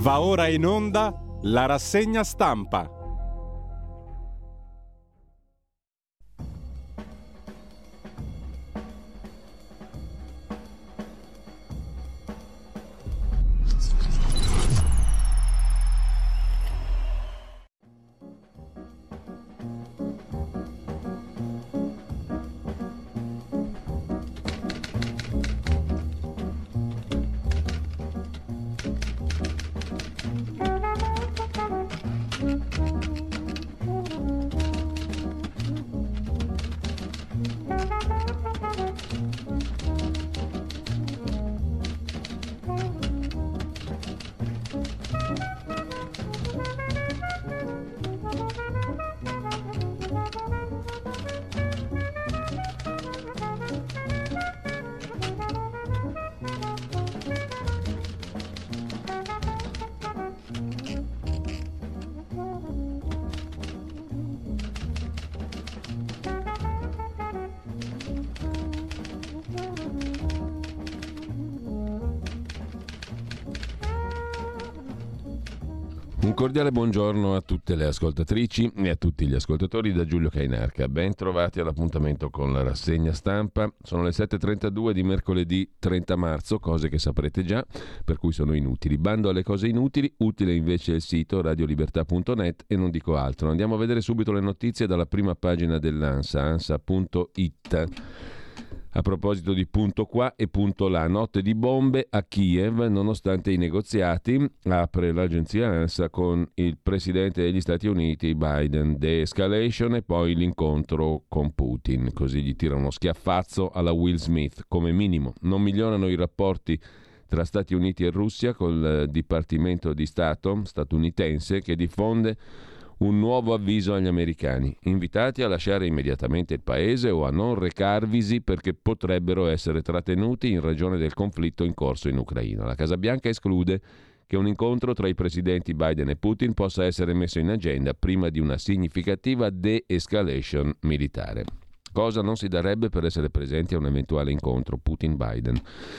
Va ora in onda la rassegna stampa. Un cordiale buongiorno a tutte le ascoltatrici e a tutti gli ascoltatori da Giulio Cainarca. Ben trovati all'appuntamento con la rassegna stampa. Sono le 7.32 di mercoledì 30 marzo, cose che saprete già, per cui sono inutili. Bando alle cose inutili, utile invece il sito radiolibertà.net e non dico altro. Andiamo a vedere subito le notizie dalla prima pagina dell'ANSA, ansa.it. A proposito di punto qua e punto là, notte di bombe a Kiev nonostante i negoziati, apre l'agenzia ANSA con il presidente degli Stati Uniti Biden, de-escalation e poi l'incontro con Putin, così gli tira uno schiaffazzo alla Will Smith, come minimo. Non migliorano i rapporti tra Stati Uniti e Russia col Dipartimento di Stato statunitense che diffonde un nuovo avviso agli americani, invitati a lasciare immediatamente il paese o a non recarvisi perché potrebbero essere trattenuti in ragione del conflitto in corso in Ucraina. La Casa Bianca esclude che un incontro tra i presidenti Biden e Putin possa essere messo in agenda prima di una significativa de-escalation militare. Cosa non si darebbe per essere presenti a un eventuale incontro Putin-Biden?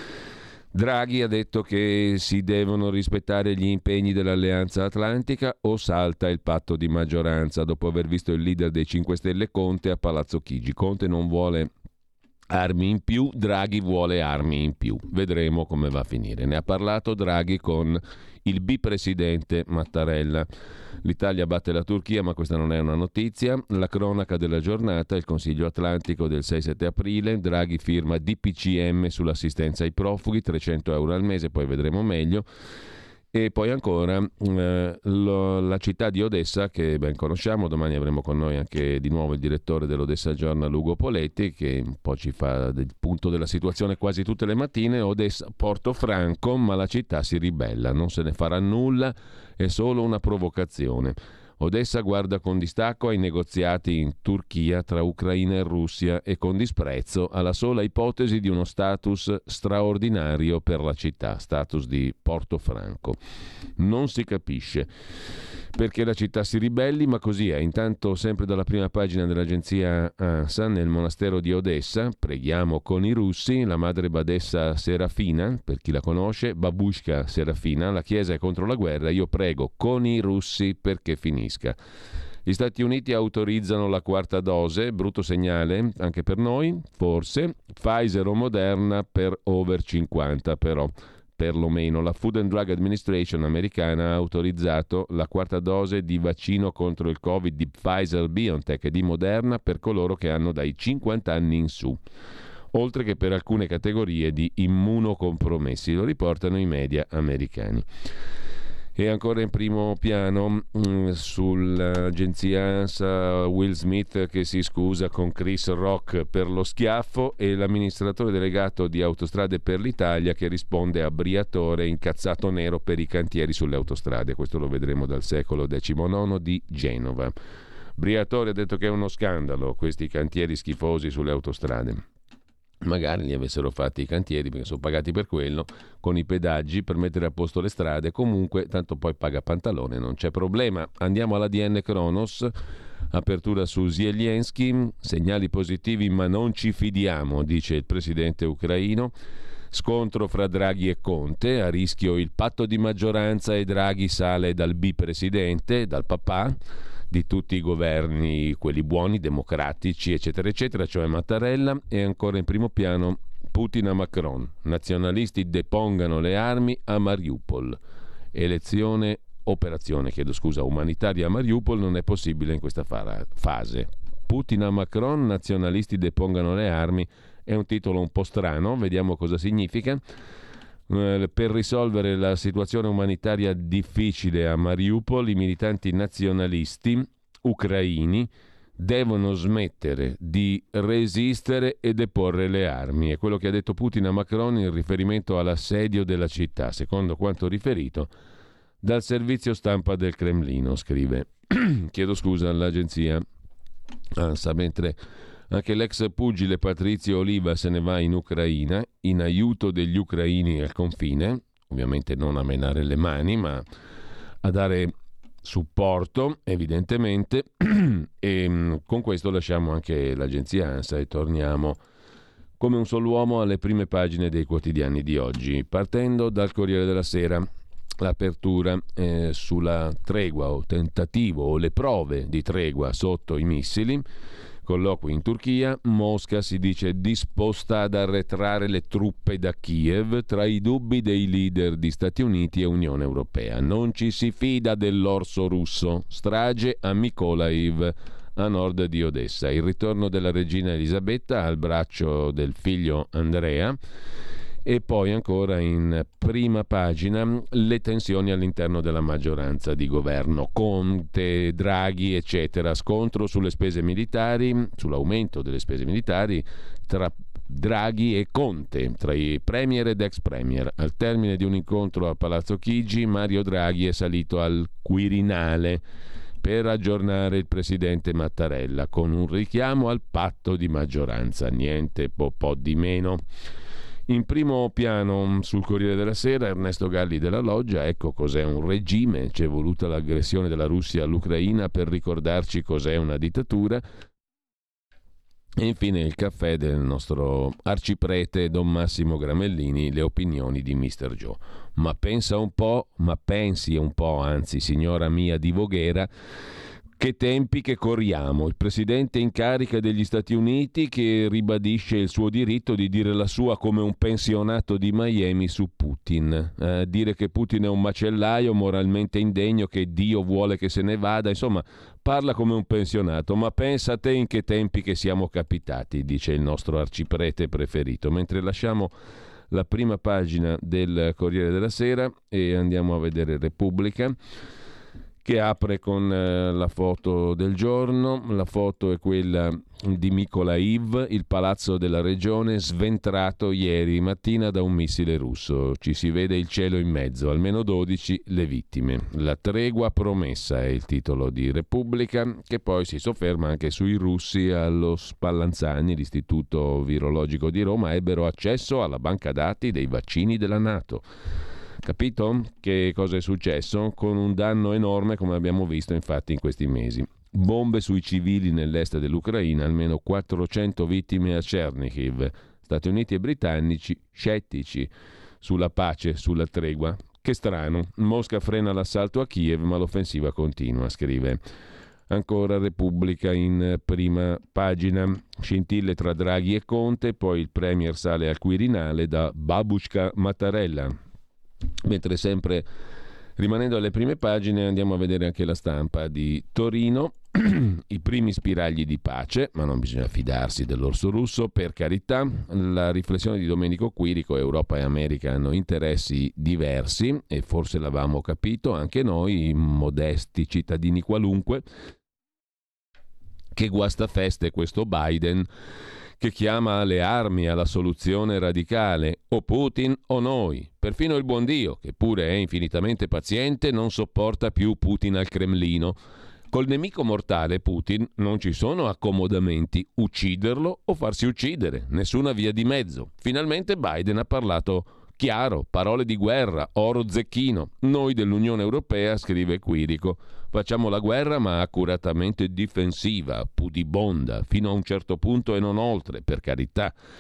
Draghi ha detto che si devono rispettare gli impegni dell'Alleanza Atlantica o salta il patto di maggioranza dopo aver visto il leader dei 5 Stelle Conte a Palazzo Chigi. Conte non vuole armi in più, Draghi vuole armi in più. Vedremo come va a finire. Ne ha parlato Draghi con il bipresidente Mattarella. L'Italia batte la Turchia, ma questa non è una notizia. La cronaca della giornata, il Consiglio Atlantico del 6-7 aprile, Draghi firma DPCM sull'assistenza ai profughi, 300 euro al mese, poi vedremo meglio. E poi ancora la città di Odessa, che ben conosciamo. Domani avremo con noi anche di nuovo il direttore dell'Odessa Journal, Ugo Poletti, che un po' ci fa del punto della situazione quasi tutte le mattine. Odessa, porto franco, ma la città si ribella, non se ne farà nulla, è solo una provocazione. Odessa guarda con distacco ai negoziati in Turchia tra Ucraina e Russia e con disprezzo alla sola ipotesi di uno status straordinario per la città, status di porto franco. Non si capisce perché la città si ribelli, ma così è. Intanto, sempre dalla prima pagina dell'agenzia ANSA, nel monastero di Odessa, preghiamo con i russi, la madre badessa Serafina, per chi la conosce, Babushka Serafina, la chiesa è contro la guerra, io prego con i russi perché finisca. Gli Stati Uniti autorizzano la quarta dose, brutto segnale anche per noi, forse, Pfizer o Moderna per over 50 però. Perlomeno la Food and Drug Administration americana ha autorizzato la quarta dose di vaccino contro il Covid di Pfizer-BioNTech e di Moderna per coloro che hanno dai 50 anni in su, oltre che per alcune categorie di immunocompromessi, lo riportano i media americani. E ancora in primo piano sull'agenzia ANSA Will Smith che si scusa con Chris Rock per lo schiaffo e l'amministratore delegato di Autostrade per l'Italia che risponde a Briatore incazzato nero per i cantieri sulle autostrade. Questo lo vedremo dal secolo XIX di Genova. Briatore ha detto che è uno scandalo questi cantieri schifosi sulle autostrade. Magari li avessero fatti i cantieri perché sono pagati per quello, con i pedaggi per mettere a posto le strade. Comunque tanto poi paga pantalone, non c'è problema. Andiamo all'ADN Kronos, apertura su Zelensky, segnali positivi ma non ci fidiamo, dice il presidente ucraino. Scontro fra Draghi e Conte, a rischio il patto di maggioranza e Draghi sale dal bipresidente, dal papà di tutti i governi, quelli buoni, democratici, eccetera, eccetera, cioè Mattarella, e ancora in primo piano Putin a Macron. Nazionalisti depongano le armi a Mariupol. Operazione umanitaria a Mariupol non è possibile in questa fase. Putin a Macron, nazionalisti depongano le armi, è un titolo un po' strano, vediamo cosa significa. Per risolvere la situazione umanitaria difficile a Mariupol, i militanti nazionalisti ucraini devono smettere di resistere e deporre le armi. È quello che ha detto Putin a Macron in riferimento all'assedio della città, secondo quanto riferito dal servizio stampa del Cremlino, scrive l'agenzia ANSA, mentre anche l'ex pugile Patrizio Oliva se ne va in Ucraina in aiuto degli ucraini al confine, ovviamente non a menare le mani, ma a dare supporto, evidentemente. E con questo lasciamo anche l'agenzia ANSA e torniamo come un solo uomo alle prime pagine dei quotidiani di oggi, partendo dal Corriere della Sera. L'apertura sulla tregua o tentativo o le prove di tregua sotto i missili. Colloqui in Turchia, Mosca si dice disposta ad arretrare le truppe da Kiev, tra i dubbi dei leader di Stati Uniti e Unione Europea. Non ci si fida dell'orso russo, strage a Mykolaiv, a nord di Odessa. Il ritorno della regina Elisabetta al braccio del figlio Andrea. E poi ancora in prima pagina le tensioni all'interno della maggioranza di governo, Conte, Draghi, eccetera, scontro sulle spese militari, sull'aumento delle spese militari tra Draghi e Conte, tra i premier ed ex premier. Al termine di un incontro a Palazzo Chigi, Mario Draghi è salito al Quirinale per aggiornare il presidente Mattarella con un richiamo al patto di maggioranza, niente po' di meno. In primo piano sul Corriere della Sera Ernesto Galli della Loggia, ecco cos'è un regime, c'è voluta l'aggressione della Russia all'Ucraina per ricordarci cos'è una dittatura. E infine il caffè del nostro arciprete Don Massimo Gramellini, le opinioni di Mr. Joe. Ma pensi un po', anzi signora mia di Voghera, che tempi che corriamo. Il presidente in carica degli Stati Uniti che ribadisce il suo diritto di dire la sua come un pensionato di Miami su Putin. Dire che Putin è un macellaio moralmente indegno, che Dio vuole che se ne vada, insomma parla come un pensionato. Ma pensa a te in che tempi che siamo capitati, dice il nostro arciprete preferito. Mentre lasciamo la prima pagina del Corriere della Sera e andiamo a vedere Repubblica, che apre con la foto del giorno. La foto è quella di Mykolaiv, il palazzo della regione sventrato ieri mattina da un missile russo. Ci si vede il cielo in mezzo, almeno 12 le vittime. La tregua promessa è il titolo di Repubblica, che poi si sofferma anche sui russi. Allo Spallanzani, l'Istituto Virologico di Roma, ebbero accesso alla banca dati dei vaccini della NATO. Capito che cosa è successo? Con un danno enorme, come abbiamo visto infatti in questi mesi. Bombe sui civili nell'est dell'Ucraina, almeno 400 vittime a Chernihiv. Stati Uniti e britannici scettici sulla pace, sulla tregua. Che strano, Mosca frena l'assalto a Kiev, ma l'offensiva continua, scrive ancora Repubblica in prima pagina. Scintille tra Draghi e Conte, poi il premier sale al Quirinale da Babushka Mattarella. Mentre sempre rimanendo alle prime pagine andiamo a vedere anche la Stampa di Torino. I primi spiragli di pace, ma non bisogna fidarsi dell'orso russo, per carità. La riflessione di Domenico Quirico: Europa e America hanno interessi diversi e forse l'avevamo capito anche noi, modesti cittadini qualunque. Che guastafeste questo Biden, che chiama alle armi, alla soluzione radicale, o Putin o noi. Perfino il buon Dio, che pure è infinitamente paziente, non sopporta più Putin al Cremlino. Col nemico mortale Putin non ci sono accomodamenti, ucciderlo o farsi uccidere, nessuna via di mezzo. Finalmente Biden ha parlato chiaro, parole di guerra, oro zecchino. Noi dell'Unione Europea, scrive Quirico, facciamo la guerra ma accuratamente difensiva, pudibonda, fino a un certo punto e non oltre, per carità.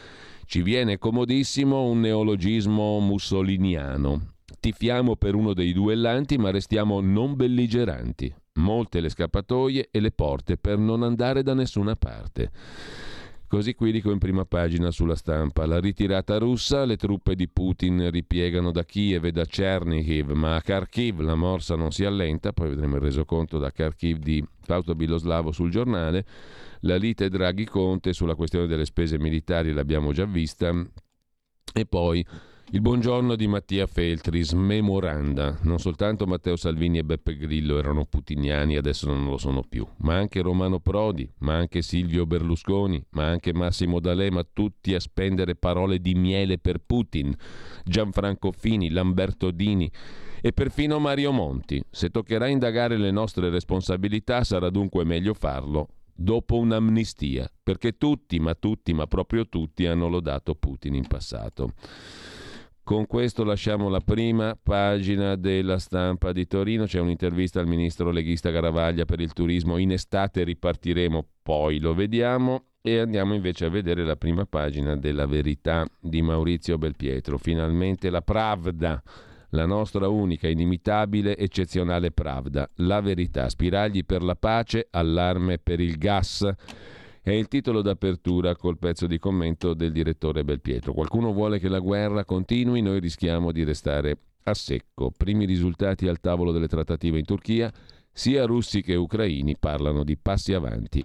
Ci viene comodissimo un neologismo mussoliniano. Tifiamo per uno dei duellanti, ma restiamo non belligeranti. Molte le scappatoie e le porte per non andare da nessuna parte. Così Quirico in prima pagina sulla Stampa. La ritirata russa, le truppe di Putin ripiegano da Kiev e da Chernihiv, ma a Kharkiv la morsa non si allenta. Poi vedremo il resoconto da Kharkiv di Fausto Biloslavo sul Giornale. La lite Draghi-Conte sulla questione delle spese militari l'abbiamo già vista. E poi il buongiorno di Mattia Feltri, smemoranda. Non soltanto Matteo Salvini e Beppe Grillo erano putiniani, adesso non lo sono più, ma anche Romano Prodi, ma anche Silvio Berlusconi, ma anche Massimo D'Alema, tutti a spendere parole di miele per Putin, Gianfranco Fini, Lamberto Dini e perfino Mario Monti. Se toccherà indagare le nostre responsabilità sarà dunque meglio farlo dopo un'amnistia, perché tutti, ma proprio tutti hanno lodato Putin in passato. Con questo lasciamo la prima pagina della Stampa di Torino. C'è un'intervista al ministro leghista Garavaglia per il turismo. In estate ripartiremo, poi lo vediamo. E andiamo invece a vedere la prima pagina della Verità di Maurizio Belpietro. Finalmente la Pravda, la nostra unica, inimitabile, eccezionale Pravda. La Verità, spiragli per la pace, allarme per il gas. È il titolo d'apertura col pezzo di commento del direttore Belpietro. Qualcuno vuole che la guerra continui, noi rischiamo di restare a secco. Primi risultati al tavolo delle trattative in Turchia, sia russi che ucraini parlano di passi avanti.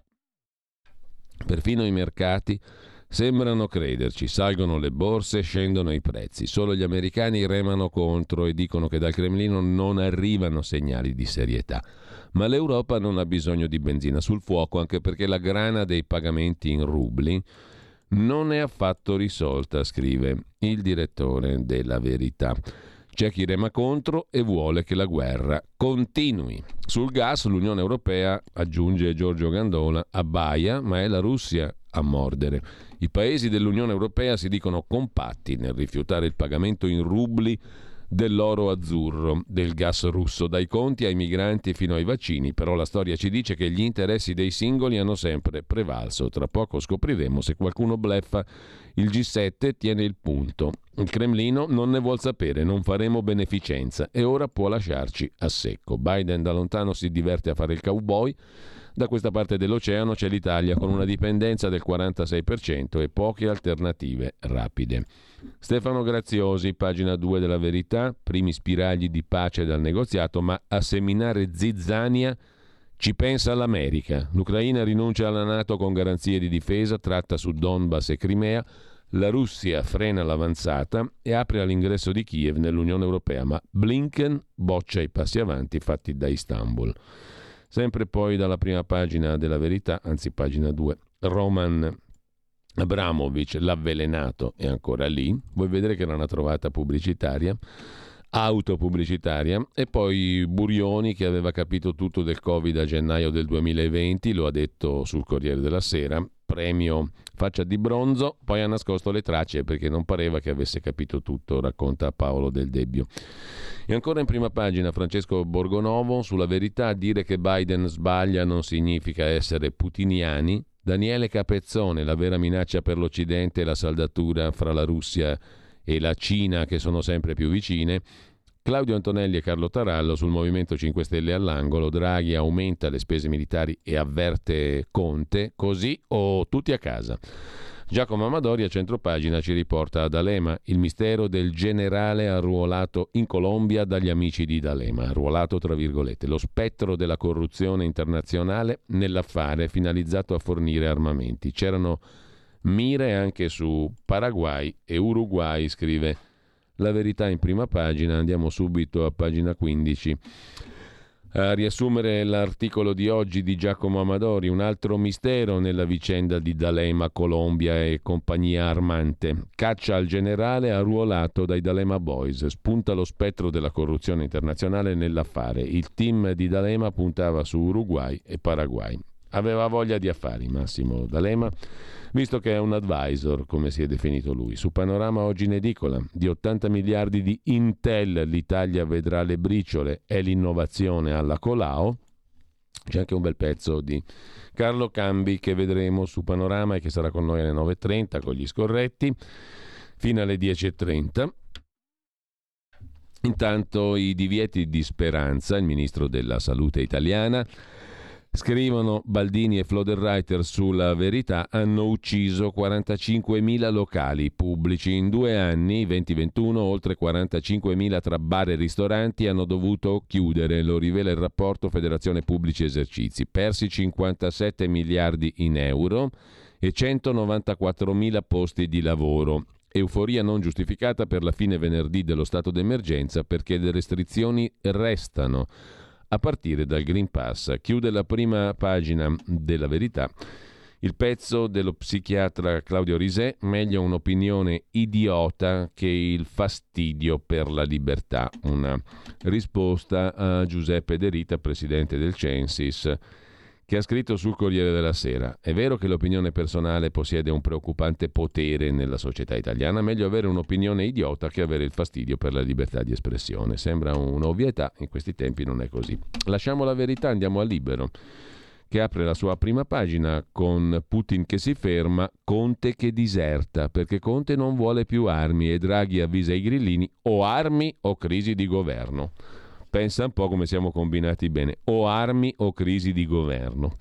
Perfino i mercati sembrano crederci, salgono le borse, scendono i prezzi. Solo gli americani remano contro e dicono che dal Cremlino non arrivano segnali di serietà. Ma l'Europa non ha bisogno di benzina sul fuoco, anche perché la grana dei pagamenti in rubli non è affatto risolta, scrive il direttore della Verità. C'è chi rema contro e vuole che la guerra continui. Sul gas l'Unione Europea, aggiunge Giorgio Gandola, abbaia, ma è la Russia a mordere. I paesi dell'Unione Europea si dicono compatti nel rifiutare il pagamento in rubli dell'oro azzurro, del gas russo, dai conti ai migranti fino ai vaccini, però la storia ci dice che gli interessi dei singoli hanno sempre prevalso. Tra poco scopriremo se qualcuno bleffa. Il G7 tiene il punto. Il Cremlino non ne vuol sapere, non faremo beneficenza e ora può lasciarci a secco. Biden da lontano si diverte a fare il cowboy. Da questa parte dell'oceano c'è l'Italia con una dipendenza del 46% e poche alternative rapide. Stefano Graziosi, pagina 2 della Verità, primi spiragli di pace dal negoziato, ma a seminare zizzania ci pensa l'America. L'Ucraina rinuncia alla NATO con garanzie di difesa, tratta su Donbass e Crimea. La Russia frena l'avanzata e apre all'ingresso di Kiev nell'Unione Europea, ma Blinken boccia i passi avanti fatti da Istanbul. Sempre poi dalla prima pagina della Verità, anzi pagina 2, Roman Abramovich, l'avvelenato, è ancora lì. Vuoi vedere che era una trovata pubblicitaria, autopubblicitaria. E poi Burioni, che aveva capito tutto del Covid a gennaio del 2020, lo ha detto sul Corriere della Sera, premio faccia di bronzo, poi ha nascosto le tracce perché non pareva che avesse capito tutto, racconta Paolo Del Debbio. E ancora in prima pagina Francesco Borgonovo sulla Verità, dire che Biden sbaglia non significa essere putiniani. Daniele Capezzone, la vera minaccia per l'Occidente è la saldatura fra la Russia e la Cina, che sono sempre più vicine. Claudio Antonelli e Carlo Tarallo sul Movimento 5 Stelle all'angolo. Draghi aumenta le spese militari e avverte Conte, così o tutti a casa. Giacomo Amadori a centropagina ci riporta a D'Alema, il mistero del generale arruolato in Colombia dagli amici di D'Alema, arruolato tra virgolette, lo spettro della corruzione internazionale nell'affare finalizzato a fornire armamenti. C'erano mire anche su Paraguay e Uruguay, scrive La Verità in prima pagina. Andiamo subito a pagina 15 a riassumere l'articolo di oggi di Giacomo Amadori. Un altro mistero nella vicenda di D'Alema, Colombia e compagnia armante. Caccia al generale arruolato dai D'Alema Boys. Spunta lo spettro della corruzione internazionale nell'affare. Il team di D'Alema puntava su Uruguay e Paraguay. Aveva voglia di affari Massimo D'Alema, visto che è un advisor, come si è definito lui. Su Panorama oggi in edicola, di 80 miliardi di Intel l'Italia vedrà le briciole, è l'innovazione alla Colau. C'è anche un bel pezzo di Carlo Cambi che vedremo su Panorama e che sarà con noi alle 9.30 con gli scorretti fino alle 10.30. Intanto i divieti di Speranza, il ministro della salute italiana, scrivono Baldini e Floderreiter sulla Verità, hanno ucciso 45.000 locali pubblici. In 2 anni, 2021, oltre 45.000 tra bar e ristoranti hanno dovuto chiudere, lo rivela il rapporto Federazione Pubblici Esercizi. Persi 57 miliardi in euro e 194.000 posti di lavoro. Euforia non giustificata per la fine venerdì dello stato d'emergenza perché le restrizioni restano. A partire dal Green Pass. Chiude la prima pagina della Verità il pezzo dello psichiatra Claudio Risè, meglio un'opinione idiota che il fastidio per la libertà. Una risposta a Giuseppe De Rita, presidente del Censis, che ha scritto sul Corriere della Sera: è vero che l'opinione personale possiede un preoccupante potere nella società italiana, meglio avere un'opinione idiota che avere il fastidio per la libertà di espressione. Sembra un'ovvietà, in questi tempi non è così. Lasciamo la Verità, andiamo a Libero, che apre la sua prima pagina con Putin che si ferma, Conte che diserta, perché Conte non vuole più armi e Draghi avvisa i grillini: o armi o crisi di governo. Pensa un po' come siamo combinati bene, o armi o crisi di governo.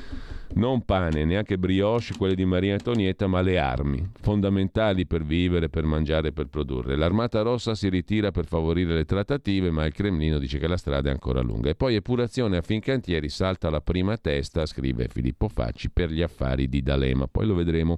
Non pane, neanche brioche, quelle di Maria Antonietta, ma le armi, fondamentali per vivere, per mangiare, per produrre. L'Armata Rossa si ritira per favorire le trattative, ma il Cremlino dice che la strada è ancora lunga. E poi epurazione a Fincantieri, salta la prima testa, scrive Filippo Facci, per gli affari di D'Alema. Poi lo vedremo.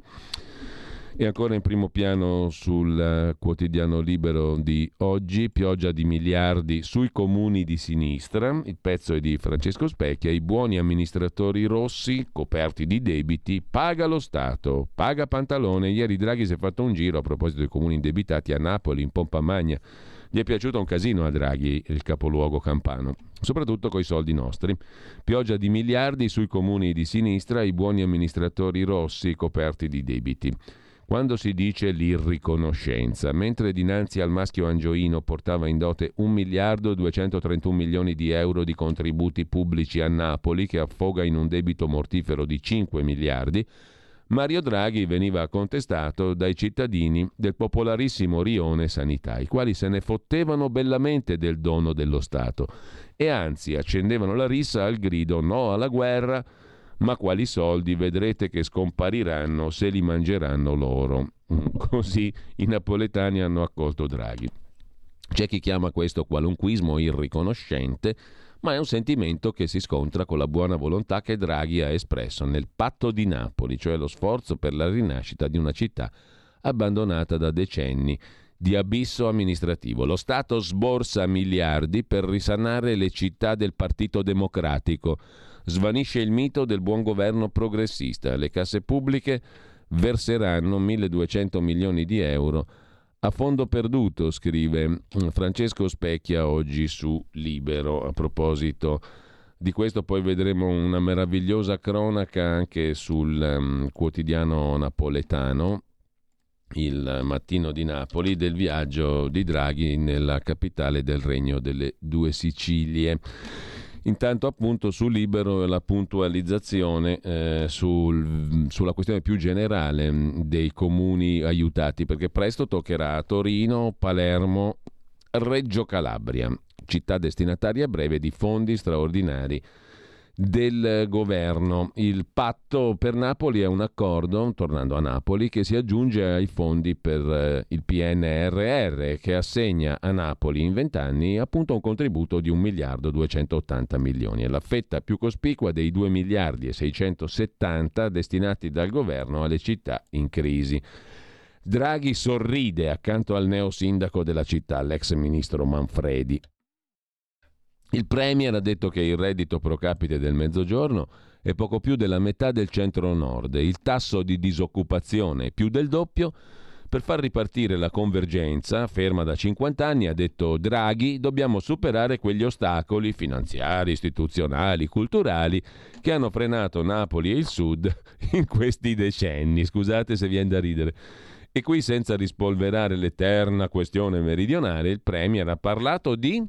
E ancora in primo piano sul quotidiano Libero di oggi, pioggia di miliardi sui comuni di sinistra. Il pezzo è di Francesco Specchia: i buoni amministratori rossi coperti di debiti, paga lo Stato, paga Pantalone. Ieri Draghi si è fatto un giro a proposito dei comuni indebitati a Napoli, in pompa magna. Gli è piaciuto un casino a Draghi, il capoluogo campano, soprattutto coi soldi nostri. Pioggia di miliardi sui comuni di sinistra, i buoni amministratori rossi coperti di debiti. Quando si dice l'irriconoscenza, mentre dinanzi al maschio angioino portava in dote 1 miliardo 231 milioni di euro di contributi pubblici a Napoli, che affoga in un debito mortifero di 5 miliardi, Mario Draghi veniva contestato dai cittadini del popolarissimo rione Sanità, i quali se ne fottevano bellamente del dono dello Stato e anzi accendevano la rissa al grido no alla guerra, ma quali soldi, vedrete che scompariranno se li mangeranno loro. Così i napoletani hanno accolto Draghi. C'è chi chiama questo qualunquismo irriconoscente, ma è un sentimento che si scontra con la buona volontà che Draghi ha espresso nel patto di Napoli, cioè lo sforzo per la rinascita di una città abbandonata da decenni di abisso amministrativo. Lo Stato sborsa miliardi per risanare le città del Partito Democratico. Svanisce il mito del buon governo progressista. Le casse pubbliche verseranno 1.200 milioni di euro a fondo perduto, scrive Francesco Specchia oggi su Libero. A proposito di questo poi vedremo una meravigliosa cronaca anche sul quotidiano napoletano, il Mattino di Napoli, del viaggio di Draghi nella capitale del Regno delle Due Sicilie. Intanto appunto su Libero la puntualizzazione sulla questione più generale dei comuni aiutati, perché presto toccherà a Torino, Palermo, Reggio Calabria, città destinatarie a breve di fondi straordinari del governo. Il patto per Napoli è un accordo, tornando a Napoli, che si aggiunge ai fondi per il PNRR, che assegna a Napoli in 20 anni appunto un contributo di 1 miliardo 280 milioni. È la fetta più cospicua dei 2 miliardi e 670 destinati dal governo alle città in crisi. Draghi sorride accanto al neosindaco della città, l'ex ministro Manfredi. Il Premier ha detto che il reddito pro capite del Mezzogiorno è poco più della metà del centro-nord, il tasso di disoccupazione è più del doppio. Per far ripartire la convergenza, ferma da 50 anni, ha detto Draghi, dobbiamo superare quegli ostacoli finanziari, istituzionali, culturali che hanno frenato Napoli e il Sud in questi decenni. Scusate se viene da ridere. E qui, senza rispolverare l'eterna questione meridionale, il Premier ha parlato di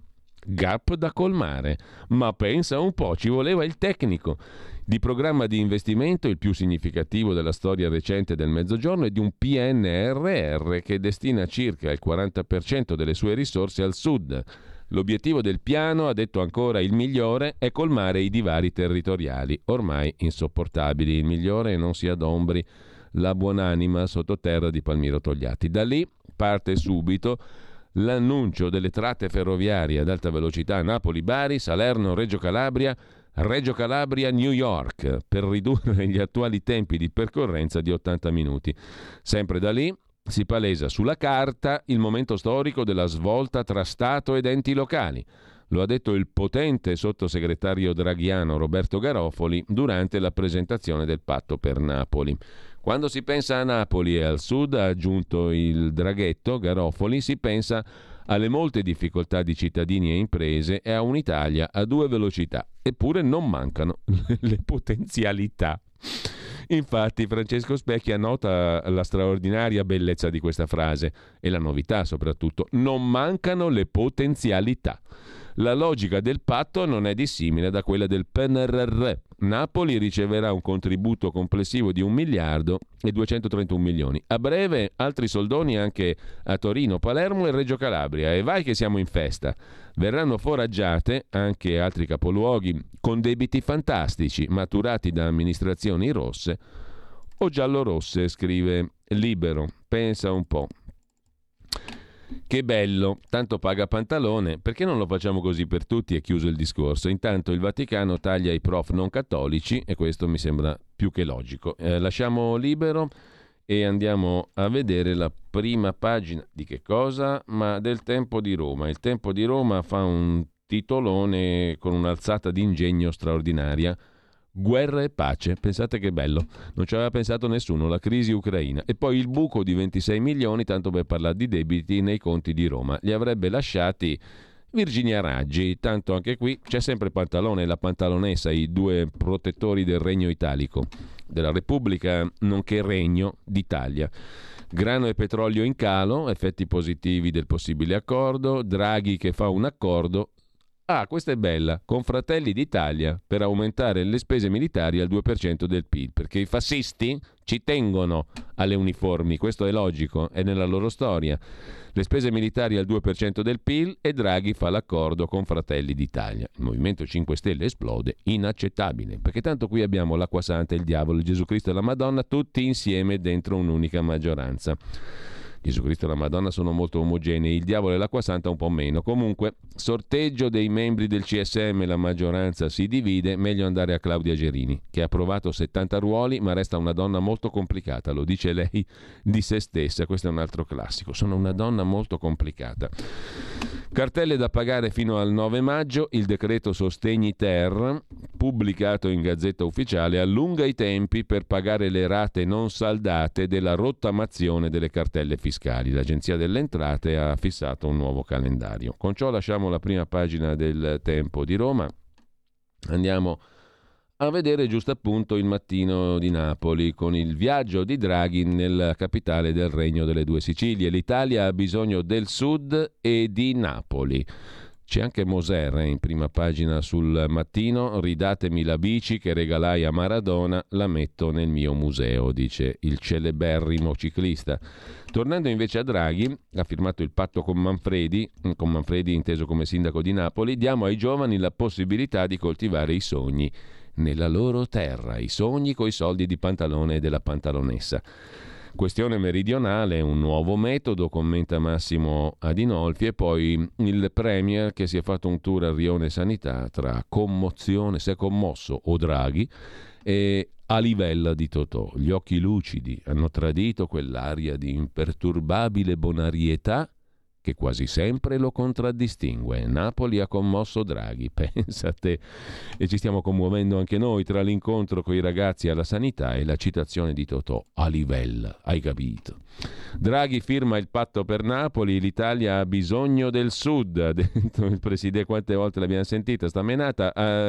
Gap da colmare. Ma pensa un po', ci voleva il tecnico. Di programma di investimento il più significativo della storia recente del Mezzogiorno e di un PNRR che destina circa il 40% delle sue risorse al sud. L'obiettivo del piano, ha detto ancora il Migliore, è colmare i divari territoriali, ormai insopportabili. Il Migliore non si adombri la buonanima sottoterra di Palmiro Togliatti. Da lì parte subito l'annuncio delle tratte ferroviarie ad alta velocità Napoli-Bari, Salerno-Reggio Calabria-New York, per ridurre gli attuali tempi di percorrenza di 80 minuti. Sempre da lì si palesa sulla carta il momento storico della svolta tra Stato ed enti locali. Lo ha detto il potente sottosegretario draghiano Roberto Garofoli durante la presentazione del patto per Napoli. Quando si pensa a Napoli e al sud, ha aggiunto il draghetto Garofoli, si pensa alle molte difficoltà di cittadini e imprese e a un'Italia a due velocità. Eppure non mancano le potenzialità. Infatti Francesco Specchi annota la straordinaria bellezza di questa frase e la novità soprattutto: non mancano le potenzialità. La logica del patto non è dissimile da quella del PNRR. Napoli riceverà un contributo complessivo di 1 miliardo e 231 milioni. A breve altri soldoni anche a Torino, Palermo e Reggio Calabria, e vai che siamo in festa. Verranno foraggiate anche altri capoluoghi con debiti fantastici maturati da amministrazioni rosse o giallorosse, scrive Libero. Pensa un po'. Che bello, tanto paga Pantalone, perché non lo facciamo così per tutti? È chiuso il discorso. Intanto il Vaticano taglia i prof non cattolici e questo mi sembra più che logico. Lasciamo Libero e andiamo a vedere la prima pagina di che cosa? Ma del Tempo di Roma. Il Tempo di Roma fa un titolone con un'alzata d'ingegno straordinaria. Guerra e pace, pensate che bello, non ci aveva pensato nessuno, la crisi ucraina. E poi il buco di 26 milioni, tanto per parlare di debiti nei conti di Roma. Li avrebbe lasciati Virginia Raggi, tanto anche qui c'è sempre Pantalone e la Pantalonessa, i due protettori del Regno Italico, della Repubblica nonché Regno d'Italia. Grano e petrolio in calo, effetti positivi del possibile accordo, Draghi che fa un accordo. Ah, questa è bella, con Fratelli d'Italia per aumentare le spese militari al 2% del PIL, perché i fascisti ci tengono alle uniformi, questo è logico, è nella loro storia. Le spese militari al 2% del PIL e Draghi fa l'accordo con Fratelli d'Italia. Il Movimento 5 Stelle esplode, inaccettabile, perché tanto qui abbiamo l'acqua santa, il diavolo, Gesù Cristo e la Madonna, tutti insieme dentro un'unica maggioranza. Gesù Cristo e la Madonna sono molto omogenei, il diavolo e l'acqua santa un po' meno. Comunque, sorteggio dei membri del CSM, la maggioranza si divide, meglio andare a Claudia Gerini, che ha provato 70 ruoli ma resta una donna molto complicata, lo dice lei di se stessa, questo è un altro classico, sono una donna molto complicata. Cartelle da pagare fino al 9 maggio, il decreto Sostegni Ter, pubblicato in Gazzetta Ufficiale, allunga i tempi per pagare le rate non saldate della rottamazione delle cartelle fiscali. L'Agenzia delle Entrate ha fissato un nuovo calendario. Con ciò lasciamo la prima pagina del Tempo di Roma. Andiamo a vedere giusto appunto il Mattino di Napoli con il viaggio di Draghi nella capitale del Regno delle Due Sicilie. L'Italia ha bisogno del Sud e di Napoli. C'è anche Moser in prima pagina sul Mattino. Ridatemi la bici che regalai a Maradona, la metto nel mio museo, dice il celeberrimo ciclista. Tornando invece a Draghi, ha firmato il patto con Manfredi inteso come sindaco di Napoli, diamo ai giovani la possibilità di coltivare i sogni nella loro terra, i sogni coi soldi di Pantalone e della Pantalonessa. Questione meridionale, un nuovo metodo, commenta Massimo Adinolfi, e poi il Premier che si è fatto un tour al Rione Sanità tra commozione, si è commosso o Draghi e a livella di Totò. Gli occhi lucidi hanno tradito quell'aria di imperturbabile bonarietà che quasi sempre lo contraddistingue. Napoli ha commosso Draghi, pensate, e ci stiamo commuovendo anche noi tra l'incontro con i ragazzi alla sanità e la citazione di Totò, a livella, hai capito. Draghi firma il patto per Napoli, l'Italia ha bisogno del Sud, ha detto il presidente, quante volte l'abbiamo sentita sta menata,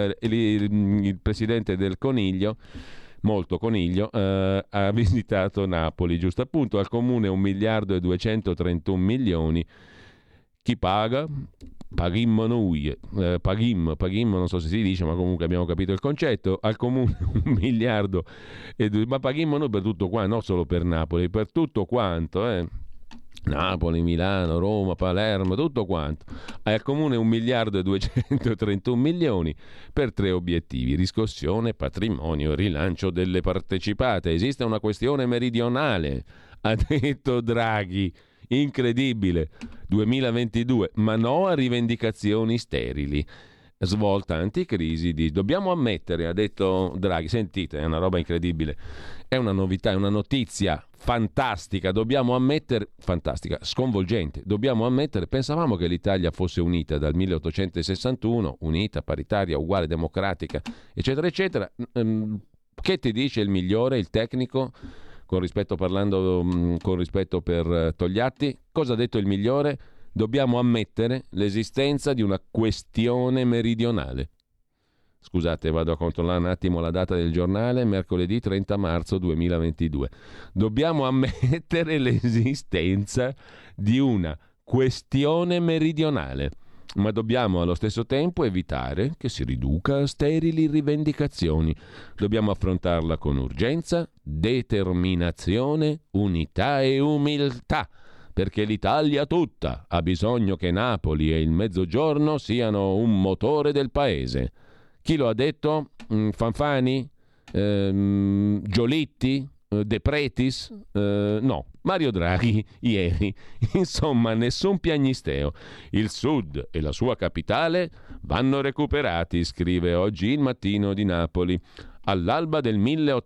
il presidente del Coniglio, molto Coniglio, ha visitato Napoli, giusto appunto, al comune 1 miliardo e 231 milioni Chi paga? Paghiamo noi, paghiamo, non so se si dice, ma comunque abbiamo capito il concetto. Al comune 1 miliardo ma paghiamo noi per tutto qua, non solo per Napoli, per tutto quanto, Napoli, Milano, Roma, Palermo, tutto quanto. Al comune 1 miliardo e 231 milioni per 3 obiettivi: riscossione, patrimonio, rilancio delle partecipate. Esiste una questione meridionale, ha detto Draghi. Incredibile, 2022, ma no a rivendicazioni sterili. Svolta anticrisi, dobbiamo ammettere, ha detto Draghi, sentite, è una roba incredibile, è una novità, è una notizia fantastica, dobbiamo ammettere, fantastica, sconvolgente, dobbiamo ammettere, pensavamo che l'Italia fosse unita dal 1861, unita, paritaria, uguale, democratica, eccetera, eccetera. Che ti dice il migliore, il tecnico? Con rispetto per Togliatti, cosa ha detto il migliore? Dobbiamo ammettere l'esistenza di una questione meridionale. Scusate, vado a controllare un attimo la data del giornale, mercoledì 30 marzo 2022. Dobbiamo ammettere l'esistenza di una questione meridionale, ma dobbiamo allo stesso tempo evitare che si riduca a sterili rivendicazioni. Dobbiamo affrontarla con urgenza, determinazione, unità e umiltà, perché l'Italia tutta ha bisogno che Napoli e il Mezzogiorno siano un motore del paese. Chi lo ha detto? Fanfani? Giolitti? De Pretis? No, Mario Draghi ieri. Insomma, nessun piagnisteo. Il Sud e la sua capitale vanno recuperati, scrive oggi il Mattino di Napoli. All'alba del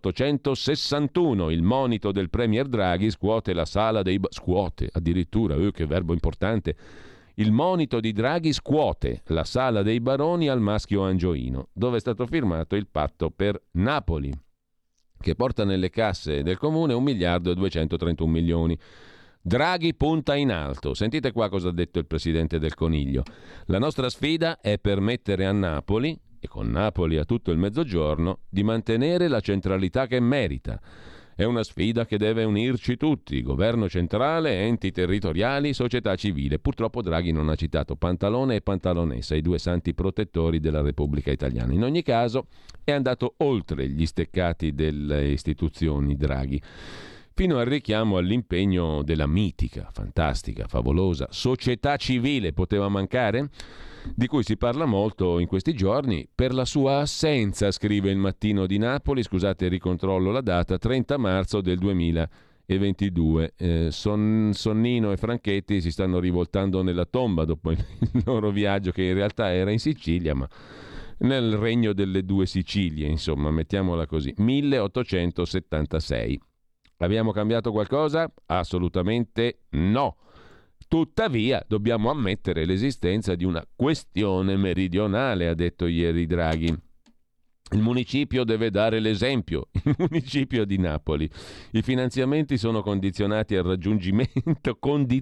1861 il monito del premier Draghi scuote la sala dei scuote, addirittura, che verbo importante. Il monito di Draghi scuote la sala dei baroni al Maschio Angioino, dove è stato firmato il patto per Napoli, che porta nelle casse del comune 1 miliardo e 231 milioni. Draghi punta in alto. Sentite qua cosa ha detto il presidente del Coniglio. La nostra sfida è permettere a Napoli, e con Napoli a tutto il Mezzogiorno, di mantenere la centralità che merita. È una sfida che deve unirci tutti, governo centrale, enti territoriali, società civile. Purtroppo Draghi non ha citato Pantalone e Pantalonessa, i 2 santi protettori della Repubblica Italiana. In ogni caso è andato oltre gli steccati delle istituzioni Draghi, fino al richiamo all'impegno della mitica, fantastica, favolosa società civile. Poteva mancare? Di cui si parla molto in questi giorni per la sua assenza, scrive il Mattino di Napoli. Scusate, ricontrollo la data, 30 marzo del 2022. Sonnino e Franchetti si stanno rivoltando nella tomba dopo il loro viaggio, che in realtà era in Sicilia, ma nel regno delle 2 Sicilie, insomma, mettiamola così. 1876. Abbiamo cambiato qualcosa? Assolutamente no. Tuttavia dobbiamo ammettere l'esistenza di una questione meridionale, ha detto ieri Draghi. Il municipio deve dare l'esempio, il municipio di Napoli. I finanziamenti sono condizionati al raggiungimento,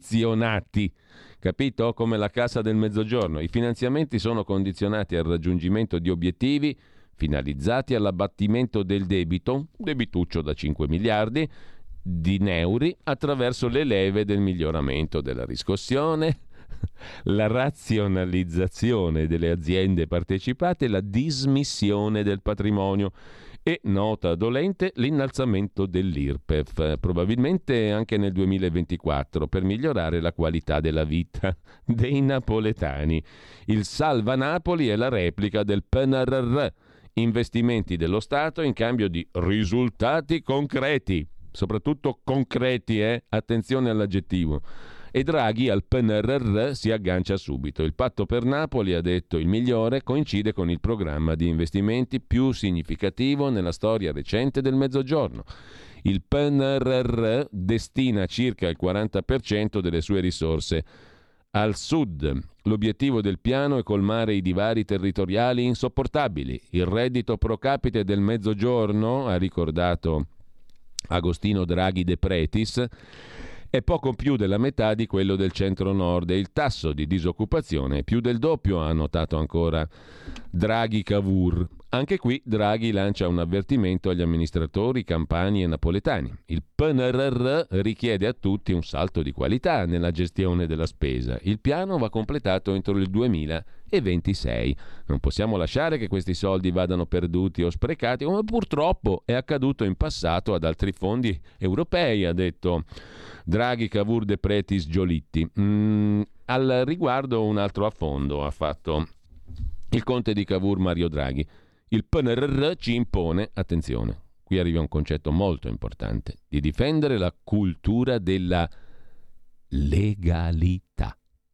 capito? Come la Cassa del Mezzogiorno. I finanziamenti sono condizionati al raggiungimento di obiettivi finalizzati all'abbattimento del debito, debituccio da 5 miliardi, di neuri, attraverso le leve del miglioramento della riscossione, la razionalizzazione delle aziende partecipate, la dismissione del patrimonio e, nota dolente, l'innalzamento dell'IRPEF, probabilmente anche nel 2024, per migliorare la qualità della vita dei napoletani. Il Salva Napoli è la replica del PNRR, investimenti dello Stato in cambio di risultati concreti. Soprattutto concreti, attenzione all'aggettivo. E Draghi al PNRR si aggancia subito. Il patto per Napoli, ha detto il migliore, coincide con il programma di investimenti più significativo nella storia recente del Mezzogiorno. Il PNRR destina circa il 40% delle sue risorse al sud. L'obiettivo del piano è colmare i divari territoriali insopportabili. Il reddito pro capite del Mezzogiorno, ha ricordato Agostino Draghi De Pretis, è poco più della metà di quello del centro-nord e il tasso di disoccupazione è più del doppio, ha notato ancora Draghi Cavour. Anche qui Draghi lancia un avvertimento agli amministratori campani e napoletani. Il PNRR richiede a tutti un salto di qualità nella gestione della spesa. Il piano va completato entro il 2026. Non possiamo lasciare che questi soldi vadano perduti o sprecati, come purtroppo è accaduto in passato ad altri fondi europei, ha detto Draghi, Cavour, De Pretis, Giolitti. Al riguardo un altro affondo ha fatto il conte di Cavour, Mario Draghi. Il PNRR ci impone, attenzione, qui arriva un concetto molto importante, di difendere la cultura della legalità.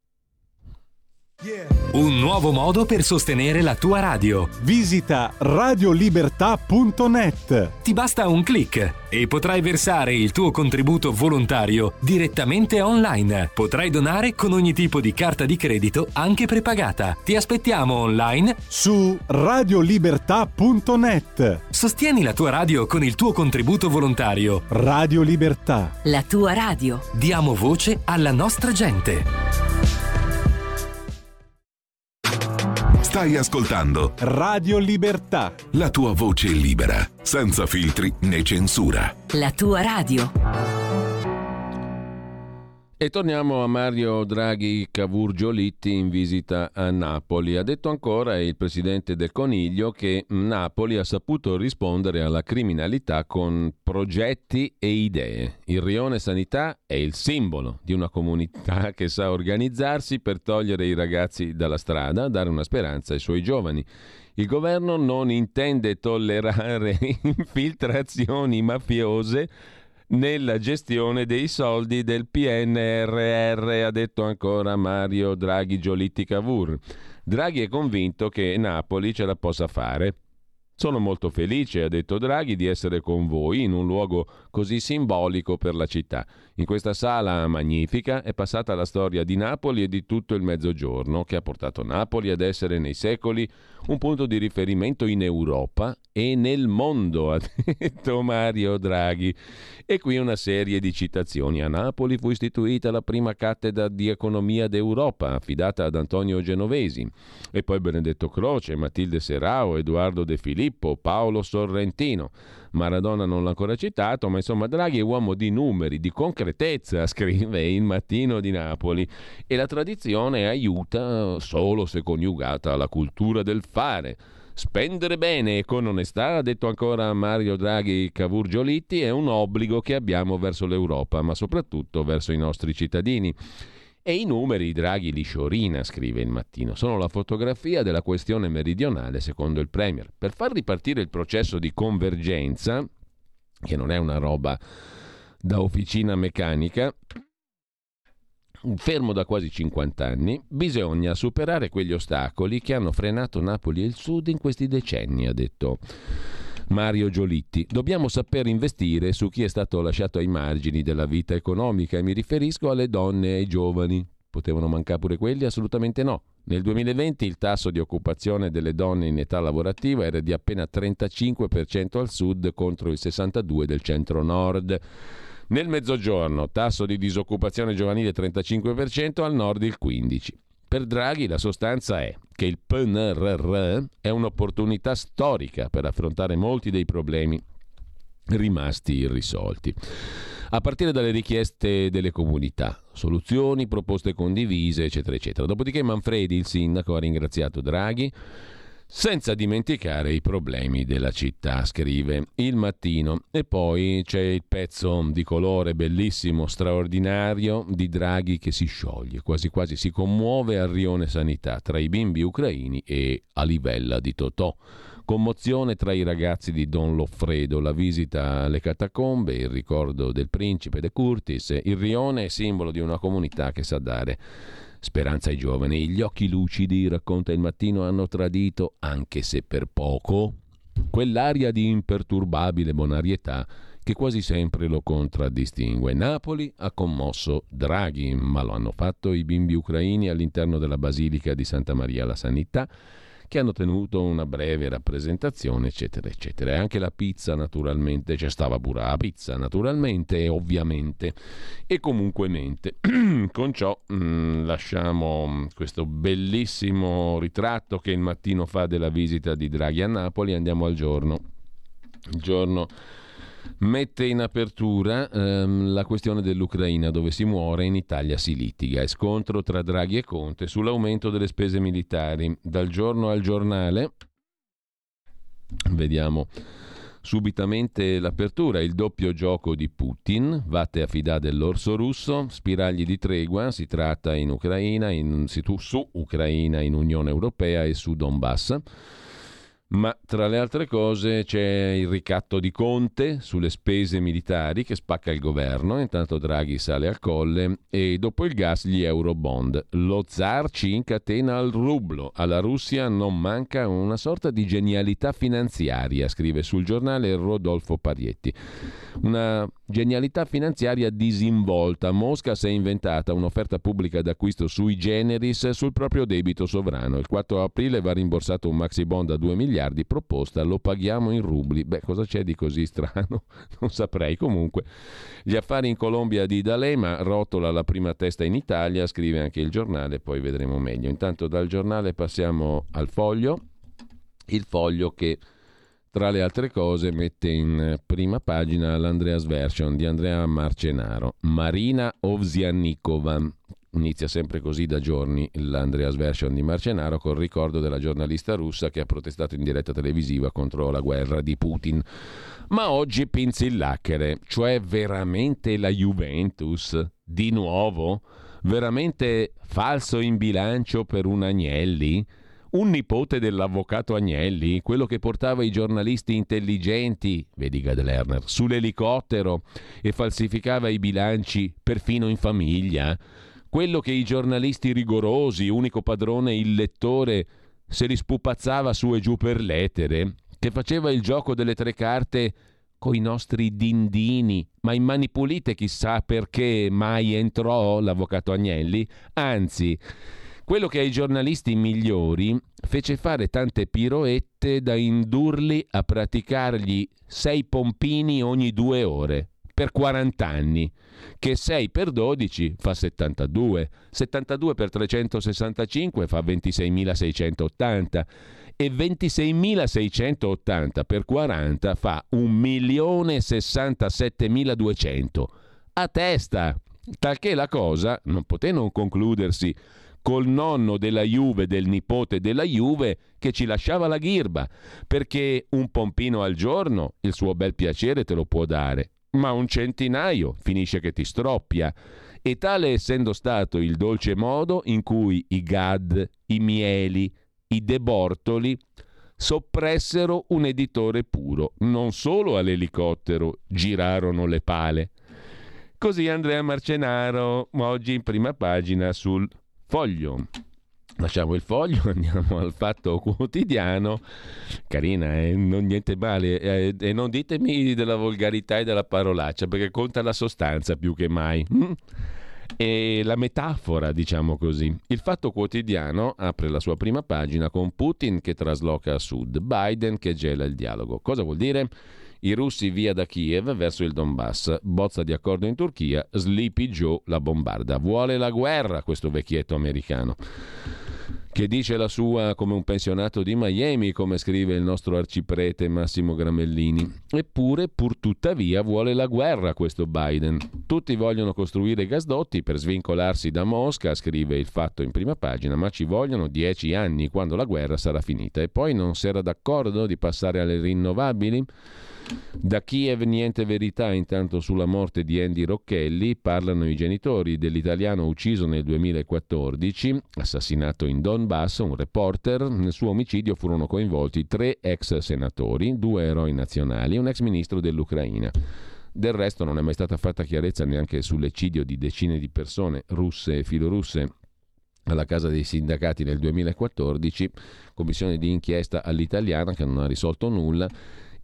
Un nuovo modo per sostenere la tua radio. Visita radiolibertà.net. Ti basta un click e potrai versare il tuo contributo volontario direttamente online. Potrai donare con ogni tipo di carta di credito, anche prepagata. Ti aspettiamo online su radiolibertà.net. Sostieni la tua radio con il tuo contributo volontario. Radio Libertà. La tua radio. Diamo voce alla nostra gente. Stai ascoltando Radio Libertà. la tua voce libera, senza filtri né censura. La tua radio. E torniamo a Mario Draghi, Cavour, Giolitti in visita a Napoli. Ha detto ancora il presidente del Coniglio che Napoli ha saputo rispondere alla criminalità con progetti e idee. Il Rione Sanità è il simbolo di una comunità che sa organizzarsi per togliere i ragazzi dalla strada, dare una speranza ai suoi giovani. Il governo non intende tollerare infiltrazioni mafiose nella gestione dei soldi del PNRR, ha detto ancora Mario Draghi, Giolitti, Cavour. Draghi è convinto che Napoli ce la possa fare. Sono molto felice, ha detto Draghi, di essere con voi in un luogo così simbolico per la città. In questa sala magnifica è passata la storia di Napoli e di tutto il Mezzogiorno, che ha portato Napoli ad essere nei secoli un punto di riferimento in Europa e nel mondo, ha detto Mario Draghi. E qui una serie di citazioni. A Napoli fu istituita la prima cattedra di economia d'Europa, affidata ad Antonio Genovesi. E poi Benedetto Croce, Matilde Serao, Edoardo De Filippo, Paolo Sorrentino. Maradona non l'ha ancora citato, ma insomma Draghi è uomo di numeri, di concretezza, scrive Il Mattino di Napoli, e la tradizione aiuta solo se coniugata alla cultura del fare. Spendere bene e con onestà, ha detto ancora Mario Draghi, Cavour, Giolitti, è un obbligo che abbiamo verso l'Europa, ma soprattutto verso i nostri cittadini. E i numeri Draghi li sciorina, scrive Il Mattino, sono la fotografia della questione meridionale secondo il Premier. Per far ripartire il processo di convergenza, che non è una roba da officina meccanica, fermo da quasi 50 anni, bisogna superare quegli ostacoli che hanno frenato Napoli e il Sud in questi decenni, ha detto Mario Giolitti. Dobbiamo saper investire su chi è stato lasciato ai margini della vita economica, e mi riferisco alle donne e ai giovani. Potevano mancare pure quelli? Assolutamente no. Nel 2020 il tasso di occupazione delle donne in età lavorativa era di appena 35% al sud contro il 62% del centro-nord. Nel Mezzogiorno tasso di disoccupazione giovanile 35%, al nord il 15%. Per Draghi la sostanza è che il PNRR è un'opportunità storica per affrontare molti dei problemi rimasti irrisolti, a partire dalle richieste delle comunità, soluzioni, proposte condivise, eccetera, eccetera. Dopodiché Manfredi, il sindaco, ha ringraziato Draghi, senza dimenticare i problemi della città, scrive Il Mattino. E poi c'è il pezzo di colore bellissimo, straordinario, di Draghi che si scioglie, quasi quasi si commuove al Rione Sanità, tra i bimbi ucraini e a Livella di Totò. Commozione tra i ragazzi di Don Loffredo, la visita alle catacombe, il ricordo del principe De Curtis. Il Rione è simbolo di una comunità che sa dare speranza ai giovani. Gli occhi lucidi, racconta Il Mattino, hanno tradito, anche se per poco, quell'aria di imperturbabile bonarietà che quasi sempre lo contraddistingue. Napoli ha commosso Draghi, ma lo hanno fatto i bimbi ucraini all'interno della Basilica di Santa Maria la Sanità, che hanno tenuto una breve rappresentazione, eccetera, eccetera. E anche la pizza, naturalmente, c'è stava pure la pizza, naturalmente e ovviamente e comunquemente. Con ciò lasciamo questo bellissimo ritratto che il Mattino fa della visita di Draghi a Napoli, andiamo al giorno. Il giorno mette in apertura la questione dell'Ucraina, dove si muore, in Italia si litiga, e scontro tra Draghi e Conte sull'aumento delle spese militari. Dal Giorno al Giornale vediamo subitamente l'apertura: il doppio gioco di Putin, vatte a fidà dell'orso russo, spiragli di tregua, si tratta in Ucraina, su Ucraina, in Unione Europea e su Donbass. Ma tra le altre cose c'è il ricatto di Conte sulle spese militari che spacca il governo, intanto Draghi sale al colle, e dopo il gas gli eurobond. Lo zar ci incatena al rublo, alla Russia non manca una sorta di genialità finanziaria, scrive sul giornale Rodolfo Parietti. Una genialità finanziaria disinvolta. Mosca si è inventata un'offerta pubblica d'acquisto sui generis sul proprio debito sovrano. Il 4 aprile va rimborsato un maxi bond a 2 miliardi, proposta lo paghiamo in rubli. Beh, cosa c'è di così strano? Non saprei. Comunque, gli affari in Colombia di D'Alema, rotola la prima testa in Italia, scrive anche il giornale, poi vedremo meglio. Intanto dal giornale passiamo al Foglio. Il Foglio che, tra le altre cose, mette in prima pagina l'Andreas Version di Andrea Marcenaro. Marina Ovsyannikova. Inizia sempre così da giorni l'Andreas Version di Marcenaro, col ricordo della giornalista russa che ha protestato in diretta televisiva contro la guerra di Putin. Ma oggi pinzillacchere, cioè veramente la Juventus, di nuovo? Veramente falso in bilancio per un Agnelli? Un nipote dell'avvocato Agnelli, quello che portava i giornalisti intelligenti, vedi Gad Lerner, sull'elicottero e falsificava i bilanci perfino in famiglia? Quello che i giornalisti rigorosi, unico padrone il lettore, se li spupazzava su e giù per lettere, che faceva il gioco delle tre carte coi nostri dindini, ma in mani pulite chissà perché mai entrò l'avvocato Agnelli? Anzi, quello che ai giornalisti migliori fece fare tante piroette da indurli a praticargli 6 pompini ogni 2 ore. Per 40 anni, che 6 per 12 fa 72, 72 per 365 fa 26.680 e 26.680 per 40 fa 1.067.200 a testa, talché la cosa non poté non concludersi col nonno della Juve, del nipote della Juve, che ci lasciava la ghirba, perché un pompino al giorno il suo bel piacere te lo può dare, ma un centinaio finisce che ti stroppia. E tale essendo stato il dolce modo in cui i Gad, i Mieli, i De Bortoli soppressero un editore puro, non solo all'elicottero girarono le pale. Così Andrea Marcenaro, oggi in prima pagina sul Foglio. Lasciamo il Foglio, andiamo al Fatto Quotidiano. Carina, non niente male, e non ditemi della volgarità e della parolaccia, perché conta la sostanza più che mai. E la metafora, diciamo così. Il Fatto Quotidiano apre la sua prima pagina con Putin che trasloca a sud, Biden che gela il dialogo. Cosa vuol dire? I russi via da Kiev verso il Donbass, bozza di accordo in Turchia, Sleepy Joe la bombarda. Vuole la guerra questo vecchietto americano, che dice la sua come un pensionato di Miami, come scrive il nostro arciprete Massimo Gramellini. Eppure, pur tuttavia, vuole la guerra questo Biden. Tutti vogliono costruire gasdotti per svincolarsi da Mosca, scrive il Fatto in prima pagina, ma ci vogliono 10 anni, quando la guerra sarà finita. E poi non si era d'accordo di passare alle rinnovabili? Da Kiev niente verità intanto sulla morte di Andy Rocchelli. Parlano i genitori dell'italiano ucciso nel 2014, assassinato in Donbass, un reporter. Nel suo omicidio furono coinvolti 3 ex senatori, 2 eroi nazionali e un ex ministro dell'Ucraina. Del resto non è mai stata fatta chiarezza neanche sull'eccidio di decine di persone russe e filorusse alla Casa dei Sindacati nel 2014, commissione di inchiesta all'italiana che non ha risolto nulla.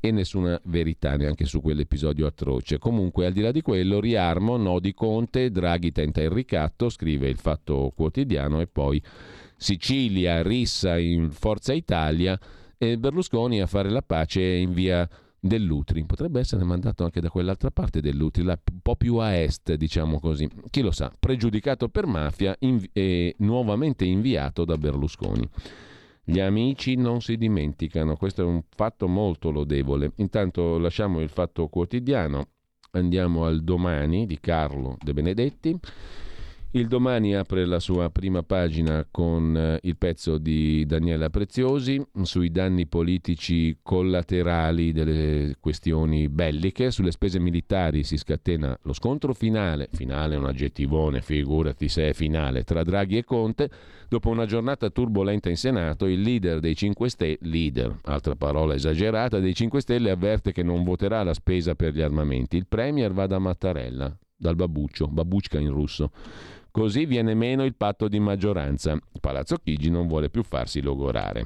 e nessuna verità neanche su quell'episodio atroce. Comunque, al di là di quello, riarmo, no di Conte, Draghi tenta il ricatto, scrive il Fatto Quotidiano, e poi Sicilia, rissa in Forza Italia e Berlusconi a fare la pace in via dell'Utri. Potrebbe essere mandato anche da quell'altra parte dell'Utri, un po' più a est, diciamo così. Chi lo sa, pregiudicato per mafia e nuovamente inviato da Berlusconi. Gli amici non si dimenticano, questo è un fatto molto lodevole. Intanto lasciamo il Fatto Quotidiano, andiamo al Domani di Carlo De Benedetti. Il Domani apre la sua prima pagina con il pezzo di Daniela Preziosi sui danni politici collaterali delle questioni belliche. Sulle spese militari si scatena lo scontro finale è un aggettivone, figurati se è finale, tra Draghi e Conte. Dopo una giornata turbolenta in Senato, il leader dei 5 Stelle, altra parola esagerata, dei 5 Stelle avverte che non voterà la spesa per gli armamenti. Il premier va da Mattarella, dal babuchka in russo. Così viene meno il patto di maggioranza. Palazzo Chigi non vuole più farsi logorare.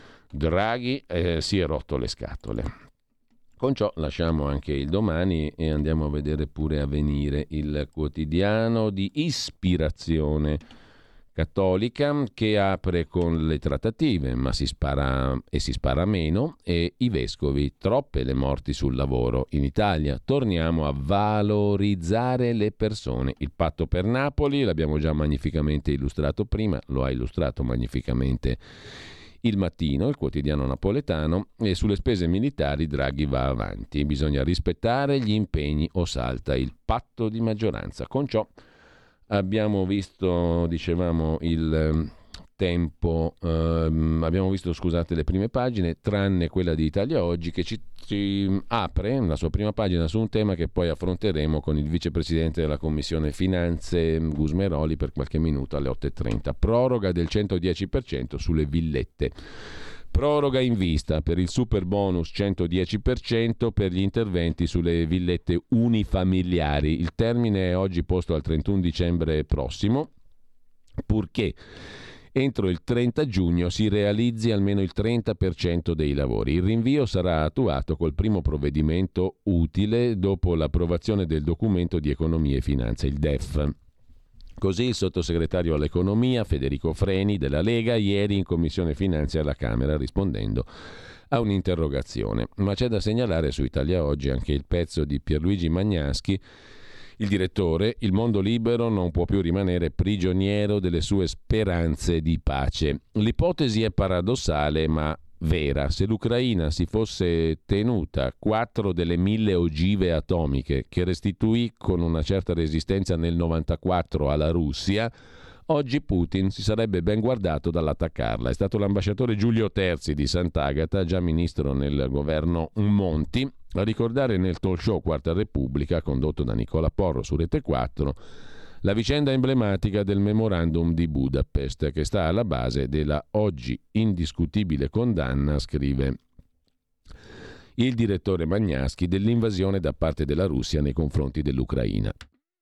Draghi si è rotto le scatole. Con ciò lasciamo anche il Domani e andiamo a vedere pure Avvenire, il quotidiano di ispirazione cattolica, che apre con le trattative, ma si spara meno, e i vescovi, troppe le morti sul lavoro in Italia, torniamo a valorizzare le persone. Il patto per Napoli l'abbiamo già magnificamente illustrato prima, lo ha illustrato magnificamente Il Mattino, il quotidiano napoletano, e sulle spese militari Draghi va avanti, bisogna rispettare gli impegni o salta il patto di maggioranza. Con ciò abbiamo visto, dicevamo, il Tempo, abbiamo visto, scusate, le prime pagine, tranne quella di Italia Oggi, che ci apre la sua prima pagina su un tema che poi affronteremo con il vicepresidente della Commissione Finanze Gusmeroli per qualche minuto alle 8.30. Proroga del 110% sulle villette. Proroga in vista per il super bonus 110% per gli interventi sulle villette unifamiliari. Il termine è oggi posto al 31 dicembre prossimo, purché entro il 30 giugno si realizzi almeno il 30% dei lavori. Il rinvio sarà attuato col primo provvedimento utile dopo l'approvazione del documento di economia e finanza, il DEF. Così il sottosegretario all'economia Federico Freni della Lega ieri in Commissione Finanze alla Camera, rispondendo a un'interrogazione. Ma c'è da segnalare su Italia Oggi anche il pezzo di Pierluigi Magnaschi, il direttore: il mondo libero non può più rimanere prigioniero delle sue speranze di pace. L'ipotesi è paradossale ma vera. Se l'Ucraina si fosse tenuta 4 delle 1000 ogive atomiche che restituì con una certa resistenza nel 94 alla Russia, oggi Putin si sarebbe ben guardato dall'attaccarla. È stato l'ambasciatore Giulio Terzi di Sant'Agata, già ministro nel governo Monti, a ricordare nel talk show Quarta Repubblica, condotto da Nicola Porro su Rete 4, la vicenda emblematica del memorandum di Budapest, che sta alla base della oggi indiscutibile condanna, scrive il direttore Magnaschi, dell'invasione da parte della Russia nei confronti dell'Ucraina.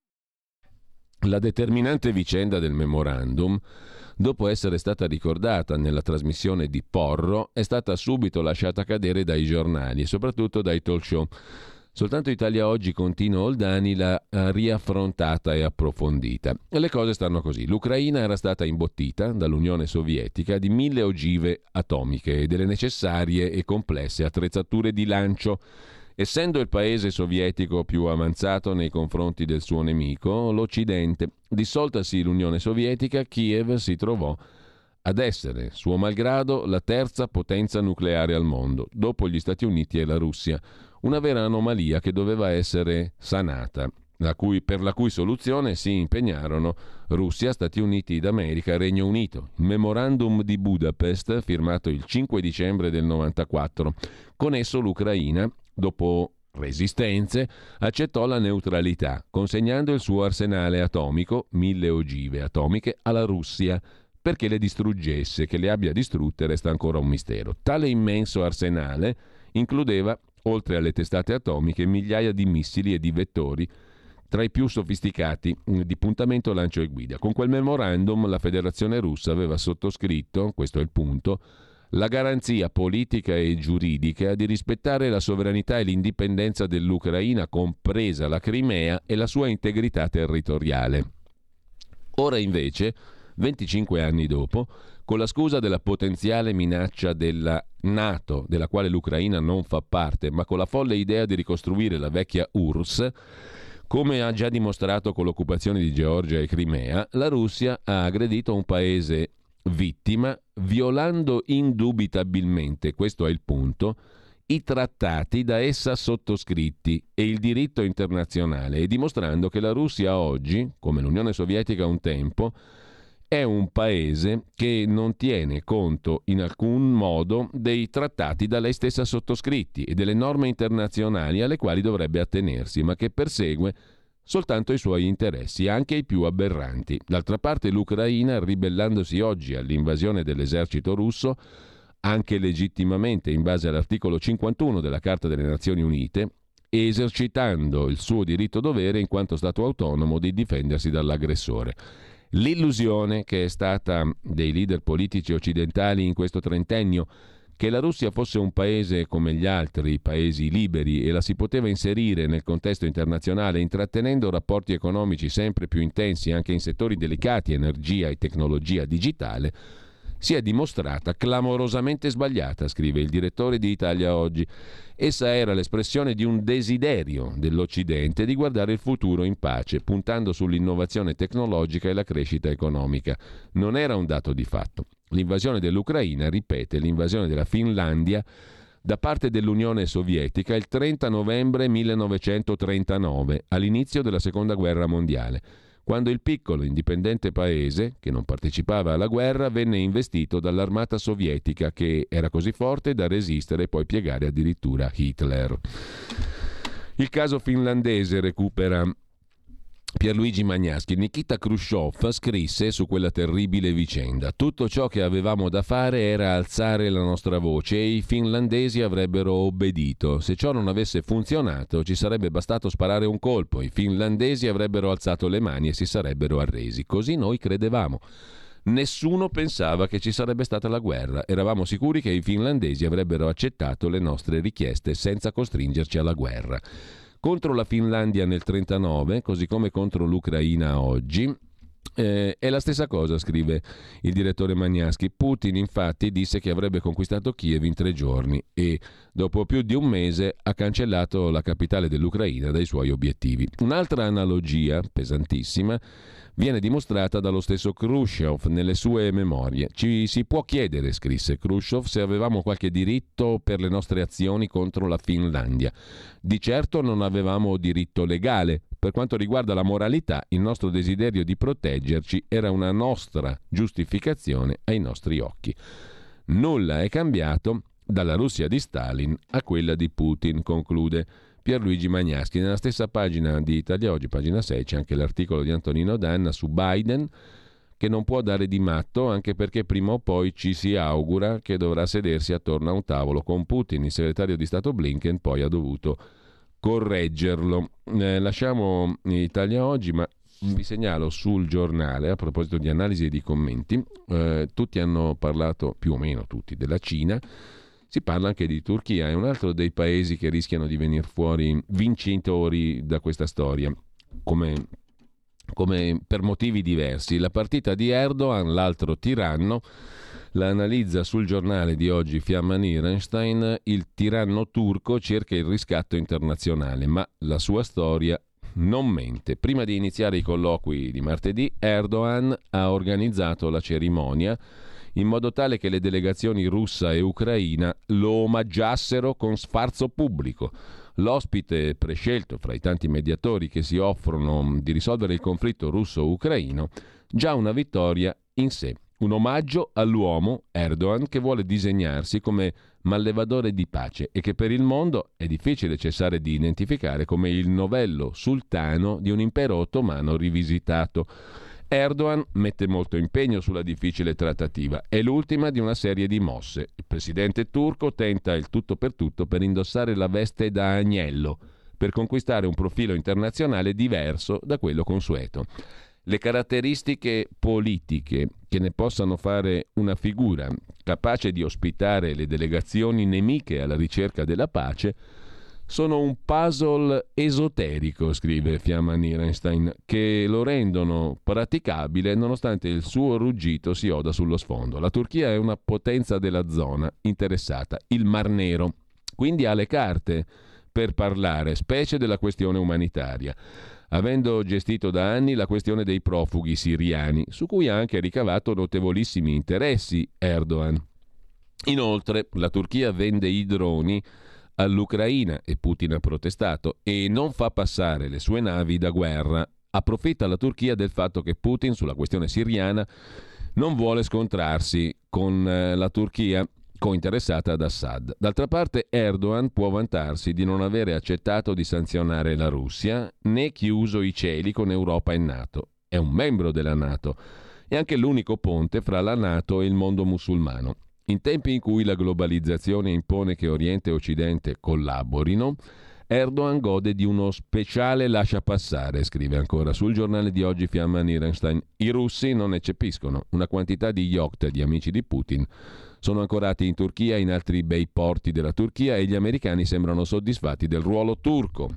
La determinante vicenda del memorandum, dopo essere stata ricordata nella trasmissione di Porro, è stata subito lasciata cadere dai giornali e soprattutto dai talk show. Soltanto Italia Oggi con Tino Oldani l'ha riaffrontata e approfondita. Le cose stanno così. L'Ucraina era stata imbottita dall'Unione Sovietica di 1000 ogive atomiche e delle necessarie e complesse attrezzature di lancio. Essendo il paese sovietico più avanzato nei confronti del suo nemico, l'Occidente, dissoltasi l'Unione Sovietica, Kiev si trovò ad essere, suo malgrado, la terza potenza nucleare al mondo, dopo gli Stati Uniti e la Russia. Una vera anomalia che doveva essere sanata, per la cui soluzione si impegnarono Russia, Stati Uniti d'America e Regno Unito. Il memorandum di Budapest, firmato il 5 dicembre del 94, con esso l'Ucraina, dopo resistenze, accettò la neutralità, consegnando il suo arsenale atomico, 1000 ogive atomiche, alla Russia, perché le distruggesse. Che le abbia distrutte resta ancora un mistero. Tale immenso arsenale includeva, oltre alle testate atomiche, migliaia di missili e di vettori, tra i più sofisticati di puntamento, lancio e guida. Con quel memorandum la Federazione Russa aveva sottoscritto, questo è il punto, la garanzia politica e giuridica di rispettare la sovranità e l'indipendenza dell'Ucraina, compresa la Crimea e la sua integrità territoriale. Ora invece, 25 anni dopo, con la scusa della potenziale minaccia della NATO, della quale l'Ucraina non fa parte, ma con la folle idea di ricostruire la vecchia URSS, come ha già dimostrato con l'occupazione di Georgia e Crimea, la Russia ha aggredito un paese vittima, violando indubitabilmente, questo è il punto, i trattati da essa sottoscritti e il diritto internazionale, e dimostrando che la Russia oggi, come l'Unione Sovietica un tempo, è un paese che non tiene conto in alcun modo dei trattati da lei stessa sottoscritti e delle norme internazionali alle quali dovrebbe attenersi, ma che persegue soltanto i suoi interessi, anche i più aberranti. D'altra parte l'Ucraina, ribellandosi oggi all'invasione dell'esercito russo, anche legittimamente in base all'articolo 51 della Carta delle Nazioni Unite, e esercitando il suo diritto-dovere in quanto Stato autonomo di difendersi dall'aggressore. L'illusione che è stata dei leader politici occidentali in questo trentennio, che la Russia fosse un paese come gli altri paesi liberi e la si poteva inserire nel contesto internazionale intrattenendo rapporti economici sempre più intensi anche in settori delicati, energia e tecnologia digitale, si è dimostrata clamorosamente sbagliata, scrive il direttore di Italia Oggi. Essa era l'espressione di un desiderio dell'Occidente di guardare il futuro in pace, puntando sull'innovazione tecnologica e la crescita economica. Non era un dato di fatto. L'invasione dell'Ucraina ripete l'invasione della Finlandia da parte dell'Unione Sovietica il 30 novembre 1939, all'inizio della Seconda Guerra Mondiale, quando il piccolo indipendente paese, che non partecipava alla guerra, venne investito dall'armata sovietica che era così forte da resistere e poi piegare addirittura Hitler. Il caso finlandese, recupera Pierluigi Magnaschi. Nikita Khrushchev scrisse su quella terribile vicenda: tutto ciò che avevamo da fare era alzare la nostra voce e i finlandesi avrebbero obbedito. Se ciò non avesse funzionato ci sarebbe bastato sparare un colpo, i finlandesi avrebbero alzato le mani e si sarebbero arresi. Così noi credevamo. Nessuno pensava che ci sarebbe stata la guerra. Eravamo sicuri che i finlandesi avrebbero accettato le nostre richieste senza costringerci alla guerra. Contro la Finlandia nel 1939, così come contro l'Ucraina oggi, è la stessa cosa, scrive il direttore Magnaschi. Putin infatti disse che avrebbe conquistato Kiev in 3 giorni e dopo più di un mese ha cancellato la capitale dell'Ucraina dai suoi obiettivi. Un'altra analogia pesantissima viene dimostrata dallo stesso Khrushchev nelle sue memorie. Ci si può chiedere, scrisse Khrushchev, se avevamo qualche diritto per le nostre azioni contro la Finlandia. Di certo non avevamo diritto legale. Per quanto riguarda la moralità, il nostro desiderio di proteggerci era una nostra giustificazione ai nostri occhi. Nulla è cambiato dalla Russia di Stalin a quella di Putin, conclude Pierluigi Magnaschi. Nella stessa pagina di Italia Oggi, pagina 6, c'è anche l'articolo di Antonino Danna su Biden, che non può dare di matto, anche perché prima o poi ci si augura che dovrà sedersi attorno a un tavolo con Putin. Il segretario di Stato Blinken poi ha dovuto correggerlo. Lasciamo Italia Oggi, ma vi segnalo sul Giornale, a proposito di analisi e di commenti, tutti hanno parlato, più o meno tutti, della Cina. Si parla anche di Turchia, è un altro dei paesi che rischiano di venire fuori vincitori da questa storia, come per motivi diversi. La partita di Erdogan, l'altro tiranno, la analizza sul Giornale di oggi Fiamma Nierenstein. Il tiranno turco cerca il riscatto internazionale, ma la sua storia non mente. Prima di iniziare i colloqui di martedì, Erdogan ha organizzato la cerimonia in modo tale che le delegazioni russa e ucraina lo omaggiassero con sfarzo pubblico. L'ospite prescelto fra i tanti mediatori che si offrono di risolvere il conflitto russo-ucraino, già una vittoria in sé. Un omaggio all'uomo, Erdogan, che vuole disegnarsi come mallevadore di pace e che per il mondo è difficile cessare di identificare come il novello sultano di un impero ottomano rivisitato. Erdogan mette molto impegno sulla difficile trattativa. È l'ultima di una serie di mosse. Il presidente turco tenta il tutto per indossare la veste da agnello, per conquistare un profilo internazionale diverso da quello consueto. Le caratteristiche politiche che ne possano fare una figura capace di ospitare le delegazioni nemiche alla ricerca della pace sono un puzzle esoterico, scrive Fiamma Nierenstein, che lo rendono praticabile nonostante il suo ruggito si oda sullo sfondo. La Turchia è una potenza della zona interessata, il Mar Nero, quindi ha le carte per parlare, specie della questione umanitaria, avendo gestito da anni la questione dei profughi siriani, su cui ha anche ricavato notevolissimi interessi Erdogan. Inoltre, la Turchia vende i droni all'Ucraina e Putin ha protestato e non fa passare le sue navi da guerra. Approfitta la Turchia del fatto che Putin sulla questione siriana non vuole scontrarsi con la Turchia cointeressata ad Assad. D'altra parte Erdogan può vantarsi di non avere accettato di sanzionare la Russia né chiuso i cieli con Europa e NATO. È un membro della NATO e anche l'unico ponte fra la NATO e il mondo musulmano. In tempi in cui la globalizzazione impone che Oriente e Occidente collaborino, Erdogan gode di uno speciale lasciapassare, scrive ancora sul giornale di oggi Fiamma Nierenstein. I russi non eccepiscono. Una quantità di yacht di amici di Putin sono ancorati in Turchia e in altri bei porti della Turchia e gli americani sembrano soddisfatti del ruolo turco.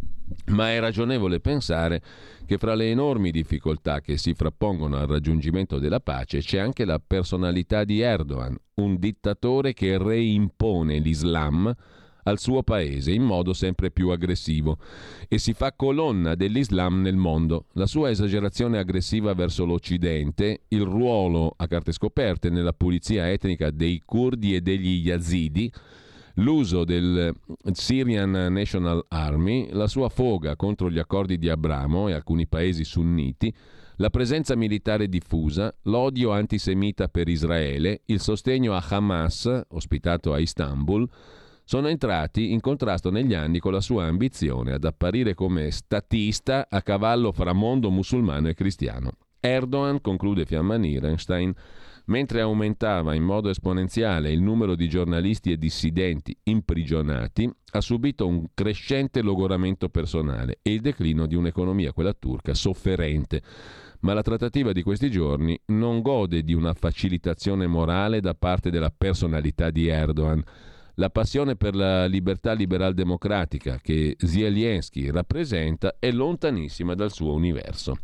Ma è ragionevole pensare che fra le enormi difficoltà che si frappongono al raggiungimento della pace c'è anche la personalità di Erdogan, un dittatore che reimpone l'Islam al suo paese in modo sempre più aggressivo e si fa colonna dell'Islam nel mondo. La sua esagerazione aggressiva verso l'Occidente, il ruolo a carte scoperte nella pulizia etnica dei curdi e degli yazidi, l'uso del Syrian National Army, la sua foga contro gli accordi di Abramo e alcuni paesi sunniti, la presenza militare diffusa, l'odio antisemita per Israele, il sostegno a Hamas, ospitato a Istanbul, sono entrati in contrasto negli anni con la sua ambizione ad apparire come statista a cavallo fra mondo musulmano e cristiano. Erdogan, conclude Fiamma Nierenstein, mentre aumentava in modo esponenziale il numero di giornalisti e dissidenti imprigionati, ha subito un crescente logoramento personale e il declino di un'economia, quella turca, sofferente. Ma la trattativa di questi giorni non gode di una facilitazione morale da parte della personalità di Erdogan. La passione per la libertà liberal-democratica che Zelensky rappresenta è lontanissima dal suo universo.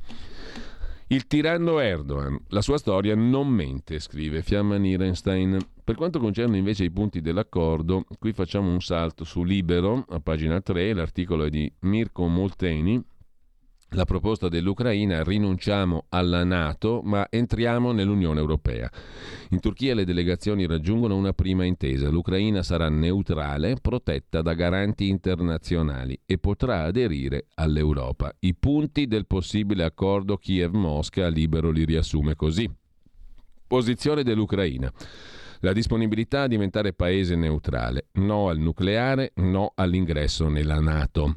Il tiranno Erdogan, la sua storia non mente, scrive Fiamma Nierenstein. Per quanto concerne invece i punti dell'accordo, qui facciamo un salto su Libero, a pagina 3, l'articolo è di Mirko Molteni. La proposta dell'Ucraina: rinunciamo alla NATO ma entriamo nell'Unione Europea. In Turchia le delegazioni raggiungono una prima intesa. L'Ucraina sarà neutrale, protetta da garanti internazionali e potrà aderire all'Europa. I punti del possibile accordo Kiev-Mosca, Libero li riassume così. Posizione dell'Ucraina: la disponibilità a diventare paese neutrale, no al nucleare, no all'ingresso nella NATO.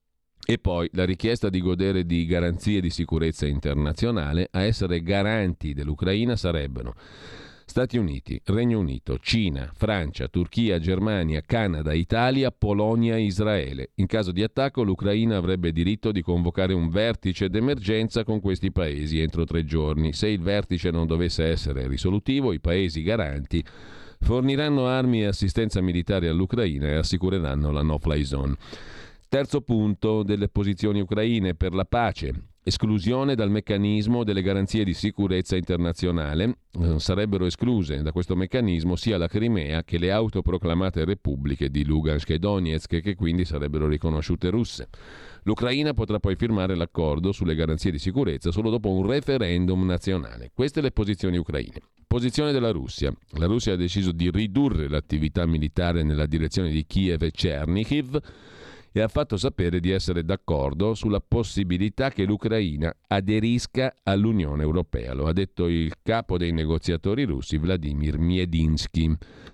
E poi la richiesta di godere di garanzie di sicurezza internazionale. A essere garanti dell'Ucraina sarebbero Stati Uniti, Regno Unito, Cina, Francia, Turchia, Germania, Canada, Italia, Polonia e Israele. In caso di attacco l'Ucraina avrebbe diritto di convocare un vertice d'emergenza con questi paesi entro 3 giorni. Se il vertice non dovesse essere risolutivo, i paesi garanti forniranno armi e assistenza militare all'Ucraina e assicureranno la no-fly zone. Terzo punto delle posizioni ucraine per la pace: esclusione dal meccanismo delle garanzie di sicurezza internazionale. Sarebbero escluse da questo meccanismo sia la Crimea che le autoproclamate repubbliche di Lugansk e Donetsk, che quindi sarebbero riconosciute russe. L'Ucraina potrà poi firmare l'accordo sulle garanzie di sicurezza solo dopo un referendum nazionale. Queste le posizioni ucraine. Posizione della Russia. La Russia ha deciso di ridurre l'attività militare nella direzione di Kiev e Chernihiv e ha fatto sapere di essere d'accordo sulla possibilità che l'Ucraina aderisca all'Unione Europea. Lo ha detto il capo dei negoziatori russi Vladimir Medinsky.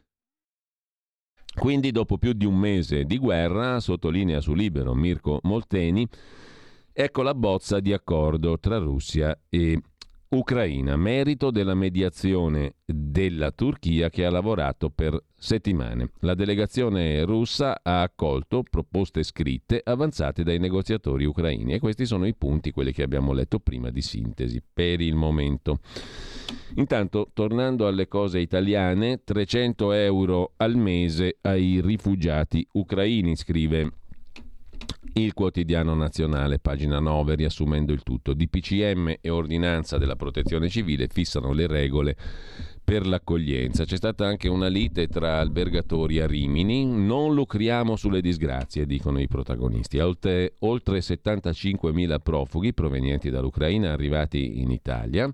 Quindi dopo più di un mese di guerra, sottolinea su Libero Mirko Molteni, ecco la bozza di accordo tra Russia e Ucraina, merito della mediazione della Turchia che ha lavorato per settimane. La delegazione russa ha accolto proposte scritte avanzate dai negoziatori ucraini e questi sono i punti, quelli che abbiamo letto prima, di sintesi per il momento. Intanto, tornando alle cose italiane, 300 euro al mese ai rifugiati ucraini, scrive il Quotidiano Nazionale, pagina 9, riassumendo il tutto. DPCM e ordinanza della Protezione Civile fissano le regole per l'accoglienza. C'è stata anche una lite tra albergatori a Rimini. Non lucriamo sulle disgrazie, dicono i protagonisti. Oltre 75.000 profughi provenienti dall'Ucraina arrivati in Italia.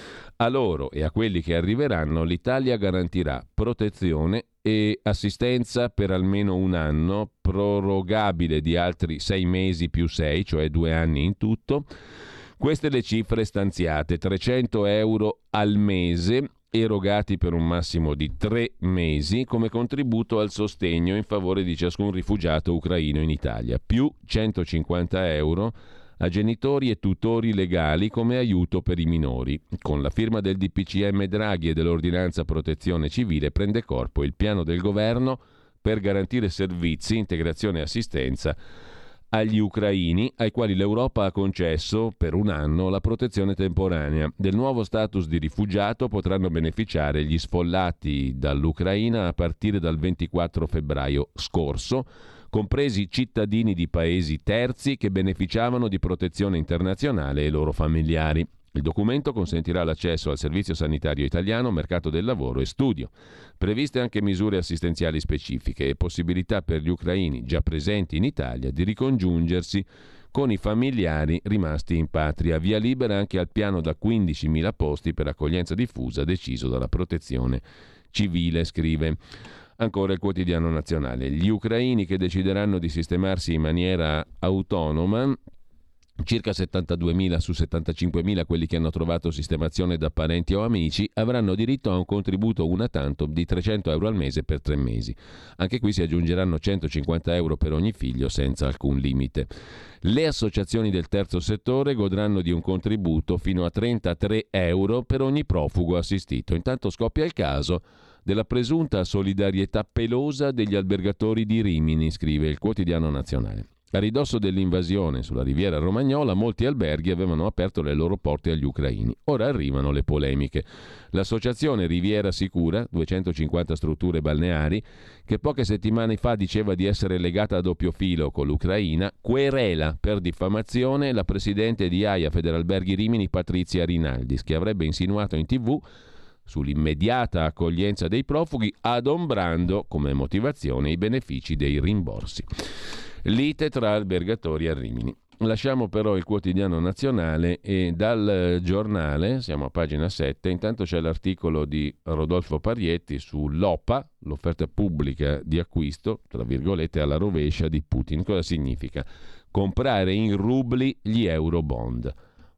A loro e a quelli che arriveranno l'Italia garantirà protezione e assistenza per almeno un anno, prorogabile di altri 6 mesi più 6, cioè 2 anni in tutto. Queste le cifre stanziate: 300 euro al mese, erogati per un massimo di 3 mesi come contributo al sostegno in favore di ciascun rifugiato ucraino in Italia, più 150 euro a genitori e tutori legali come aiuto per i minori. Con la firma del DPCM Draghi e dell'ordinanza protezione civile prende corpo il piano del governo per garantire servizi, integrazione e assistenza agli ucraini ai quali l'Europa ha concesso per un anno la protezione temporanea. Del nuovo status di rifugiato potranno beneficiare gli sfollati dall'Ucraina a partire dal 24 febbraio scorso, compresi cittadini di paesi terzi che beneficiavano di protezione internazionale e i loro familiari. Il documento consentirà l'accesso al servizio sanitario italiano, mercato del lavoro e studio. Previste anche misure assistenziali specifiche e possibilità per gli ucraini già presenti in Italia di ricongiungersi con i familiari rimasti in patria. Via libera anche al piano da 15.000 posti per accoglienza diffusa deciso dalla Protezione Civile, scrive ancora il Quotidiano Nazionale. Gli ucraini che decideranno di sistemarsi in maniera autonoma, circa 72.000 su 75.000 quelli che hanno trovato sistemazione da parenti o amici, avranno diritto a un contributo una tantum di 300 euro al mese per 3 mesi. Anche qui si aggiungeranno 150 euro per ogni figlio senza alcun limite. Le associazioni del terzo settore godranno di un contributo fino a 33 euro per ogni profugo assistito. Intanto scoppia il caso della presunta solidarietà pelosa degli albergatori di Rimini, scrive il Quotidiano Nazionale. A ridosso dell'invasione sulla riviera romagnola, molti alberghi avevano aperto le loro porte agli ucraini. Ora arrivano le polemiche. L'associazione Riviera Sicura, 250 strutture balneari, che poche settimane fa diceva di essere legata a doppio filo con l'Ucraina, querela per diffamazione la presidente di AIA Federalberghi Rimini, Patrizia Rinaldis, che avrebbe insinuato in TV sull'immediata accoglienza dei profughi, adombrando come motivazione i benefici dei rimborsi. Lite tra albergatori a Rimini. Lasciamo però il Quotidiano Nazionale e dal Giornale, siamo a pagina 7, intanto c'è l'articolo di Rodolfo Parietti sull'OPA, l'offerta pubblica di acquisto, tra virgolette, alla rovescia di Putin. Cosa significa? Comprare in rubli gli eurobond.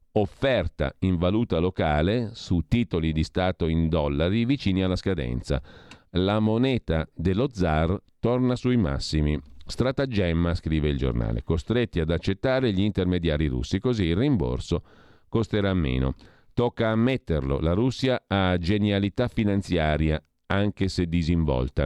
Offerta in valuta locale su titoli di Stato in dollari vicini alla scadenza. La moneta dello zar torna sui massimi. Stratagemma, scrive il Giornale, costretti ad accettare gli intermediari russi, così il rimborso costerà meno. Tocca ammetterlo, la Russia ha genialità finanziaria, anche se disinvolta.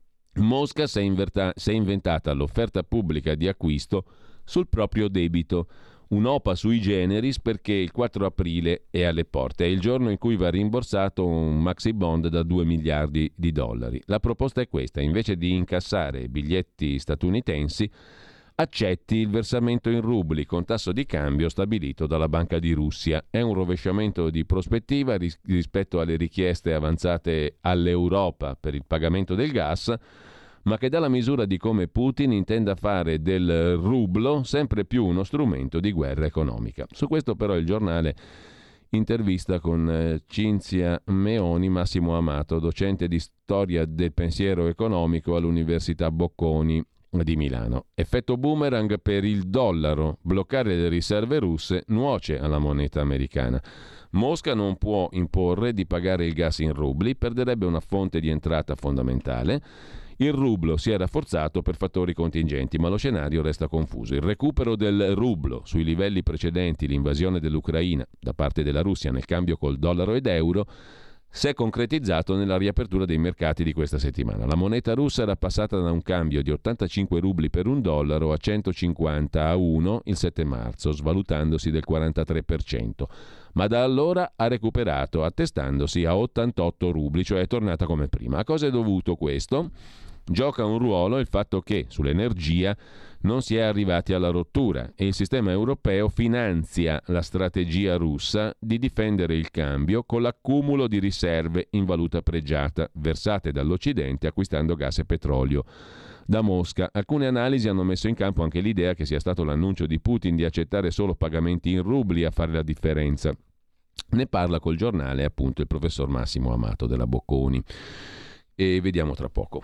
Mosca si è inventata l'offerta pubblica di acquisto sul proprio debito. Un'OPA sui generis perché il 4 aprile è alle porte, è il giorno in cui va rimborsato un maxi bond da 2 miliardi di dollari. La proposta è questa: invece di incassare biglietti statunitensi, accetti il versamento in rubli con tasso di cambio stabilito dalla Banca di Russia. È un rovesciamento di prospettiva rispetto alle richieste avanzate all'Europa per il pagamento del gas, ma che dà la misura di come Putin intenda fare del rublo sempre più uno strumento di guerra economica. Su questo però il Giornale intervista con Cinzia Meoni Massimo Amato, docente di storia del pensiero economico all'Università Bocconi, di Milano. Effetto boomerang per il dollaro. Bloccare le riserve russe nuoce alla moneta americana. Mosca non può imporre di pagare il gas in rubli, perderebbe una fonte di entrata fondamentale. Il rublo si è rafforzato per fattori contingenti, ma lo scenario resta confuso. Il recupero del rublo sui livelli precedenti l'invasione dell'Ucraina da parte della Russia nel cambio col dollaro ed euro si è concretizzato nella riapertura dei mercati di questa settimana. La moneta russa era passata da un cambio di 85 rubli per un dollaro a 150 a 1 il 7 marzo, svalutandosi del 43%. Ma da allora ha recuperato, attestandosi a 88 rubli, cioè è tornata come prima. A cosa è dovuto questo? Gioca un ruolo il fatto che sull'energia non si è arrivati alla rottura e il sistema europeo finanzia la strategia russa di difendere il cambio con l'accumulo di riserve in valuta pregiata versate dall'Occidente acquistando gas e petrolio da Mosca. Alcune analisi hanno messo in campo anche l'idea che sia stato l'annuncio di Putin di accettare solo pagamenti in rubli a fare la differenza. Ne parla col giornale appunto il professor Massimo Amato della Bocconi e vediamo tra poco.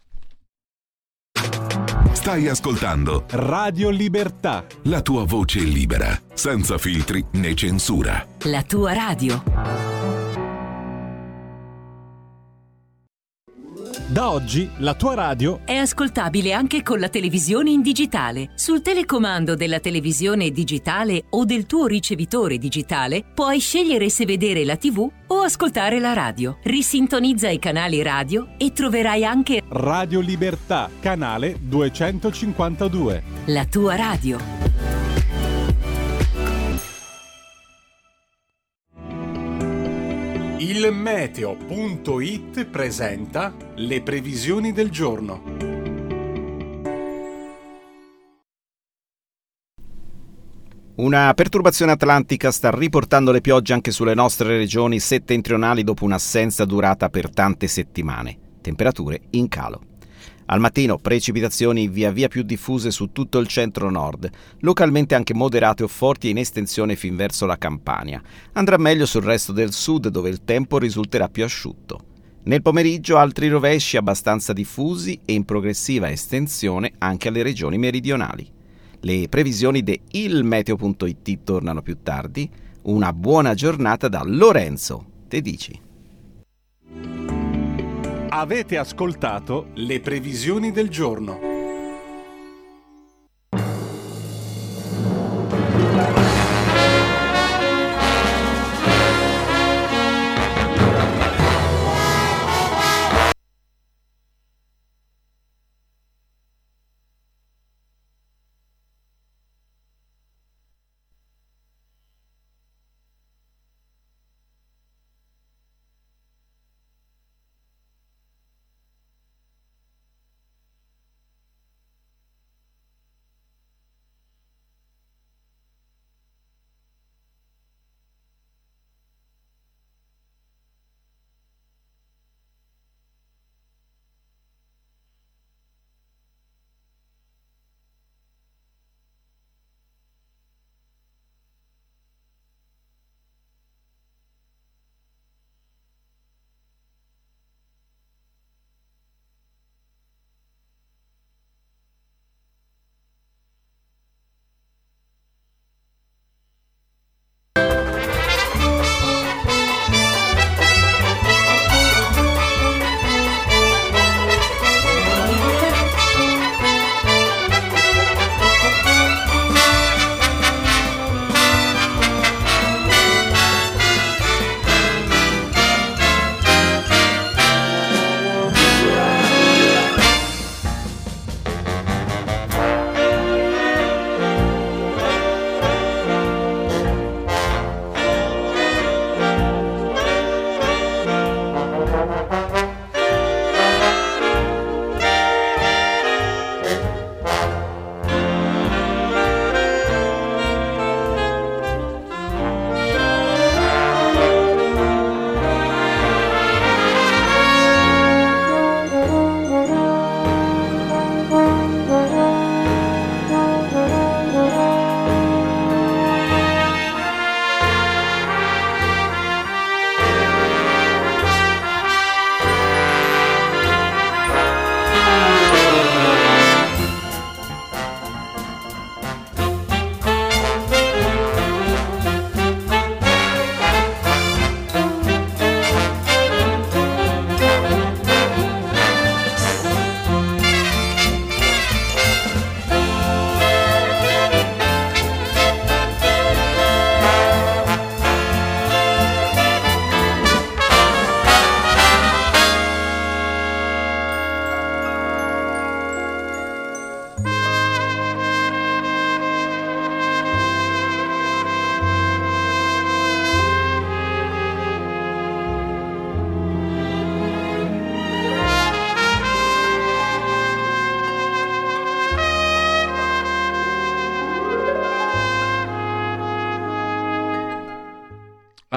Stai ascoltando Radio Libertà. la tua voce libera, senza filtri né censura. La tua radio. Da oggi la tua radio È ascoltabile anche con la televisione in digitale. Sul telecomando della televisione digitale o del tuo ricevitore digitale puoi scegliere se vedere la TV o ascoltare la radio. Risintonizza i canali radio e troverai anche Radio Libertà, canale 252. la tua radio. Il meteo.it presenta le previsioni del giorno. Una perturbazione atlantica sta riportando le piogge anche sulle nostre regioni settentrionali dopo un'assenza durata per tante settimane. Temperature in calo. Al mattino precipitazioni via via più diffuse su tutto il centro-nord, localmente anche moderate o forti e in estensione fin verso la Campania. Andrà meglio sul resto del sud dove il tempo risulterà più asciutto. Nel pomeriggio altri rovesci abbastanza diffusi e in progressiva estensione anche alle regioni meridionali. Le previsioni di ilmeteo.it tornano più tardi. Una buona giornata da Lorenzo Tedici. Avete ascoltato le previsioni del giorno.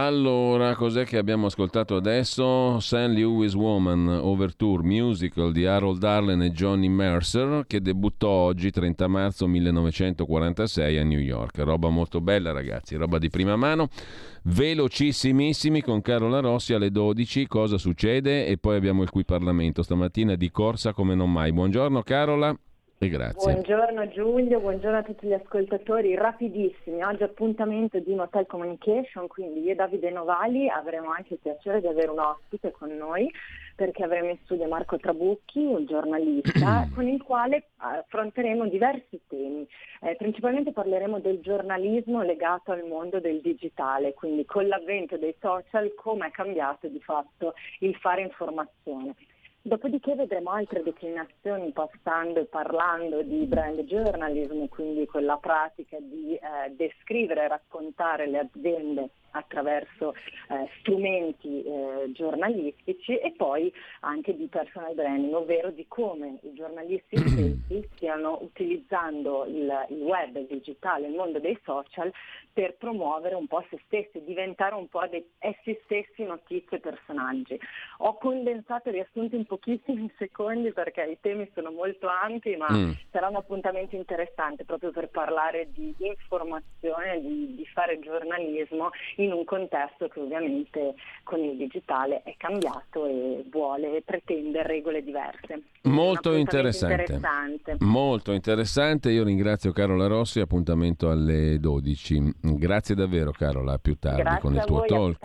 Allora, cos'è che abbiamo ascoltato adesso? St. Louis Woman Overture Musical di Harold Arlen e Johnny Mercer, che debuttò oggi 30 marzo 1946 a New York. Roba molto bella, ragazzi, roba di prima mano. Velocissimissimi con Carola Rossi alle 12. Cosa succede? E poi abbiamo il Qui Parlamento stamattina di corsa come non mai. Buongiorno Carola. E grazie. Buongiorno Giulio, buongiorno a tutti gli ascoltatori, rapidissimi, oggi appuntamento di Notel Communication, quindi io e Davide Novali avremo anche il piacere di avere un ospite con noi, perché avremo in studio Marco Trabucchi, un giornalista, con il quale affronteremo diversi temi. Principalmente parleremo del giornalismo legato al mondo del digitale, quindi con l'avvento dei social come è cambiato di fatto il fare informazione. Dopodiché vedremo altre declinazioni passando e parlando di brand journalism, quindi quella pratica di descrivere e raccontare le aziende attraverso strumenti giornalistici, e poi anche di personal branding, ovvero di come i giornalisti stessi stiano utilizzando il web, il digitale, il mondo dei social per promuovere un po' se stessi, diventare un po' essi stessi notizie e personaggi. Ho condensato e riassunto in pochissimi secondi perché i temi sono molto ampi, ma sarà un appuntamento interessante proprio per parlare di informazione, di fare giornalismo in un contesto che ovviamente con il digitale è cambiato e pretende regole diverse. Molto interessante. Molto interessante. Io ringrazio Carola Rossi, appuntamento alle 12. Grazie davvero Carola, a più tardi. Grazie con il tuo talk.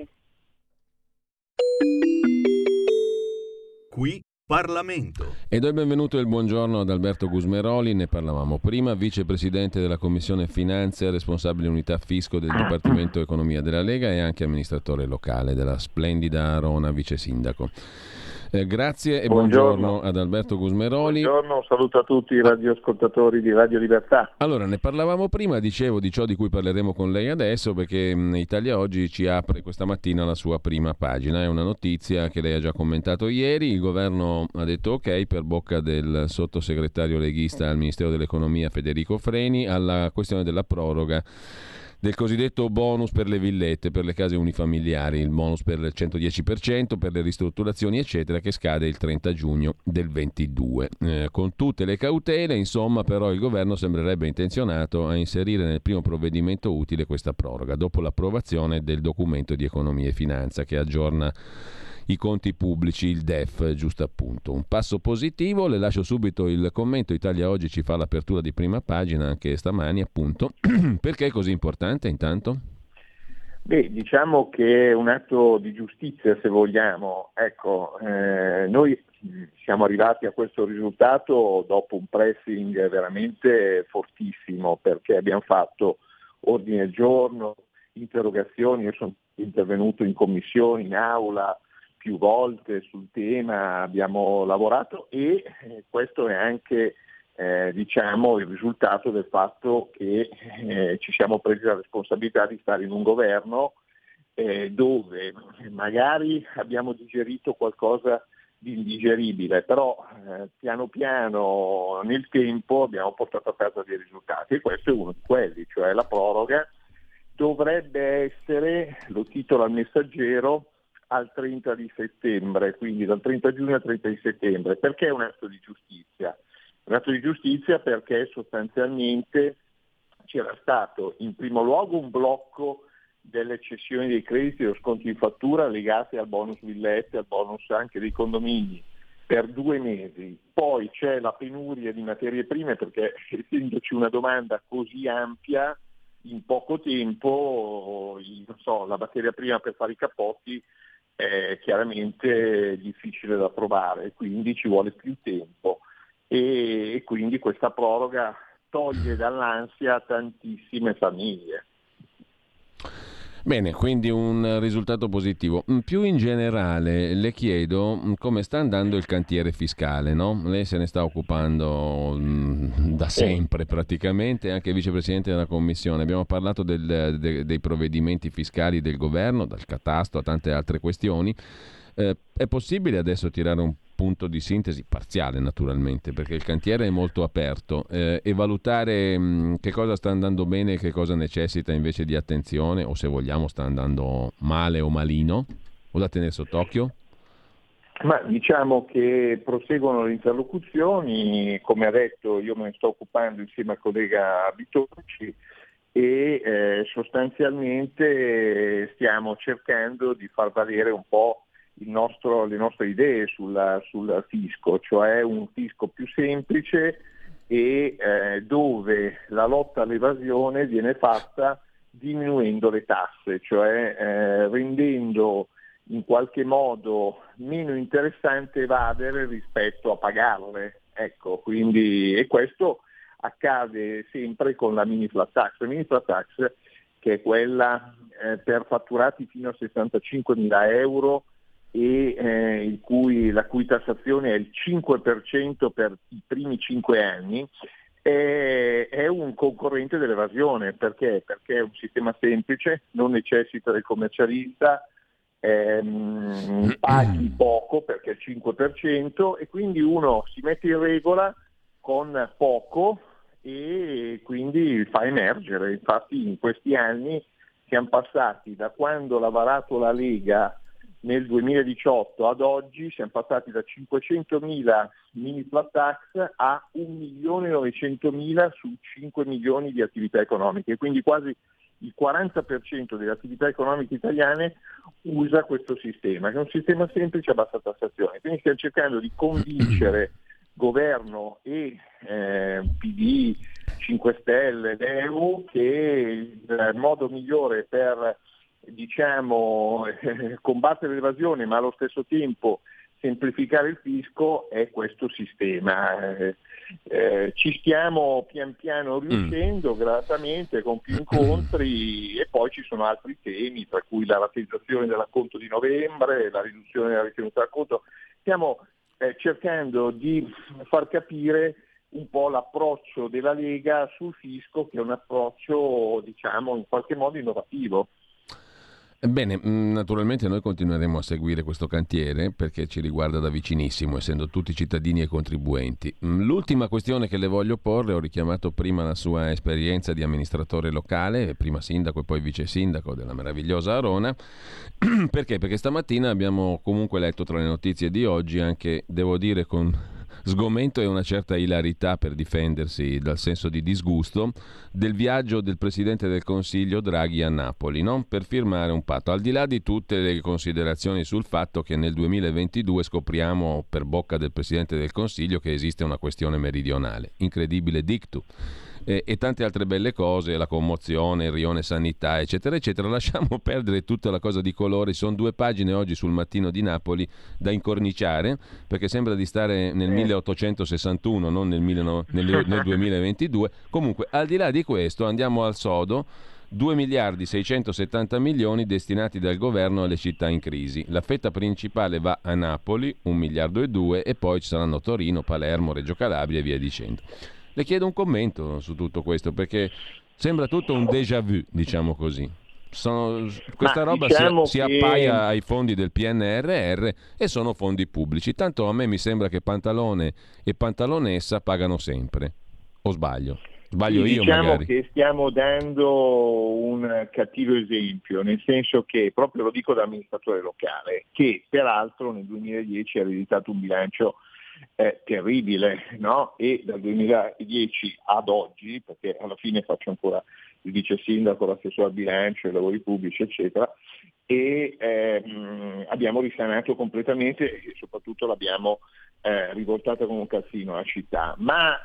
Qui Parlamento. E do il benvenuto e il buongiorno ad Alberto Gusmeroli, ne parlavamo prima, vicepresidente della Commissione Finanze, responsabile unità fisco del Dipartimento Economia della Lega e anche amministratore locale della splendida Arona, vice sindaco. Grazie e buongiorno ad Alberto Gusmeroli. Buongiorno, saluto a tutti i radioascoltatori di Radio Libertà. Allora, ne parlavamo prima, dicevo di ciò di cui parleremo con lei adesso, perché Italia Oggi ci apre questa mattina la sua prima pagina. È una notizia che lei ha già commentato ieri. Il governo ha detto ok per bocca del sottosegretario leghista al Ministero dell'Economia Federico Freni alla questione della proroga del cosiddetto bonus per le villette, per le case unifamiliari, il bonus per il 110%, per le ristrutturazioni eccetera, che scade il 30 giugno del 22. Con tutte le cautele, insomma, però il governo sembrerebbe intenzionato a inserire nel primo provvedimento utile questa proroga, dopo l'approvazione del documento di economia e finanza che aggiorna i conti pubblici, il DEF, giusto appunto. Un passo positivo, le lascio subito il commento. Italia Oggi ci fa l'apertura di prima pagina anche stamani, appunto. Perché è così importante intanto? Beh, diciamo che è un atto di giustizia, se vogliamo. Ecco, noi siamo arrivati a questo risultato dopo un pressing veramente fortissimo, perché abbiamo fatto ordine del giorno, interrogazioni, io sono intervenuto in commissione, in aula, più volte sul tema, abbiamo lavorato e questo è anche diciamo il risultato del fatto che ci siamo presi la responsabilità di stare in un governo dove magari abbiamo digerito qualcosa di indigeribile, però piano piano nel tempo abbiamo portato a casa dei risultati, e questo è uno di quelli, cioè la proroga dovrebbe essere, lo titolo al Messaggero, al 30 di settembre, quindi dal 30 giugno al 30 di settembre. Perché è un atto di giustizia? Un atto di giustizia perché sostanzialmente c'era stato in primo luogo un blocco delle cessioni dei crediti e lo sconto di fattura legati al bonus villette, al bonus anche dei condomini per 2 mesi. Poi c'è la penuria di materie prime perché essendoci una domanda così ampia in poco tempo, la materia prima per fare i cappotti è chiaramente difficile da trovare, quindi ci vuole più tempo e quindi questa proroga toglie dall'ansia tantissime famiglie. Bene, quindi un risultato positivo. Più in generale le chiedo come sta andando il cantiere fiscale, no? Lei se ne sta occupando da sempre praticamente, anche vicepresidente della Commissione. Abbiamo parlato dei provvedimenti fiscali del governo, dal catasto a tante altre questioni. È possibile adesso tirare un punto di sintesi parziale, naturalmente, perché il cantiere è molto aperto, e valutare che cosa sta andando bene e che cosa necessita invece di attenzione, o se vogliamo sta andando male o malino, o da tenere sott'occhio? Ma diciamo che proseguono le interlocuzioni, come ha detto io me ne sto occupando insieme al collega Bitonci e sostanzialmente stiamo cercando di far valere un po' le nostre idee sul fisco, cioè un fisco più semplice e dove la lotta all'evasione viene fatta diminuendo le tasse, cioè rendendo in qualche modo meno interessante evadere rispetto a pagarle. Ecco, quindi, e questo accade sempre con la mini flat tax. La mini flat tax, che è quella per fatturati fino a 65.000 euro e la cui tassazione è il 5% per i primi 5 anni, è un concorrente dell'evasione. Perché? Perché è un sistema semplice, non necessita del commercialista, paghi poco perché è il 5% e quindi uno si mette in regola con poco e quindi fa emergere. Infatti in questi anni siamo passati, da quando l'ha varato la Lega nel 2018 ad oggi, siamo passati da 500.000 mini flat tax a 1.900.000 su 5 milioni di attività economiche, quindi quasi il 40% delle attività economiche italiane usa questo sistema, che è un sistema semplice a bassa tassazione. Quindi stiamo cercando di convincere governo e PD, 5 Stelle, l'EU, che il modo migliore per combattere l'evasione ma allo stesso tempo semplificare il fisco è questo sistema. Ci stiamo pian piano riuscendo, gradatamente, con più incontri, e poi ci sono altri temi, tra cui la rateizzazione dell'acconto di novembre, la riduzione della ritenuta d'acconto. Stiamo cercando di far capire un po' l'approccio della Lega sul fisco, che è un approccio, in qualche modo innovativo. Bene, naturalmente noi continueremo a seguire questo cantiere perché ci riguarda da vicinissimo, essendo tutti cittadini e contribuenti. L'ultima questione che le voglio porre, ho richiamato prima la sua esperienza di amministratore locale, prima sindaco e poi vice sindaco della meravigliosa Arona. Perché? Perché stamattina abbiamo comunque letto tra le notizie di oggi, anche, devo dire, con sgomento e una certa ilarità per difendersi dal senso di disgusto, del viaggio del Presidente del Consiglio Draghi a Napoli, no? Per firmare un patto, al di là di tutte le considerazioni sul fatto che nel 2022 scopriamo per bocca del Presidente del Consiglio che esiste una questione meridionale, incredibile dictu, e tante altre belle cose, la commozione, il rione sanità, eccetera eccetera. Lasciamo perdere tutta la cosa di colore. Sono 2 pagine oggi sul Mattino di Napoli da incorniciare, perché sembra di stare nel 1861, non nel 2022. Comunque, al di là di questo, andiamo al sodo. 2 miliardi 670 milioni destinati dal governo alle città in crisi. La fetta principale va a Napoli, 1 miliardo e 2, e poi ci saranno Torino, Palermo, Reggio Calabria e via dicendo. Le chiedo un commento su tutto questo, perché sembra tutto un déjà vu, diciamo così. Questa roba si appaia ai fondi del PNRR e sono fondi pubblici. Tanto a me mi sembra che Pantalone e Pantalonessa pagano sempre. O sbaglio? Sbaglio io magari. Che stiamo dando un cattivo esempio, nel senso che, proprio lo dico da amministratore locale, che peraltro nel 2010 ha ereditato un bilancio terribile, no? E dal 2010 ad oggi, perché alla fine faccio ancora il vice sindaco, l'assessore al bilancio, i lavori pubblici, eccetera, e abbiamo risanato completamente e soprattutto l'abbiamo rivoltata come un calzino alla città. Ma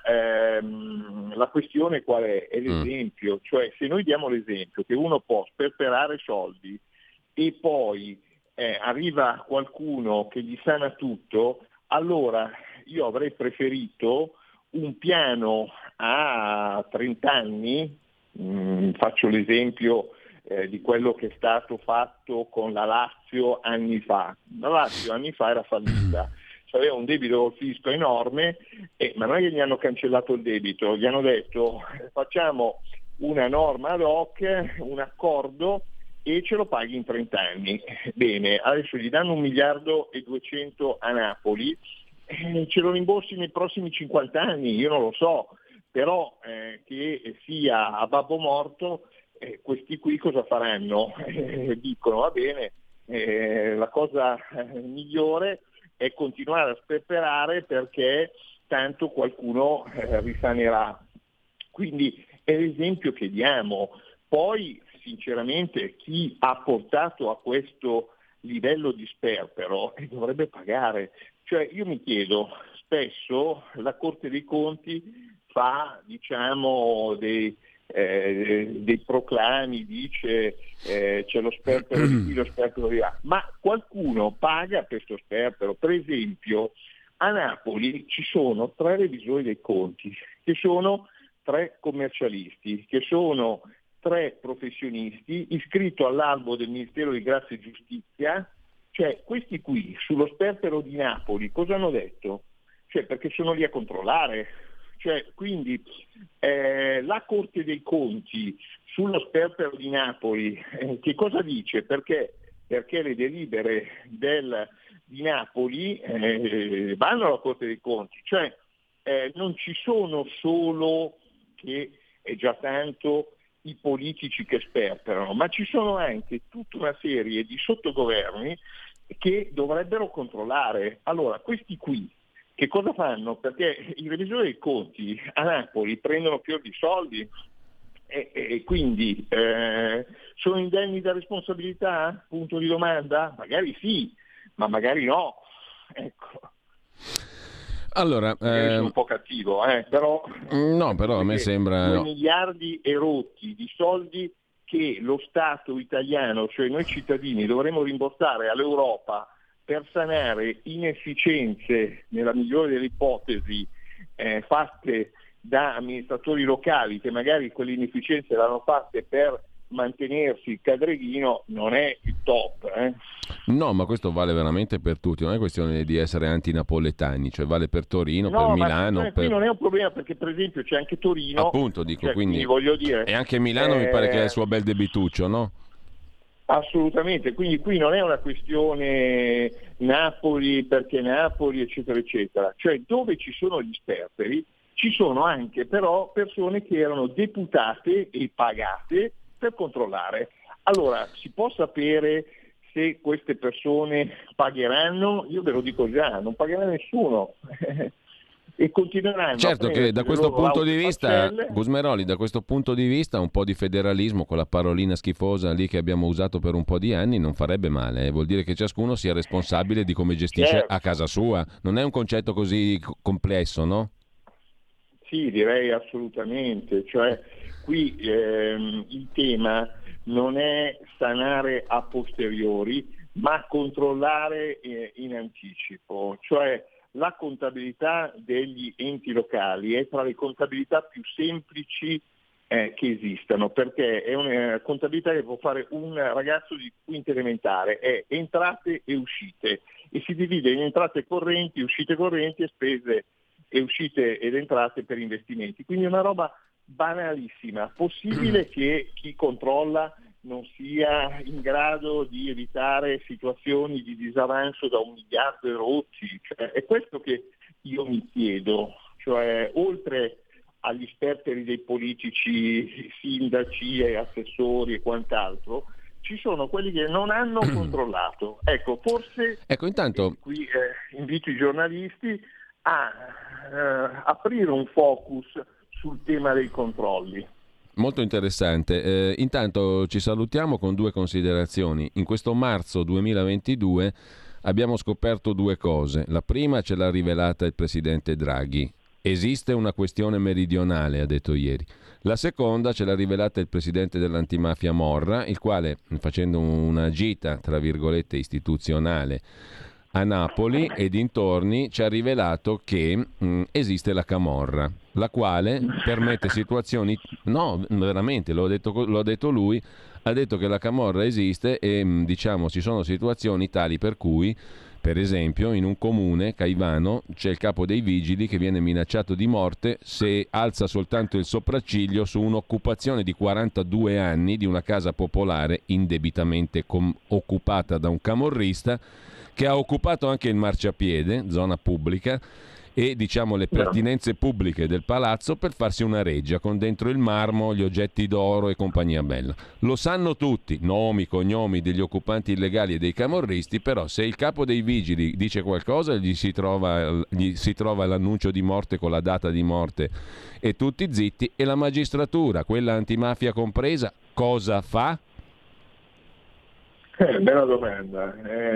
la questione qual è? È l'esempio, cioè se noi diamo l'esempio che uno può sperperare soldi e poi arriva qualcuno che gli sana tutto, allora io avrei preferito un piano a 30 anni, faccio l'esempio di quello che è stato fatto con la Lazio anni fa. La Lazio anni fa era fallita, aveva un debito col fisco enorme, ma non è che gli hanno cancellato il debito, gli hanno detto facciamo una norma ad hoc, un accordo, e ce lo paghi in 30 anni. Bene, adesso gli danno 1,2 miliardi a Napoli, ce lo rimborsi nei prossimi 50 anni, io non lo so, però che sia a babbo morto, questi qui cosa faranno? Dicono va bene, la cosa migliore è continuare a sperperare perché tanto qualcuno risanerà. Quindi è l'esempio che diamo. Poi sinceramente chi ha portato a questo livello di sperpero dovrebbe pagare. Cioè io mi chiedo, spesso la Corte dei Conti fa dei proclami, dice c'è lo sperpero di qui, lo sperpero di là, ma qualcuno paga per questo sperpero. Per esempio a Napoli ci sono 3 revisori dei conti, che sono 3 commercialisti, che sono 3 professionisti iscritti all'albo del Ministero di Grazia e Giustizia. Cioè questi qui sullo sperpero di Napoli cosa hanno detto? Cioè perché sono lì a controllare. Cioè, quindi la Corte dei Conti sullo sperpero di Napoli che cosa dice? Perché le delibere di Napoli vanno alla Corte dei Conti, cioè non ci sono solo, che è già tanto, i politici che sperperano, ma ci sono anche tutta una serie di sottogoverni che dovrebbero controllare. Allora, questi qui che cosa fanno? Perché i revisori dei conti a Napoli prendono fior di soldi e quindi sono indenni da responsabilità? Punto di domanda? Magari sì, ma magari no. Ecco. Allora, sono un po' cattivo, però. No, però a me sembra 2 miliardi erotti di soldi che lo Stato italiano, cioè noi cittadini, dovremmo rimborsare all'Europa per sanare inefficienze, nella migliore delle ipotesi, fatte da amministratori locali che magari quelle inefficienze l'hanno fatte per mantenersi il cadreghino, non è il top. No, ma questo vale veramente per tutti, non è questione di essere antinapoletani, cioè vale per Torino, per Milano. Qui non è un problema perché per esempio c'è anche Torino. Appunto, dico, cioè, quindi voglio dire. E anche Milano mi pare che è il suo bel debituccio, no? Assolutamente, quindi qui non è una questione Napoli perché Napoli eccetera eccetera, cioè dove ci sono gli sperperi ci sono anche però persone che erano deputate e pagate per controllare. Allora si può sapere se queste persone pagheranno? Io ve lo dico già, non pagherà nessuno. E continueranno. Certo che da questo punto di vista, Gusmeroli, da questo punto di vista un po' di federalismo, quella parolina schifosa lì che abbiamo usato per un po' di anni, non farebbe male. Vuol dire che ciascuno sia responsabile di come gestisce a casa sua. Non è un concetto così complesso, no? Sì, direi assolutamente. Cioè qui il tema non è sanare a posteriori, ma controllare in anticipo. Cioè la contabilità degli enti locali è tra le contabilità più semplici che esistano, perché è una contabilità che può fare un ragazzo di quinta elementare, è entrate e uscite, e si divide in entrate correnti e spese e uscite ed entrate per investimenti. Quindi è una roba banalissima. Possibile che chi controlla non sia in grado di evitare situazioni di disavanzo da 1 miliardo erotti? Cioè, è questo che io mi chiedo, cioè oltre agli sperperi dei politici, sindaci e assessori e quant'altro, ci sono quelli che non hanno controllato. Ecco, forse intanto qui invito i giornalisti a aprire un focus sul tema dei controlli. Molto interessante. Intanto ci salutiamo con 2 considerazioni. In questo marzo 2022 abbiamo scoperto 2 cose. La prima ce l'ha rivelata il presidente Draghi. Esiste una questione meridionale, ha detto ieri. La seconda ce l'ha rivelata il presidente dell'antimafia Morra, il quale, facendo una gita, tra virgolette, istituzionale a Napoli e dintorni, ci ha rivelato che esiste la camorra, la quale permette situazioni... No, veramente, l'ha detto lui, ha detto che la camorra esiste e ci sono situazioni tali per cui Per esempio, in un comune, Caivano, c'è il capo dei vigili che viene minacciato di morte se alza soltanto il sopracciglio su un'occupazione di 42 anni di una casa popolare indebitamente occupata da un camorrista che ha occupato anche il marciapiede, zona pubblica, e diciamo le pertinenze pubbliche del palazzo per farsi una reggia con dentro il marmo, gli oggetti d'oro e compagnia bella. Lo sanno tutti, nomi, cognomi degli occupanti illegali e dei camorristi, però se il capo dei vigili dice qualcosa gli si trova l'annuncio di morte con la data di morte e tutti zitti, e la magistratura, quella antimafia compresa, cosa fa? Bella domanda.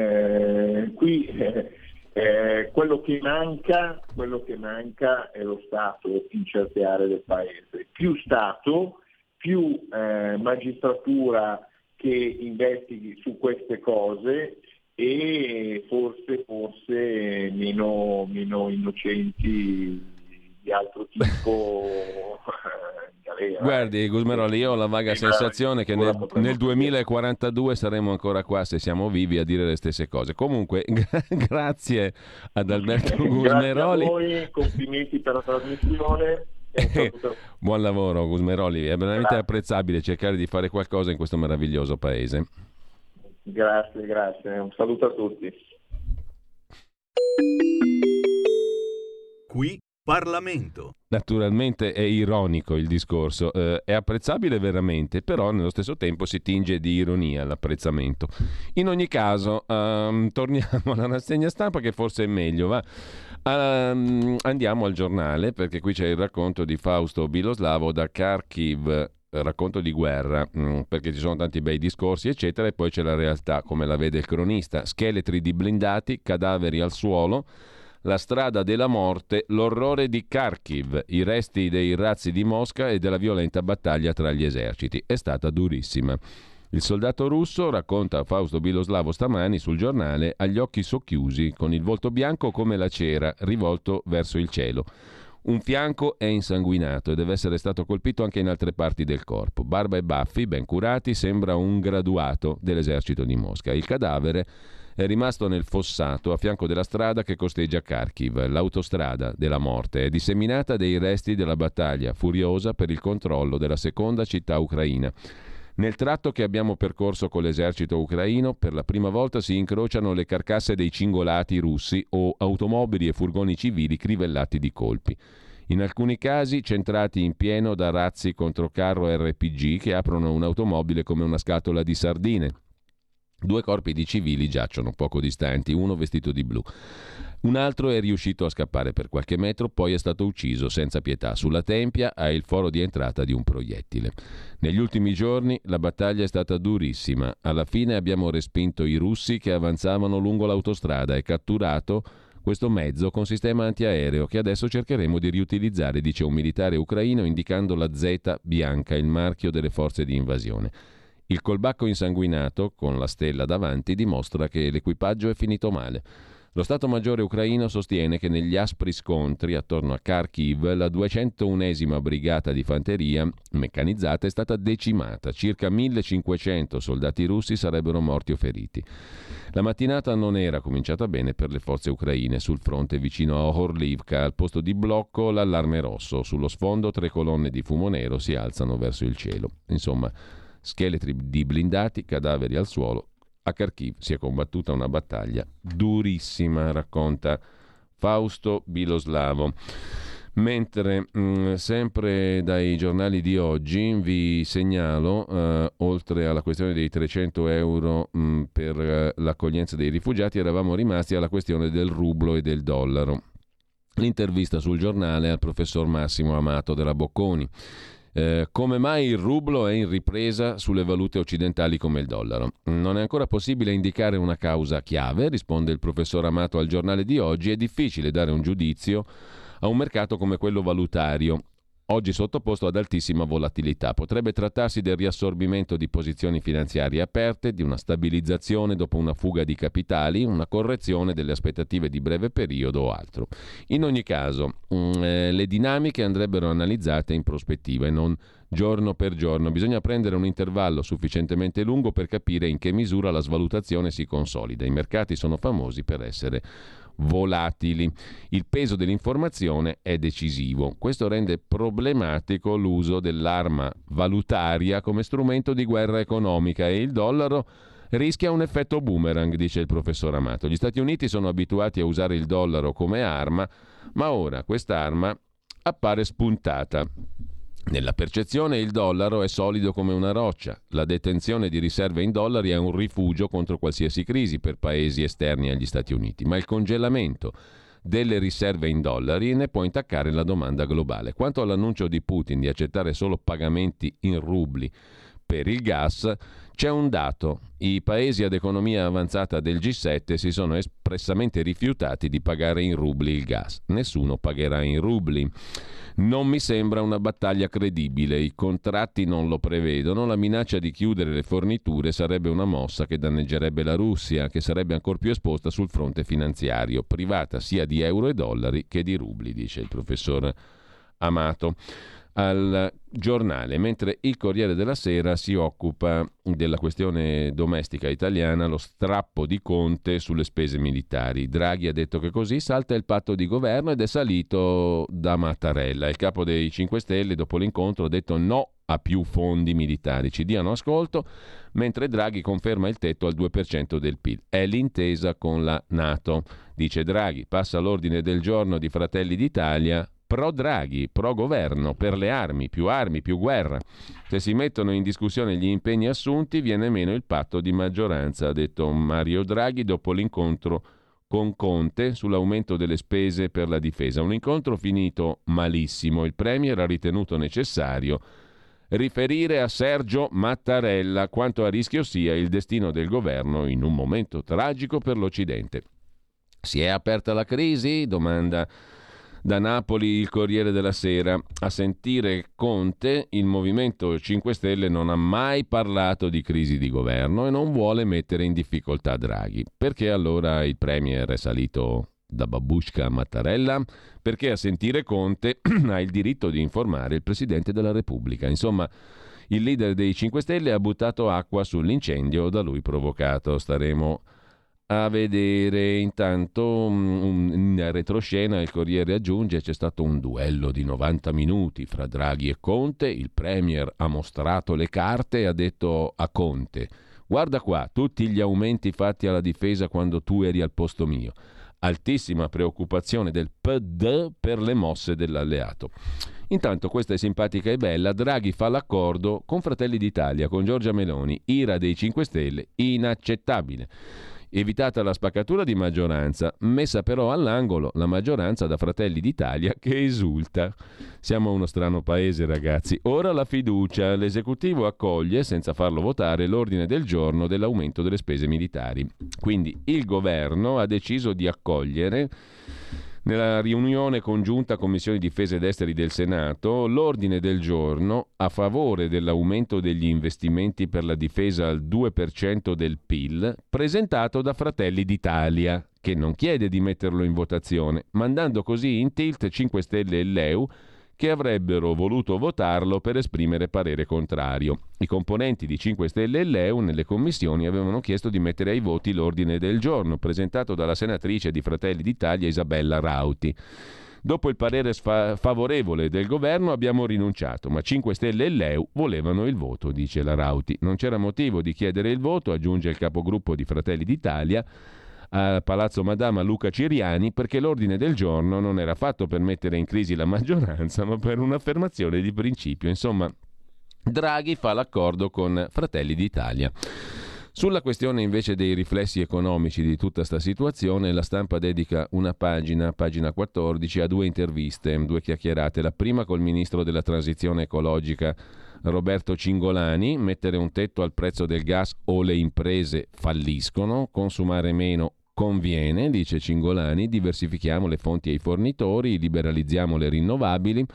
Quello che manca è lo Stato in certe aree del Paese. Più Stato, più magistratura che investighi su queste cose e forse meno innocenti di altro tipo. Guardi Gusmeroli, io ho la vaga sensazione che nel 2042 saremo ancora qua, se siamo vivi, a dire le stesse cose. Comunque grazie ad Alberto Gusmeroli. Grazie a voi, complimenti per la trasmissione. Buon lavoro Gusmeroli, è veramente apprezzabile cercare di fare qualcosa in questo meraviglioso paese. Grazie, un saluto a tutti. Qui Parlamento. Naturalmente è ironico il discorso, è apprezzabile veramente, però nello stesso tempo si tinge di ironia l'apprezzamento. In ogni caso, torniamo alla rassegna stampa, che forse è meglio, va. Andiamo al giornale, perché qui c'è il racconto di Fausto Biloslavo da Kharkiv, racconto di guerra, perché ci sono tanti bei discorsi eccetera, e poi c'è la realtà come la vede il cronista: scheletri di blindati, cadaveri al suolo, la strada della morte, l'orrore di Kharkiv, i resti dei razzi di Mosca e della violenta battaglia tra gli eserciti. È stata durissima. Il soldato russo, racconta Fausto Biloslavo stamani sul giornale, ha gli occhi socchiusi, con il volto bianco come la cera, rivolto verso il cielo. Un fianco è insanguinato e deve essere stato colpito anche in altre parti del corpo. Barba e baffi, ben curati, sembra un graduato dell'esercito di Mosca. Il cadavere è rimasto nel fossato a fianco della strada che costeggia Kharkiv, l'autostrada della morte. È disseminata dei resti della battaglia furiosa per il controllo della seconda città ucraina. Nel tratto che abbiamo percorso con l'esercito ucraino, per la prima volta si incrociano le carcasse dei cingolati russi o automobili e furgoni civili crivellati di colpi. In alcuni casi centrati in pieno da razzi contro carro RPG che aprono un'automobile come una scatola di sardine. 2 corpi di civili giacciono poco distanti, uno vestito di blu. Un altro è riuscito a scappare per qualche metro, poi è stato ucciso senza pietà. Sulla tempia ha il foro di entrata di un proiettile. Negli ultimi giorni la battaglia è stata durissima. Alla fine abbiamo respinto i russi che avanzavano lungo l'autostrada e catturato questo mezzo con sistema antiaereo che adesso cercheremo di riutilizzare, dice un militare ucraino indicando la Z bianca, il marchio delle forze di invasione. Il colbacco insanguinato, con la stella davanti, dimostra che l'equipaggio è finito male. Lo Stato Maggiore ucraino sostiene che negli aspri scontri attorno a Kharkiv la 201esima brigata di fanteria meccanizzata è stata decimata. Circa 1500 soldati russi sarebbero morti o feriti. La mattinata non era cominciata bene per le forze ucraine. Sul fronte vicino a Orlivka, al posto di blocco, l'allarme rosso. Sullo sfondo 3 colonne di fumo nero si alzano verso il cielo. Insomma, scheletri di blindati, cadaveri al suolo. A Kharkiv si è combattuta una battaglia durissima, racconta Fausto Biloslavo. Mentre sempre dai giornali di oggi vi segnalo, oltre alla questione dei 300 euro per l'accoglienza dei rifugiati, eravamo rimasti alla questione del rublo e del dollaro. L'intervista sul giornale al professor Massimo Amato della Bocconi. Come mai il rublo è in ripresa sulle valute occidentali come il dollaro? Non è ancora possibile indicare una causa chiave, risponde il professor Amato al giornale di oggi. È difficile dare un giudizio a un mercato come quello valutario. oggi sottoposto ad altissima volatilità. Potrebbe trattarsi del riassorbimento di posizioni finanziarie aperte, di una stabilizzazione dopo una fuga di capitali, una correzione delle aspettative di breve periodo o altro. In ogni caso, le dinamiche andrebbero analizzate in prospettiva e non giorno per giorno. Bisogna prendere un intervallo sufficientemente lungo per capire in che misura la svalutazione si consolida. I mercati sono famosi per essere volatili. Il peso dell'informazione è decisivo. Questo rende problematico l'uso dell'arma valutaria come strumento di guerra economica e il dollaro rischia un effetto boomerang, dice il professor Amato. Gli Stati Uniti sono abituati a usare il dollaro come arma, ma ora quest'arma appare spuntata. Nella percezione il dollaro è solido come una roccia. La detenzione di riserve in dollari è un rifugio contro qualsiasi crisi per paesi esterni agli Stati Uniti, ma il congelamento delle riserve in dollari ne può intaccare la domanda globale. Quanto all'annuncio di Putin di accettare solo pagamenti in rubli per il gas, c'è un dato: i paesi ad economia avanzata del G7 si sono espressamente rifiutati di pagare in rubli il gas. Nessuno pagherà in rubli. Non mi sembra una battaglia credibile, i contratti non lo prevedono, la minaccia di chiudere le forniture sarebbe una mossa che danneggerebbe la Russia, che sarebbe ancor più esposta sul fronte finanziario, privata sia di euro e dollari che di rubli, dice il professor Amato al giornale, mentre il Corriere della Sera si occupa della questione domestica italiana, lo strappo di Conte sulle spese militari. Draghi ha detto che così salta il patto di governo ed è salito da Mattarella. Il capo dei 5 Stelle dopo l'incontro ha detto no a più fondi militari, ci diano ascolto, mentre Draghi conferma il tetto al 2% del PIL. È l'intesa con la NATO, dice Draghi. Passa l'ordine del giorno di Fratelli d'Italia: pro Draghi, pro governo, per le armi, più guerra. Se si mettono in discussione gli impegni assunti viene meno il patto di maggioranza, ha detto Mario Draghi dopo l'incontro con Conte sull'aumento delle spese per la difesa. Un incontro finito malissimo. Il Premier ha ritenuto necessario riferire a Sergio Mattarella quanto a rischio sia il destino del governo in un momento tragico per l'Occidente. Si è aperta la crisi? Domanda da Napoli il Corriere della Sera. A sentire Conte, il Movimento 5 Stelle non ha mai parlato di crisi di governo e non vuole mettere in difficoltà Draghi. Perché allora il Premier è salito da Babushka a Mattarella? Perché a sentire Conte ha il diritto di informare il Presidente della Repubblica. Insomma, il leader dei 5 Stelle ha buttato acqua sull'incendio da lui provocato. Staremo a vedere. Intanto in retroscena il Corriere aggiunge: c'è stato un duello di 90 minuti fra Draghi e Conte, il Premier ha mostrato le carte e ha detto a Conte: guarda qua, tutti gli aumenti fatti alla difesa quando tu eri al posto mio. Altissima preoccupazione del PD per le mosse dell'alleato. Intanto, questa è simpatica e bella, Draghi fa l'accordo con Fratelli d'Italia, con Giorgia Meloni, ira dei 5 Stelle, inaccettabile. Evitata la spaccatura di maggioranza, messa però all'angolo la maggioranza da Fratelli d'Italia che esulta. Siamo uno strano paese, ragazzi. Ora la fiducia. L'esecutivo accoglie, senza farlo votare, l'ordine del giorno dell'aumento delle spese militari. Quindi il governo ha deciso di accogliere, nella riunione congiunta Commissioni Difesa ed Esteri del Senato, l'ordine del giorno a favore dell'aumento degli investimenti per la difesa al 2% del PIL, presentato da Fratelli d'Italia, che non chiede di metterlo in votazione, mandando così in tilt 5 Stelle e l'EU, che avrebbero voluto votarlo per esprimere parere contrario. I componenti di 5 Stelle e l'EU nelle commissioni avevano chiesto di mettere ai voti l'ordine del giorno presentato dalla senatrice di Fratelli d'Italia Isabella Rauti. Dopo il parere favorevole del governo abbiamo rinunciato, ma 5 Stelle e l'EU volevano il voto, dice la Rauti. Non c'era motivo di chiedere il voto, aggiunge il capogruppo di Fratelli d'Italia a Palazzo Madama Luca Ciriani, perché l'ordine del giorno non era fatto per mettere in crisi la maggioranza, ma per un'affermazione di principio. Insomma, Draghi fa l'accordo con Fratelli d'Italia. Sulla questione invece dei riflessi economici di tutta sta situazione, la Stampa dedica una pagina 14, a 2 interviste, 2 chiacchierate. La prima col ministro della transizione ecologica Roberto Cingolani: mettere un tetto al prezzo del gas o le imprese falliscono, consumare meno conviene, dice Cingolani, diversifichiamo le fonti e i fornitori, liberalizziamo le rinnovabili.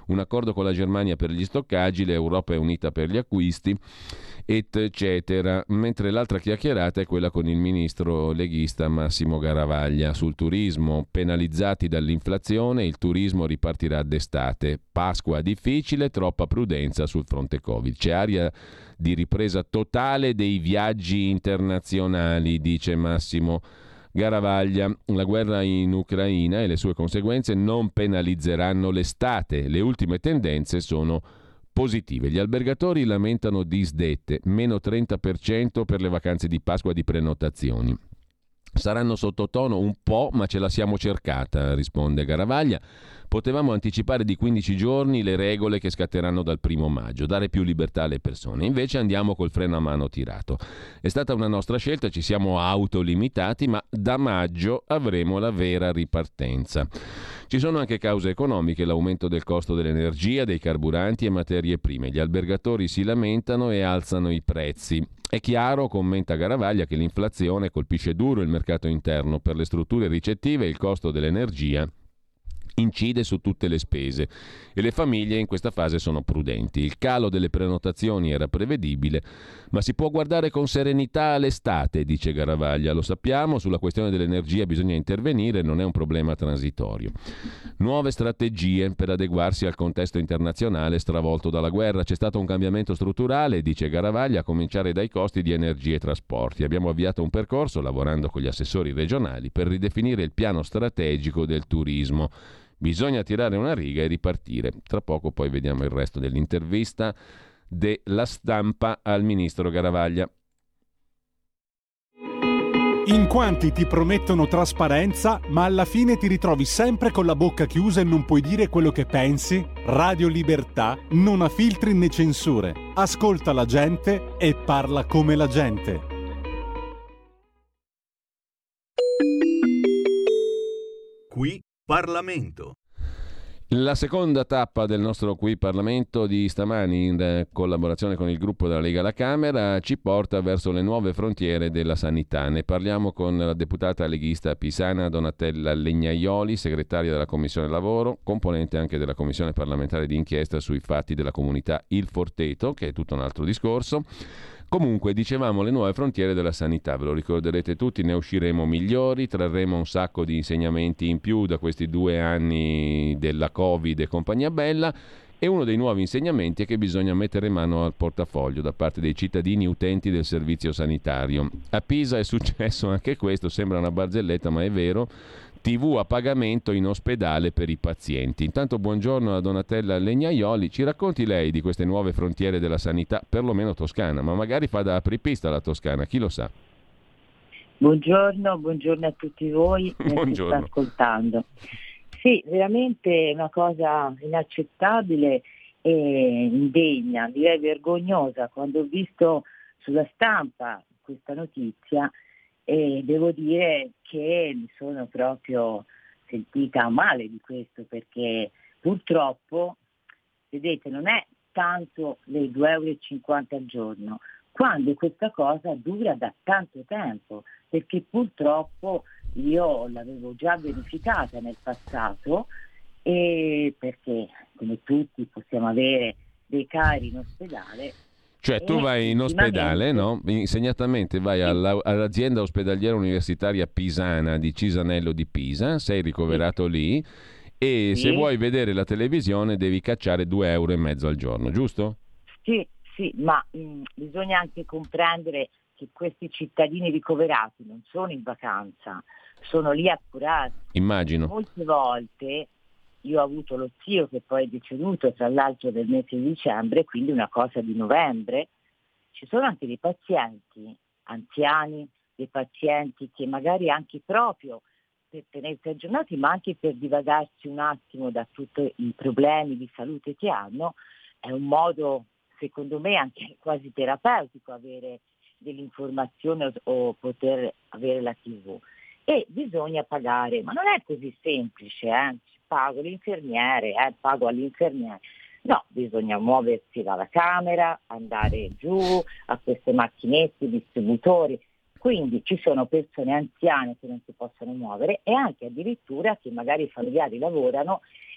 un accordo con la Germania per gli stoccaggi, l'Europa è unita per gli acquisti, eccetera. Mentre l'altra chiacchierata è quella con il ministro leghista Massimo Garavaglia sul turismo. Penalizzati dall'inflazione, il turismo ripartirà d'estate. Pasqua difficile, troppa prudenza sul fronte Covid. C'è aria di ripresa totale dei viaggi internazionali, dice Massimo Garavaglia. La guerra in Ucraina e le sue conseguenze non penalizzeranno l'estate. Le ultime tendenze sono positive. Gli albergatori lamentano disdette, meno 30% per le vacanze di Pasqua di prenotazioni. Saranno sottotono un po', ma ce la siamo cercata, risponde Garavaglia. Potevamo anticipare di 15 giorni le regole che scatteranno dal 1 maggio, dare più libertà alle persone. Invece andiamo col freno a mano tirato. È stata una nostra scelta, ci siamo autolimitati, ma da maggio avremo la vera ripartenza. Ci sono anche cause economiche, l'aumento del costo dell'energia, dei carburanti e materie prime. Gli albergatori si lamentano e alzano i prezzi. È chiaro, commenta Garavaglia, che l'inflazione colpisce duro il mercato interno. Per le strutture ricettive il costo dell'energia incide su tutte le spese e le famiglie in questa fase sono prudenti. Il calo delle prenotazioni era prevedibile, ma si può guardare con serenità all'estate, dice Garavaglia. Lo sappiamo, sulla questione dell'energia bisogna intervenire, non è un problema transitorio. Nuove strategie per adeguarsi al contesto internazionale stravolto dalla guerra. C'è stato un cambiamento strutturale, dice Garavaglia, a cominciare dai costi di energia e trasporti. Abbiamo avviato un percorso, lavorando con gli assessori regionali, per ridefinire il piano strategico del turismo. Bisogna tirare una riga e ripartire. Tra poco poi vediamo il resto dell'intervista della Stampa al ministro Garavaglia. In quanti ti promettono trasparenza, ma alla fine ti ritrovi sempre con la bocca chiusa e non puoi dire quello che pensi? Radio Libertà non ha filtri né censure. Ascolta la gente e parla come la gente. Qui Parlamento. La seconda tappa del nostro Qui Parlamento di stamani, in collaborazione con il gruppo della Lega alla Camera, ci porta verso le nuove frontiere della sanità. Ne parliamo con la deputata leghista pisana Donatella Legnaioli, segretaria della Commissione Lavoro, componente anche della Commissione parlamentare di inchiesta sui fatti della comunità Il Forteto, che è tutto un altro discorso. Comunque, dicevamo, le nuove frontiere della sanità, ve lo ricorderete tutti, ne usciremo migliori, trarremo un sacco di insegnamenti in più da questi 2 anni della Covid e compagnia bella, e uno dei nuovi insegnamenti è che bisogna mettere mano al portafoglio da parte dei cittadini utenti del servizio sanitario. A Pisa è successo anche questo, sembra una barzelletta ma è vero. TV a pagamento in ospedale per i pazienti. Intanto buongiorno a Donatella Legnaioli, ci racconti lei di queste nuove frontiere della sanità, perlomeno toscana, ma magari fa da apripista la Toscana, chi lo sa. Buongiorno a tutti voi che ci sta ascoltando. Sì, veramente una cosa inaccettabile e indegna, direi vergognosa. Quando ho visto sulla stampa questa notizia, e devo dire che mi sono proprio sentita male di questo, perché purtroppo, vedete, non è tanto le 2,50 € al giorno, quando questa cosa dura da tanto tempo, perché purtroppo io l'avevo già verificata nel passato, e perché come tutti possiamo avere dei cari in ospedale. Cioè tu vai in ospedale, no? Segnatamente vai all'azienda ospedaliera universitaria pisana di Cisanello di Pisa, sei ricoverato lì e se vuoi vedere la televisione devi cacciare 2,5 € al giorno, giusto? Sì, ma bisogna anche comprendere che questi cittadini ricoverati non sono in vacanza, sono lì a curarsi. Immagino. Molte volte io ho avuto lo zio che poi è deceduto, tra l'altro del mese di dicembre, quindi una cosa di novembre. Ci sono anche dei pazienti anziani, dei pazienti che magari anche proprio per tenersi aggiornati, ma anche per divagarsi un attimo da tutti i problemi di salute che hanno, è un modo, secondo me, anche quasi terapeutico avere dell'informazione o poter avere la TV. E bisogna pagare, ma non è così semplice, pago l'infermiere, pago all'infermiere. No, bisogna muoversi dalla camera, andare giù a queste macchinette, distributori. Quindi ci sono persone anziane che non si possono muovere e anche addirittura che magari i familiari lavorano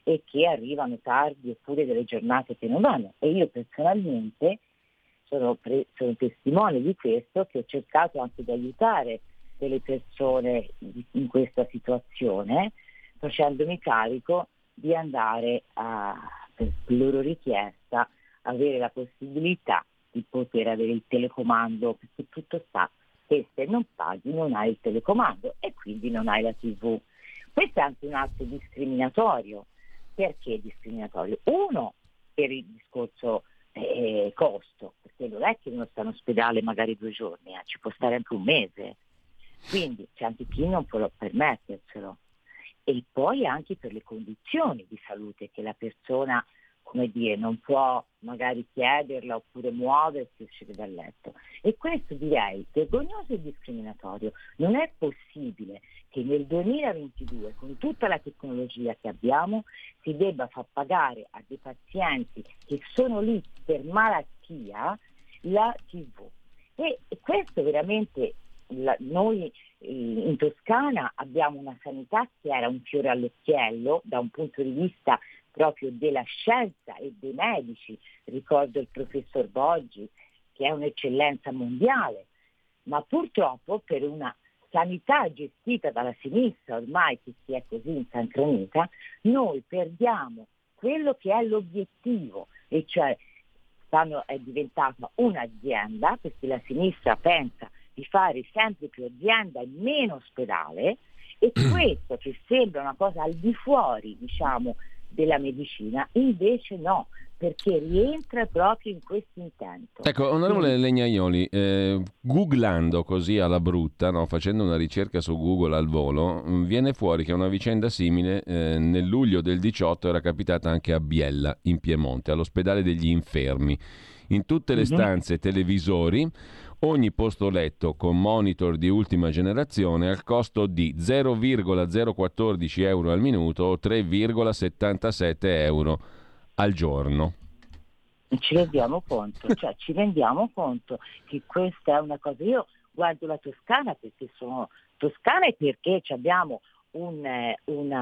e che arrivano tardi oppure delle giornate che non vanno. E io personalmente sono testimone di questo, che ho cercato anche di aiutare delle persone in questa situazione, facendomi carico di andare per loro richiesta, avere la possibilità di poter avere il telecomando, perché tutto sta che se non paghi non hai il telecomando e quindi non hai la TV. Questo è anche un atto discriminatorio. Perché discriminatorio? Uno, per il discorso costo, perché non è che uno sta in ospedale magari 2 giorni, ci può stare anche un mese, quindi c'è anche chi non può permetterselo. E poi anche per le condizioni di salute che la persona, come dire, non può magari chiederla oppure muoversi e uscire dal letto. E questo direi vergognoso e discriminatorio. Non è possibile che nel 2022, con tutta la tecnologia che abbiamo, si debba far pagare a dei pazienti che sono lì per malattia la TV. E questo veramente, noi in Toscana abbiamo una sanità che era un fiore all'occhiello da un punto di vista proprio della scienza e dei medici. Ricordo il professor Boggi, che è un'eccellenza mondiale, ma purtroppo per una sanità gestita dalla sinistra, ormai che si è così incancrenita, noi perdiamo quello che è l'obiettivo, e cioè è diventata un'azienda, perché la sinistra pensa di fare sempre più azienda e meno ospedale, e questo che sembra una cosa al di fuori, diciamo, della medicina, invece no, perché rientra proprio in questo intento. Ecco, onorevole Legnaioli, googlando così alla brutta, no, facendo una ricerca su Google al volo, viene fuori che una vicenda simile nel luglio del 18 era capitata anche a Biella, in Piemonte, all'ospedale degli infermi. In tutte le stanze televisori, ogni posto letto con monitor di ultima generazione al costo di 0,014 euro al minuto o 3,77 euro al giorno. Ci rendiamo conto, ci rendiamo conto che questa è una cosa. Io guardo la Toscana perché sono toscana e perché abbiamo una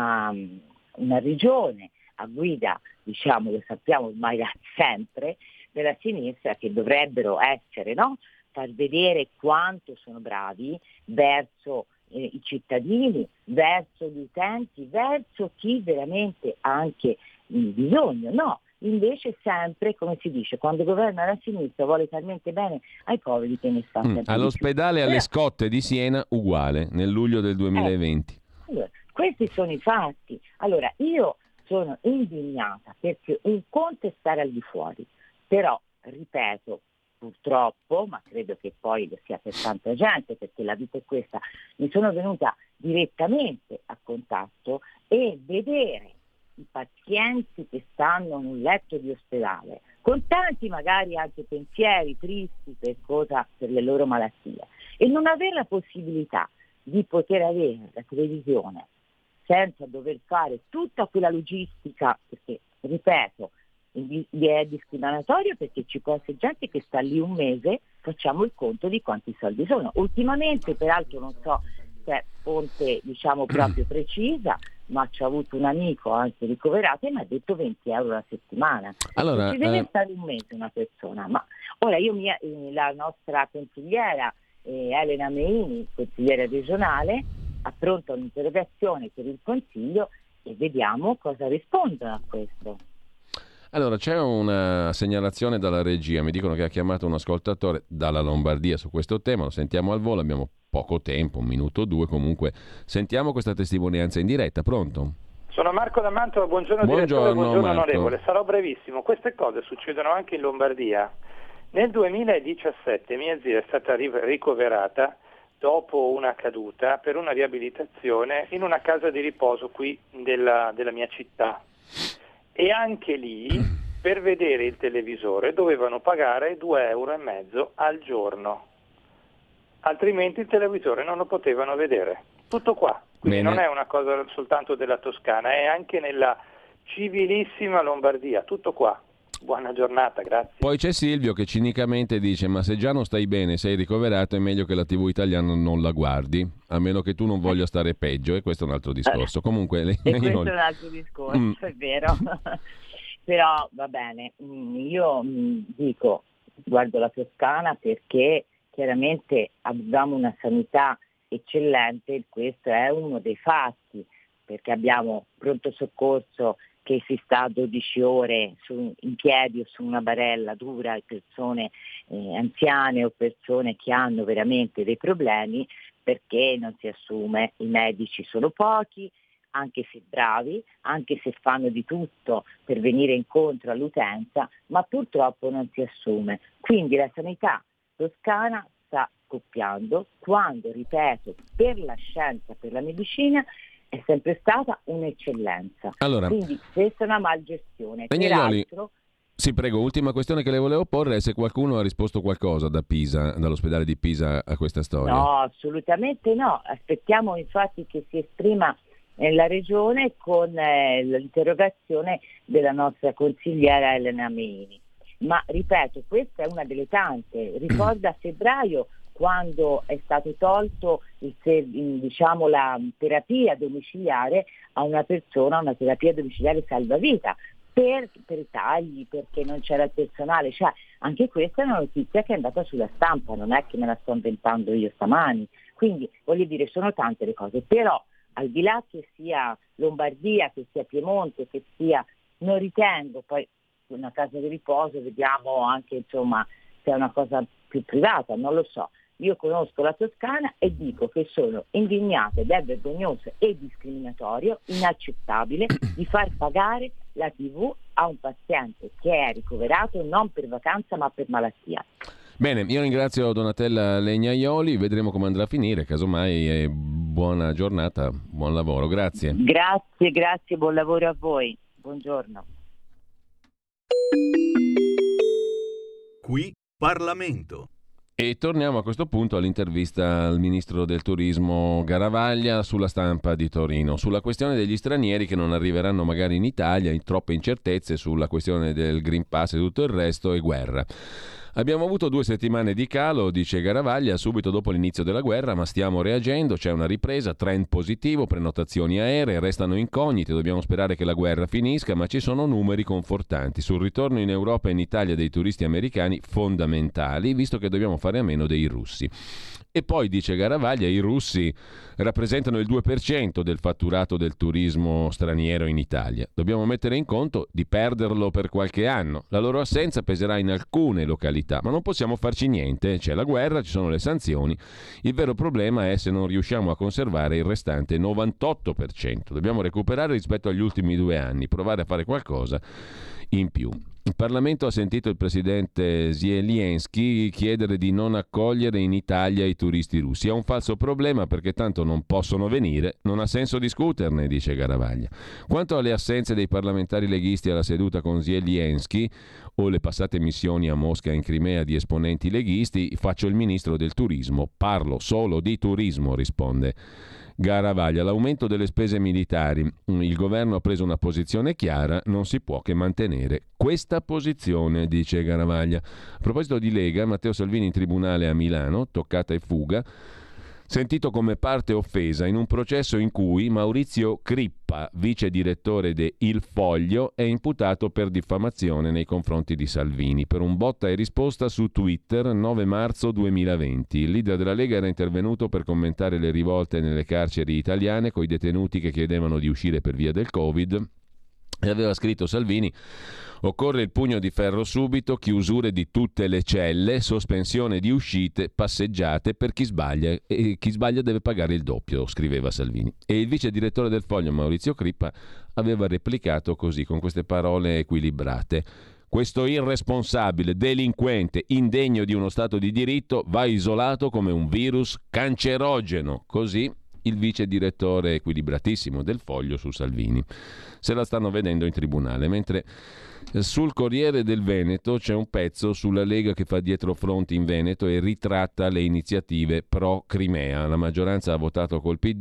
regione a guida, diciamo, lo sappiamo ormai da sempre, della sinistra, che dovrebbero essere, no? Far vedere quanto sono bravi verso i cittadini, verso gli utenti, verso chi veramente ha anche bisogno. No, invece sempre, come si dice, quando governa la sinistra vuole talmente bene ai poveri che ne sta sempre all'ospedale alle Scotte di Siena uguale, nel luglio del 2020. Allora, questi sono i fatti. Allora, io sono indignata perché un conto è stare al di fuori, però, ripeto, purtroppo, ma credo che poi lo sia per tanta gente, perché la vita è questa, mi sono venuta direttamente a contatto e vedere i pazienti che stanno in un letto di ospedale, con tanti magari anche pensieri tristi per le loro malattie, e non avere la possibilità di poter avere la televisione senza dover fare tutta quella logistica, perché, ripeto, è discriminatorio, perché ci può essere gente che sta lì un mese, facciamo il conto di quanti soldi sono. Ultimamente, peraltro, non so se è fonte, diciamo, proprio precisa, ma ci ho avuto un amico anche ricoverato e mi ha detto 20 euro la settimana. Allora, ci deve stare un mese una persona. Ma ora la nostra consigliera Elena Meini, consigliera regionale, appronta un'interrogazione per il Consiglio e vediamo cosa rispondono a questo. Allora, c'è una segnalazione dalla regia, mi dicono che ha chiamato un ascoltatore dalla Lombardia su questo tema, lo sentiamo al volo, abbiamo poco tempo, 1 minuto o 2, comunque sentiamo questa testimonianza in diretta. Pronto? Sono Marco da Mantova, buongiorno direttore, buongiorno onorevole, sarò brevissimo. Queste cose succedono anche in Lombardia. Nel 2017 mia zia è stata ricoverata dopo una caduta per una riabilitazione in una casa di riposo qui della mia città. E anche lì, per vedere il televisore, dovevano pagare 2,5 euro al giorno, altrimenti il televisore non lo potevano vedere. Tutto qua. Quindi Bene. Non è una cosa soltanto della Toscana, è anche nella civilissima Lombardia, tutto qua. Buona giornata, grazie. Poi c'è Silvio che cinicamente dice: ma se già non stai bene, sei ricoverato, è meglio che la TV italiana non la guardi, a meno che tu non voglia stare peggio, e questo è un altro discorso. Comunque, questo è un altro discorso, è vero. Però va bene, io dico, guardo la Toscana perché chiaramente abbiamo una sanità eccellente, questo è uno dei fatti, perché abbiamo pronto soccorso che si sta 12 ore in piedi o su una barella dura, persone anziane o persone che hanno veramente dei problemi, perché non si assume, i medici sono pochi, anche se bravi, anche se fanno di tutto per venire incontro all'utenza, ma purtroppo non si assume. Quindi la sanità toscana sta scoppiando quando, ripeto, per la scienza, per la medicina è sempre stata un'eccellenza. Allora, quindi questa è una malgestione. Agnaioli, sì, prego, ultima questione che le volevo porre è se qualcuno ha risposto qualcosa da Pisa, dall'ospedale di Pisa, a questa storia. No, assolutamente no. Aspettiamo infatti che si esprima la Regione con l'interrogazione della nostra consigliera Elena Meini. Ma ripeto, questa è una delle tante. Ricorda a febbraio, quando è stato tolto la terapia domiciliare a una persona, una terapia domiciliare salvavita, per i tagli, perché non c'era il personale. Cioè, anche questa è una notizia che è andata sulla stampa, non è che me la sto inventando io stamani. Quindi, voglio dire, sono tante le cose, però al di là che sia Lombardia, che sia Piemonte, che sia, non ritengo, poi una casa di riposo vediamo anche, insomma, se è una cosa più privata, non lo so. Io conosco la Toscana e dico che sono indignata ed è vergognoso e discriminatorio, inaccettabile, di far pagare la TV a un paziente che è ricoverato non per vacanza ma per malattia. Bene, io ringrazio Donatella Legnaioli, vedremo come andrà a finire, casomai buona giornata, buon lavoro, grazie. Grazie, buon lavoro a voi, buongiorno. Qui Parlamento. E torniamo a questo punto all'intervista al ministro del turismo Garavaglia sulla Stampa di Torino, sulla questione degli stranieri che non arriveranno magari in Italia, in troppe incertezze sulla questione del Green Pass e tutto il resto, e guerra. Abbiamo avuto 2 settimane di calo, dice Garavaglia, subito dopo l'inizio della guerra, ma stiamo reagendo, c'è una ripresa, trend positivo, prenotazioni aeree, restano incognite, dobbiamo sperare che la guerra finisca, ma ci sono numeri confortanti sul ritorno in Europa e in Italia dei turisti americani fondamentali, visto che dobbiamo fare a meno dei russi. E poi, dice Garavaglia, i russi rappresentano il 2% del fatturato del turismo straniero in Italia. Dobbiamo mettere in conto di perderlo per qualche anno. La loro assenza peserà in alcune località, ma non possiamo farci niente. C'è la guerra, ci sono le sanzioni. Il vero problema è se non riusciamo a conservare il restante 98%. Dobbiamo recuperare rispetto agli ultimi 2 anni, provare a fare qualcosa in più. Il Parlamento ha sentito il presidente Zelensky chiedere di non accogliere in Italia i turisti russi. È un falso problema perché tanto non possono venire, non ha senso discuterne, dice Garavaglia. Quanto alle assenze dei parlamentari leghisti alla seduta con Zelensky o le passate missioni a Mosca e in Crimea di esponenti leghisti, faccio il ministro del turismo, parlo solo di turismo, risponde Garavaglia. L'aumento delle spese militari, il governo ha preso una posizione chiara, non si può che mantenere questa posizione, dice Garavaglia. A proposito di Lega, Matteo Salvini in tribunale a Milano, toccata e fuga, sentito come parte offesa in un processo in cui Maurizio Crippa, vice direttore de Il Foglio, è imputato per diffamazione nei confronti di Salvini per un botta e risposta su Twitter 9 marzo 2020. Il leader della Lega era intervenuto per commentare le rivolte nelle carceri italiane coi detenuti che chiedevano di uscire per via del Covid e aveva scritto Salvini: occorre il pugno di ferro subito, chiusure di tutte le celle, sospensione di uscite, passeggiate per chi sbaglia, e chi sbaglia deve pagare il doppio, scriveva Salvini. E il vice direttore del Foglio, Maurizio Crippa, aveva replicato così, con queste parole equilibrate: questo irresponsabile, delinquente, indegno di uno Stato di diritto va isolato come un virus cancerogeno. Così il vice direttore equilibratissimo del Foglio su Salvini. Se la stanno vedendo in tribunale, mentre sul Corriere del Veneto c'è un pezzo sulla Lega che fa dietro fronte in Veneto e ritratta le iniziative pro Crimea. La maggioranza ha votato col PD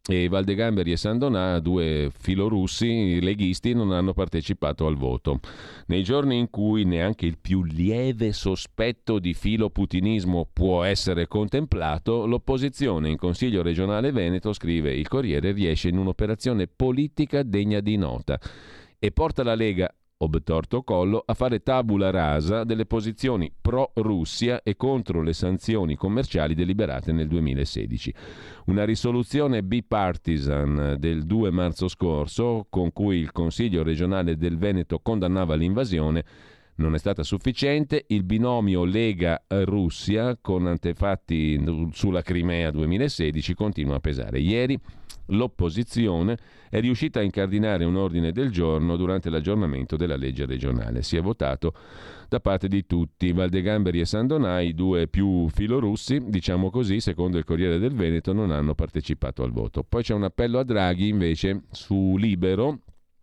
e Valdegamberi e Sandonà, due filorussi leghisti, non hanno partecipato al voto. Nei giorni in cui neanche il più lieve sospetto di filoputinismo può essere contemplato, l'opposizione in Consiglio regionale Veneto, scrive il Corriere, riesce in un'operazione politica degna di nota e porta la Lega, obtorto collo, a fare tabula rasa delle posizioni pro-Russia e contro le sanzioni commerciali deliberate nel 2016. Una risoluzione bipartisan del 2 marzo scorso, con cui il Consiglio regionale del Veneto condannava l'invasione, non è stata sufficiente. Il binomio Lega-Russia, con antefatti sulla Crimea 2016, continua a pesare. Ieri l'opposizione è riuscita a incardinare un ordine del giorno durante l'aggiornamento della legge regionale. Si è votato da parte di tutti. Valdegamberi e Sandonà, i due più filorussi, diciamo così, secondo il Corriere del Veneto, non hanno partecipato al voto. Poi c'è un appello a Draghi invece su Libero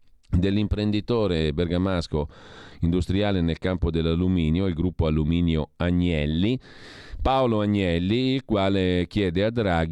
dell'imprenditore bergamasco industriale nel campo dell'alluminio, il gruppo Alluminio Agnelli, Paolo Agnelli, il quale chiede a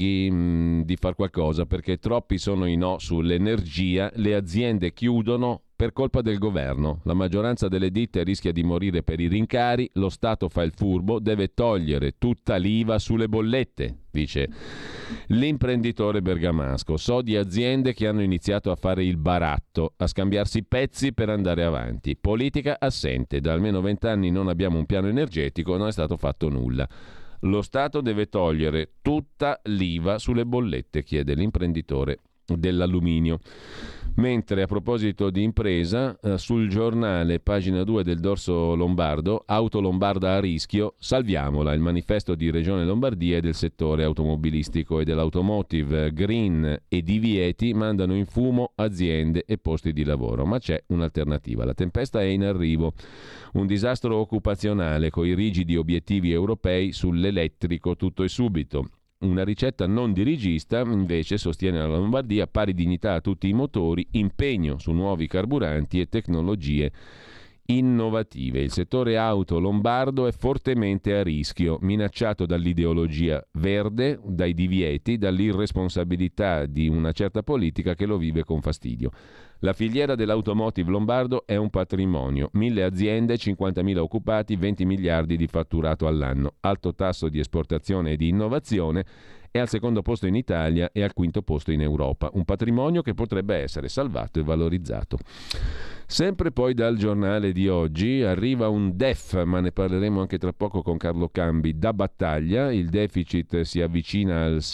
Draghi di far qualcosa perché troppi sono i no sull'energia, le aziende chiudono per colpa del governo, la maggioranza delle ditte rischia di morire per i rincari, lo Stato fa il furbo, deve togliere tutta l'IVA sulle bollette, dice l'imprenditore bergamasco. So di aziende che hanno iniziato a fare il baratto, a scambiarsi pezzi per andare avanti. Politica assente, da almeno 20 anni non abbiamo un piano energetico, non è stato fatto nulla. Lo Stato deve togliere tutta l'IVA sulle bollette, chiede l'imprenditore dell'alluminio. Mentre a proposito di impresa, sul giornale, pagina 2 del dorso lombardo, auto lombarda a rischio, salviamola, il manifesto di Regione Lombardia e del settore automobilistico e dell'automotive, green e divieti mandano in fumo aziende e posti di lavoro, ma c'è un'alternativa, la tempesta è in arrivo, un disastro occupazionale con i rigidi obiettivi europei sull'elettrico tutto e subito. Una ricetta non dirigista, invece, sostiene la Lombardia, pari dignità a tutti i motori, impegno su nuovi carburanti e tecnologie innovative. Il settore auto lombardo è fortemente a rischio, minacciato dall'ideologia verde, dai divieti, dall'irresponsabilità di una certa politica che lo vive con fastidio. La filiera dell'automotive lombardo è un patrimonio, 1000 aziende, 50.000 occupati, 20 miliardi di fatturato all'anno, alto tasso di esportazione e di innovazione, è al secondo posto in Italia e al quinto posto in Europa, un patrimonio che potrebbe essere salvato e valorizzato. Sempre poi dal giornale di oggi arriva un DEF, ma ne parleremo anche tra poco con Carlo Cambi, da battaglia, il deficit si avvicina al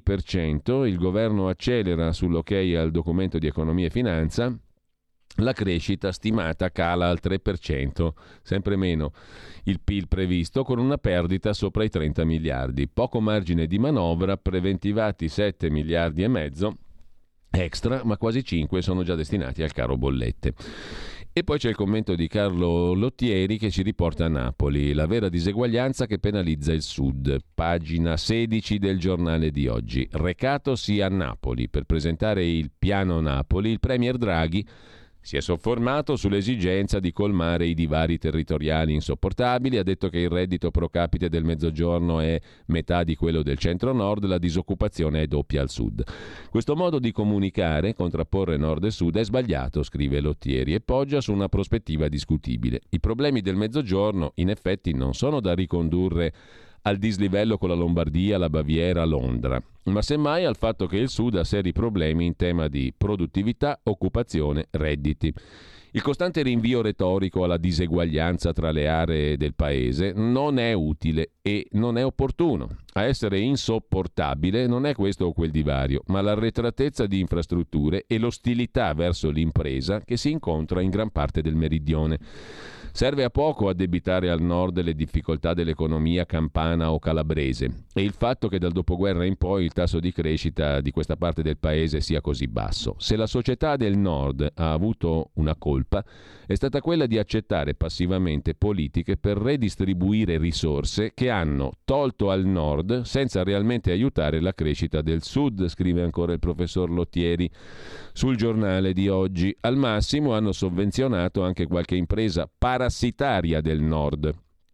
6%, il governo accelera sull'ok al documento di economia e finanza, la crescita stimata cala al 3%, sempre meno il PIL previsto, con una perdita sopra i 30 miliardi, poco margine di manovra, preventivati 7 miliardi e mezzo extra, ma quasi 5 sono già destinati al caro bollette. E poi c'è il commento di Carlo Lottieri che ci riporta a Napoli, la vera diseguaglianza che penalizza il Sud, pagina 16 del giornale di oggi. Recatosi a Napoli per presentare il piano Napoli, il premier Draghi si è soffermato sull'esigenza di colmare i divari territoriali insopportabili, ha detto che il reddito pro capite del Mezzogiorno è metà di quello del Centro-Nord, la disoccupazione è doppia al Sud. Questo modo di comunicare, contrapporre Nord e Sud, è sbagliato, scrive Lottieri, e poggia su una prospettiva discutibile. I problemi del Mezzogiorno, in effetti, non sono da ricondurre al dislivello con la Lombardia, la Baviera, Londra, ma semmai al fatto che il Sud ha seri problemi in tema di produttività, occupazione, redditi. Il costante rinvio retorico alla diseguaglianza tra le aree del paese non è utile e non è opportuno. A essere insopportabile non è questo o quel divario, ma l'arretratezza di infrastrutture e l'ostilità verso l'impresa che si incontra in gran parte del meridione. Serve a poco addebitare al nord le difficoltà dell'economia campana o calabrese e il fatto che dal dopoguerra in poi il tasso di crescita di questa parte del paese sia così basso. Se la società del nord ha avuto una colpa, è stata quella di accettare passivamente politiche per redistribuire risorse che hanno tolto al nord senza realmente aiutare la crescita del sud, scrive ancora il professor Lottieri sul giornale di oggi. Al massimo hanno sovvenzionato anche qualche impresa parassitaria del nord.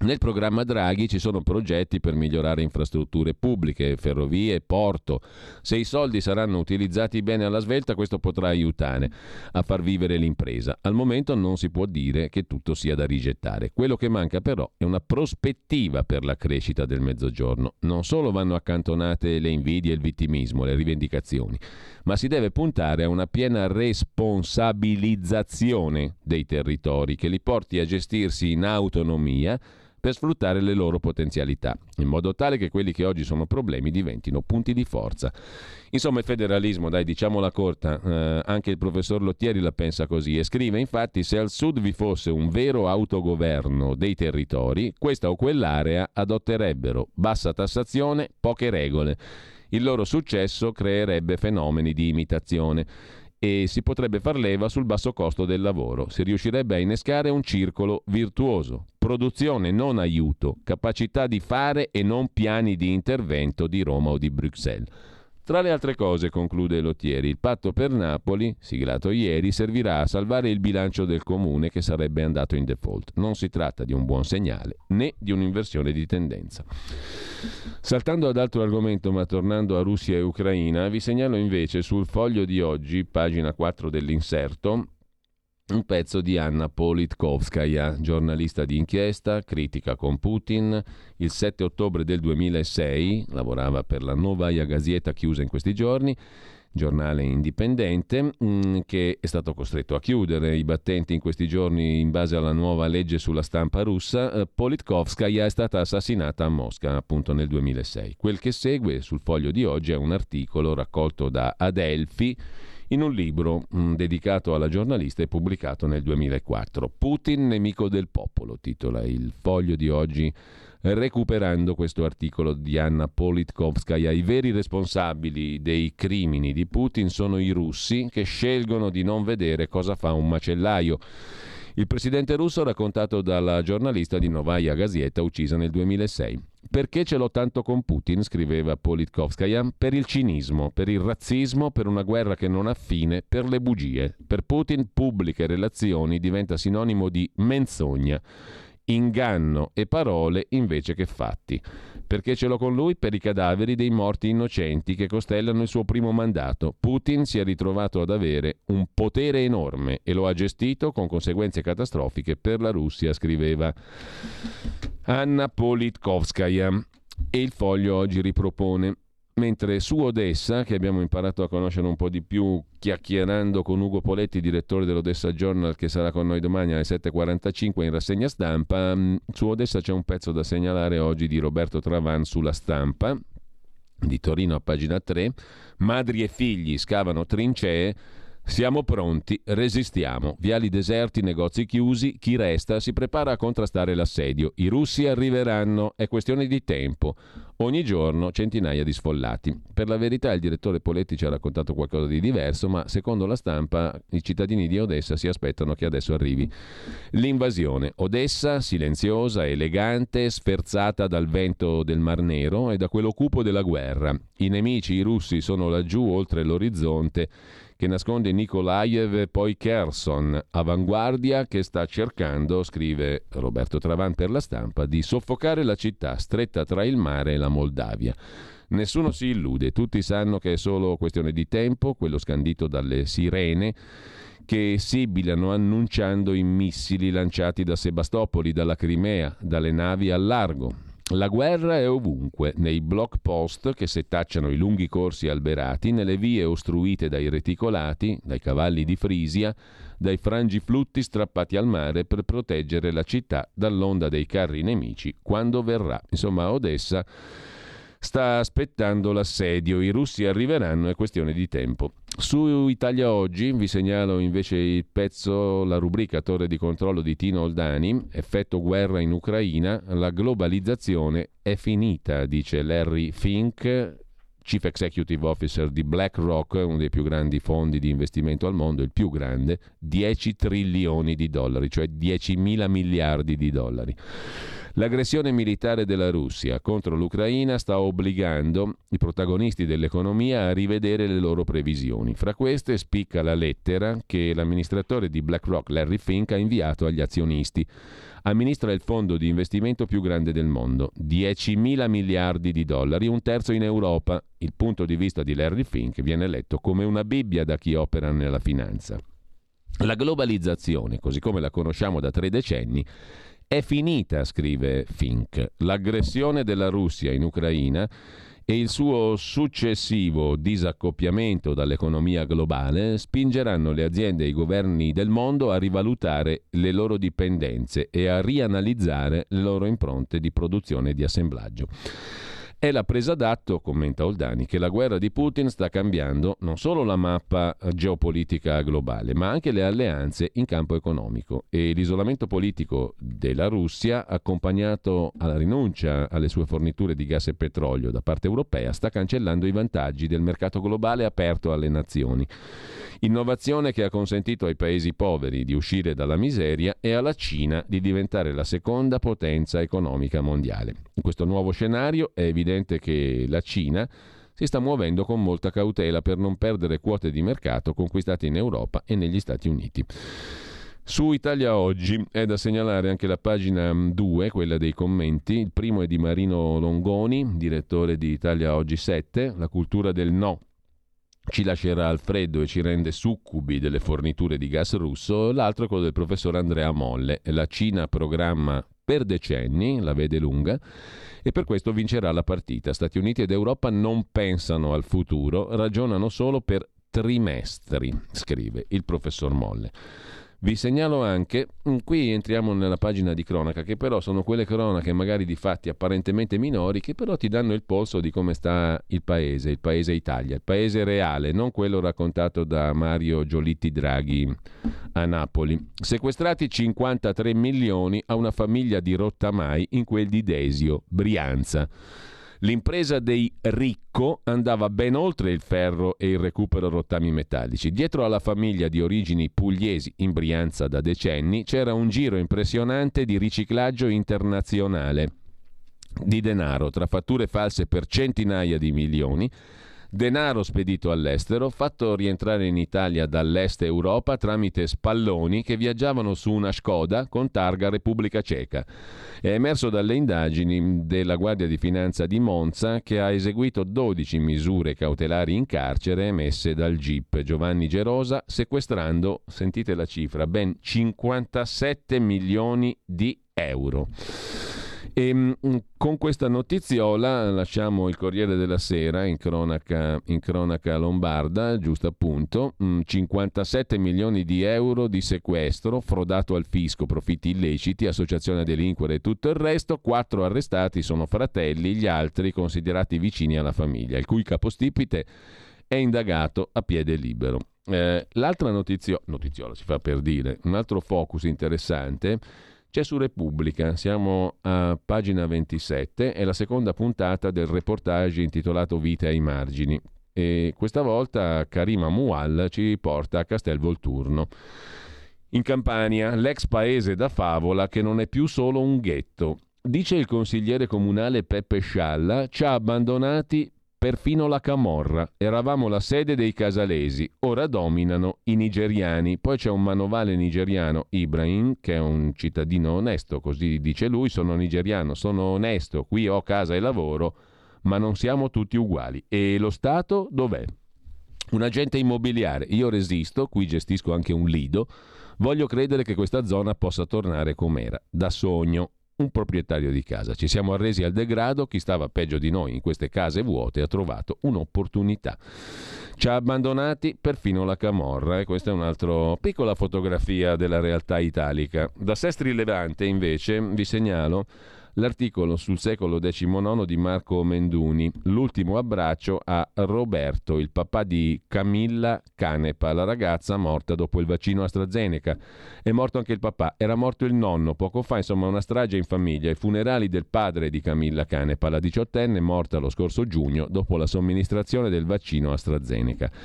Nel programma Draghi ci sono progetti per migliorare infrastrutture pubbliche, ferrovie, porto. Se i soldi saranno utilizzati bene alla svelta, questo potrà aiutare a far vivere l'impresa. Al momento non si può dire che tutto sia da rigettare. Quello che manca però è una prospettiva per la crescita del Mezzogiorno. Non solo vanno accantonate le invidie, il vittimismo, le rivendicazioni, ma si deve puntare a una piena responsabilizzazione dei territori che li porti a gestirsi in autonomia per sfruttare le loro potenzialità, in modo tale che quelli che oggi sono problemi diventino punti di forza. Insomma, il federalismo, dai, diciamola corta, anche il professor Lottieri la pensa così e scrive infatti: se al sud vi fosse un vero autogoverno dei territori, questa o quell'area adotterebbero bassa tassazione, poche regole. Il loro successo creerebbe fenomeni di imitazione e si potrebbe far leva sul basso costo del lavoro. Si riuscirebbe a innescare un circolo virtuoso. Produzione, non aiuto. Capacità di fare e non piani di intervento di Roma o di Bruxelles. Tra le altre cose, conclude Lottieri, il patto per Napoli, siglato ieri, servirà a salvare il bilancio del comune che sarebbe andato in default. Non si tratta di un buon segnale né di un'inversione di tendenza. Saltando ad altro argomento, ma tornando a Russia e Ucraina, vi segnalo invece sul Foglio di oggi, pagina 4 dell'inserto, un pezzo di Anna Politkovskaya, giornalista di inchiesta, critica con Putin. Il 7 ottobre del 2006 lavorava per la Novaya Gazeta, chiusa in questi giorni, giornale indipendente che è stato costretto a chiudere i battenti in questi giorni in base alla nuova legge sulla stampa russa. Politkovskaya è stata assassinata a Mosca appunto nel 2006. Quel che segue sul Foglio di oggi è un articolo raccolto da Adelphi in un libro dedicato alla giornalista e pubblicato nel 2004. Putin, nemico del popolo, titola il Foglio di oggi, recuperando questo articolo di Anna Politkovskaya. I veri responsabili dei crimini di Putin sono i russi che scelgono di non vedere cosa fa un macellaio. Il presidente russo raccontato dalla giornalista di Novaya Gazeta uccisa nel 2006. Perché ce l'ho tanto con Putin, scriveva Politkovskaya, per il cinismo, per il razzismo, per una guerra che non ha fine, per le bugie. Per Putin pubbliche relazioni diventa sinonimo di menzogna, inganno e parole invece che fatti. Perché ce l'ho con lui? Per i cadaveri dei morti innocenti che costellano il suo primo mandato. Putin si è ritrovato ad avere un potere enorme e lo ha gestito con conseguenze catastrofiche per la Russia, scriveva Anna Politkovskaya. E il Foglio oggi ripropone. Mentre su Odessa, che abbiamo imparato a conoscere un po' di più chiacchierando con Ugo Poletti, direttore dell'Odessa Journal, che sarà con noi domani alle 7.45 in rassegna stampa, su Odessa c'è un pezzo da segnalare oggi di Roberto Travan sulla Stampa, di Torino a pagina 3. Madri e figli scavano trincee. Siamo pronti, resistiamo. Viali deserti, negozi chiusi, chi resta si prepara a contrastare l'assedio. I russi arriveranno, è questione di tempo. Ogni giorno centinaia di sfollati. Per la verità il direttore Poletti ci ha raccontato qualcosa di diverso, ma secondo la Stampa i cittadini di Odessa si aspettano che adesso arrivi l'invasione. Odessa, silenziosa, elegante, sferzata dal vento del Mar Nero e da quello cupo della guerra. I nemici, i russi, sono laggiù oltre l'orizzonte che nasconde Nikolaev e poi Kherson, avanguardia che sta cercando, scrive Roberto Travan per la Stampa, di soffocare la città stretta tra il mare e la Moldavia. Nessuno si illude, tutti sanno che è solo questione di tempo, quello scandito dalle sirene che sibilano annunciando i missili lanciati da Sebastopoli, dalla Crimea, dalle navi al largo. La guerra è ovunque, nei block post che setacciano i lunghi corsi alberati, nelle vie ostruite dai reticolati, dai cavalli di Frisia, dai frangiflutti strappati al mare per proteggere la città dall'onda dei carri nemici quando verrà. Insomma, Odessa sta aspettando l'assedio, i russi arriveranno, è questione di tempo. Su Italia Oggi vi segnalo invece il pezzo, la rubrica Torre di controllo di Tino Oldani, effetto guerra in Ucraina, la globalizzazione è finita, dice Larry Fink, Chief Executive Officer di BlackRock, uno dei più grandi fondi di investimento al mondo, il più grande, 10 trilioni di dollari, cioè 10.000 miliardi di dollari. L'aggressione militare della Russia contro l'Ucraina sta obbligando i protagonisti dell'economia a rivedere le loro previsioni. Fra queste spicca la lettera che l'amministratore di BlackRock, Larry Fink, ha inviato agli azionisti. Amministra il fondo di investimento più grande del mondo, 10.000 miliardi di dollari, un terzo in Europa. Il punto di vista di Larry Fink viene letto come una Bibbia da chi opera nella finanza. La globalizzazione, così come la conosciamo da 3 decenni, è finita, scrive Fink. L'aggressione della Russia in Ucraina e il suo successivo disaccoppiamento dall'economia globale spingeranno le aziende e i governi del mondo a rivalutare le loro dipendenze e a rianalizzare le loro impronte di produzione e di assemblaggio. È la presa d'atto, commenta Oldani, che la guerra di Putin sta cambiando non solo la mappa geopolitica globale, ma anche le alleanze in campo economico, e l'isolamento politico della Russia, accompagnato alla rinuncia alle sue forniture di gas e petrolio da parte europea, sta cancellando i vantaggi del mercato globale aperto alle nazioni. Innovazione che ha consentito ai paesi poveri di uscire dalla miseria e alla Cina di diventare la seconda potenza economica mondiale. In questo nuovo scenario è evidente che la Cina si sta muovendo con molta cautela per non perdere quote di mercato conquistate in Europa e negli Stati Uniti. Su Italia Oggi è da segnalare anche la pagina 2, quella dei commenti. Il primo è di Marino Longoni, direttore di Italia Oggi 7, la cultura del no ci lascerà al freddo e ci rende succubi delle forniture di gas russo. L'altro è quello del professor Andrea Molle. La Cina programma per decenni, la vede lunga, e per questo vincerà la partita. Stati Uniti ed Europa non pensano al futuro, ragionano solo per trimestri, scrive il professor Molle. Vi segnalo anche, qui entriamo nella pagina di cronaca, che però sono quelle cronache magari di fatti apparentemente minori, che però ti danno il polso di come sta il paese Italia, il paese reale, non quello raccontato da Mario Giolitti Draghi a Napoli. Sequestrati 53 milioni a una famiglia di Rottamai in quel di Desio, Brianza. L'impresa dei Ricco andava ben oltre il ferro e il recupero rottami metallici. Dietro alla famiglia di origini pugliesi in Brianza da decenni c'era un giro impressionante di riciclaggio internazionale di denaro, tra fatture false per centinaia di milioni, denaro spedito all'estero, fatto rientrare in Italia dall'est Europa tramite spalloni che viaggiavano su una Škoda con targa Repubblica Ceca. È emerso dalle indagini della Guardia di Finanza di Monza, che ha eseguito 12 misure cautelari in carcere emesse dal GIP Giovanni Gerosa, sequestrando, sentite la cifra, ben 57 milioni di euro. E con questa notiziola lasciamo il Corriere della Sera in cronaca lombarda, giusto appunto, 57 milioni di euro di sequestro, frodato al fisco, profitti illeciti, associazione a delinquere e tutto il resto. 4 arrestati sono fratelli, gli altri considerati vicini alla famiglia, il cui capostipite è indagato a piede libero. L'altra notiziola si fa per dire, un altro focus interessante c'è su Repubblica, siamo a pagina 27, è la seconda puntata del reportage intitolato Vite ai margini, e questa volta Karima Mual ci porta a Castelvolturno. In Campania, l'ex paese da favola che non è più solo un ghetto. Dice il consigliere comunale Peppe Scialla, ci ha abbandonati perfino la camorra, eravamo la sede dei casalesi, ora dominano i nigeriani. Poi c'è un manovale nigeriano, Ibrahim, che è un cittadino onesto, così dice lui: sono nigeriano, sono onesto, qui ho casa e lavoro, ma non siamo tutti uguali. E lo Stato dov'è? Un agente immobiliare, io resisto, qui gestisco anche un lido, voglio credere che questa zona possa tornare com'era, da sogno. Un proprietario di casa. Ci siamo arresi al degrado, chi stava peggio di noi in queste case vuote ha trovato un'opportunità. Ci ha abbandonati perfino la camorra, e questa è un'altra piccola fotografia della realtà italica. Da Sestri Levante invece vi segnalo l'articolo sul secolo XIX di Marco Menduni, l'ultimo abbraccio a Roberto, il papà di Camilla Canepa, la ragazza morta dopo il vaccino AstraZeneca. È morto anche il papà, era morto il nonno poco fa, insomma una strage in famiglia. I funerali del padre di Camilla Canepa, la 18enne morta lo scorso giugno dopo la somministrazione del vaccino AstraZeneca.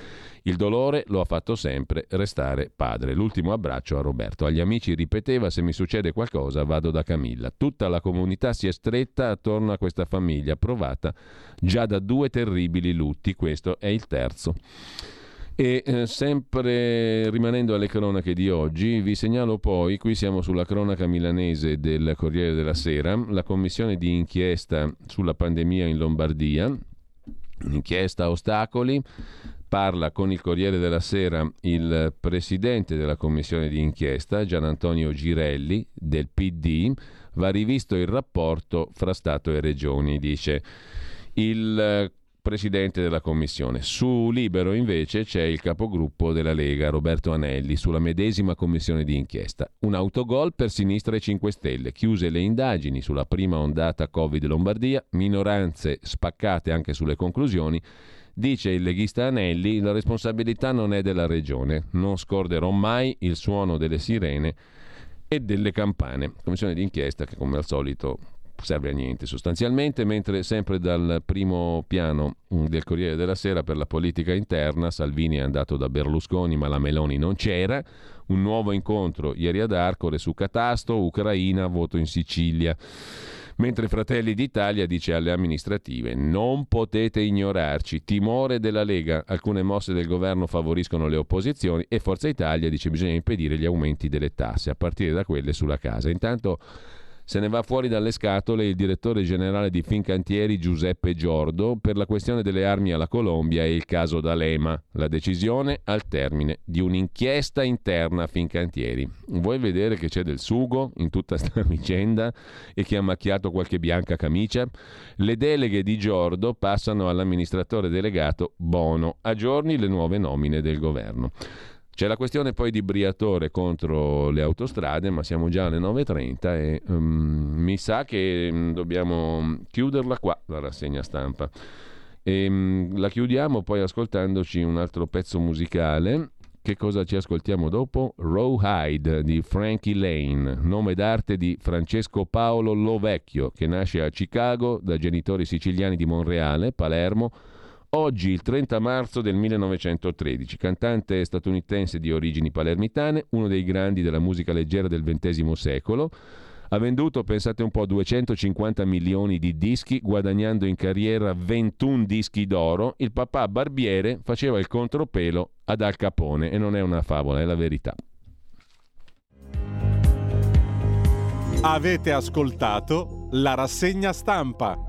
Il dolore lo ha fatto sempre restare padre. L'ultimo abbraccio a Roberto. Agli amici ripeteva: se mi succede qualcosa vado da Camilla. Tutta la comunità si è stretta attorno a questa famiglia provata già da 2 terribili lutti. Questo è il terzo. E sempre rimanendo alle cronache di oggi, vi segnalo poi, qui siamo sulla cronaca milanese del Corriere della Sera, la commissione di inchiesta sulla pandemia in Lombardia, un'inchiesta a ostacoli. Parla con il Corriere della Sera il presidente della commissione di inchiesta, Gian Antonio Girelli, del PD. Va rivisto il rapporto fra Stato e Regioni, dice il presidente della commissione. Su Libero invece c'è il capogruppo della Lega, Roberto Anelli, sulla medesima commissione di inchiesta. Un autogol per Sinistra e 5 Stelle, chiuse le indagini sulla prima ondata Covid Lombardia, minoranze spaccate anche sulle conclusioni. Dice il leghista Anelli: la responsabilità non è della regione, non scorderò mai il suono delle sirene e delle campane. Commissione di inchiesta che come al solito serve a niente sostanzialmente, mentre sempre dal primo piano del Corriere della Sera per la politica interna, Salvini è andato da Berlusconi ma la Meloni non c'era, un nuovo incontro ieri ad Arcore su catasto, Ucraina, voto in Sicilia. Mentre Fratelli d'Italia dice alle amministrative: non potete ignorarci, timore della Lega, alcune mosse del governo favoriscono le opposizioni, e Forza Italia dice bisogna impedire gli aumenti delle tasse, a partire da quelle sulla casa. Intanto se ne va fuori dalle scatole il direttore generale di Fincantieri Giuseppe Giordo per la questione delle armi alla Colombia e il caso D'Alema. La decisione al termine di un'inchiesta interna a Fincantieri. Vuoi vedere che c'è del sugo in tutta sta vicenda e che ha macchiato qualche bianca camicia? Le deleghe di Giordo passano all'amministratore delegato Bono. Aggiorni le nuove nomine del governo. C'è la questione poi di Briatore contro le autostrade, ma siamo già alle 9.30 e mi sa che dobbiamo chiuderla qua, la rassegna stampa. La chiudiamo poi ascoltandoci un altro pezzo musicale. Che cosa ci ascoltiamo dopo? Rawhide di Frankie Lane, nome d'arte di Francesco Paolo Lovecchio, che nasce a Chicago da genitori siciliani di Monreale, Palermo. Oggi, il 30 marzo del 1913, cantante statunitense di origini palermitane, uno dei grandi della musica leggera del XX secolo, ha venduto, pensate un po', 250 milioni di dischi, guadagnando in carriera 21 dischi d'oro. Il papà barbiere faceva il contropelo ad Al Capone, e non è una favola, è la verità. Avete ascoltato la rassegna stampa.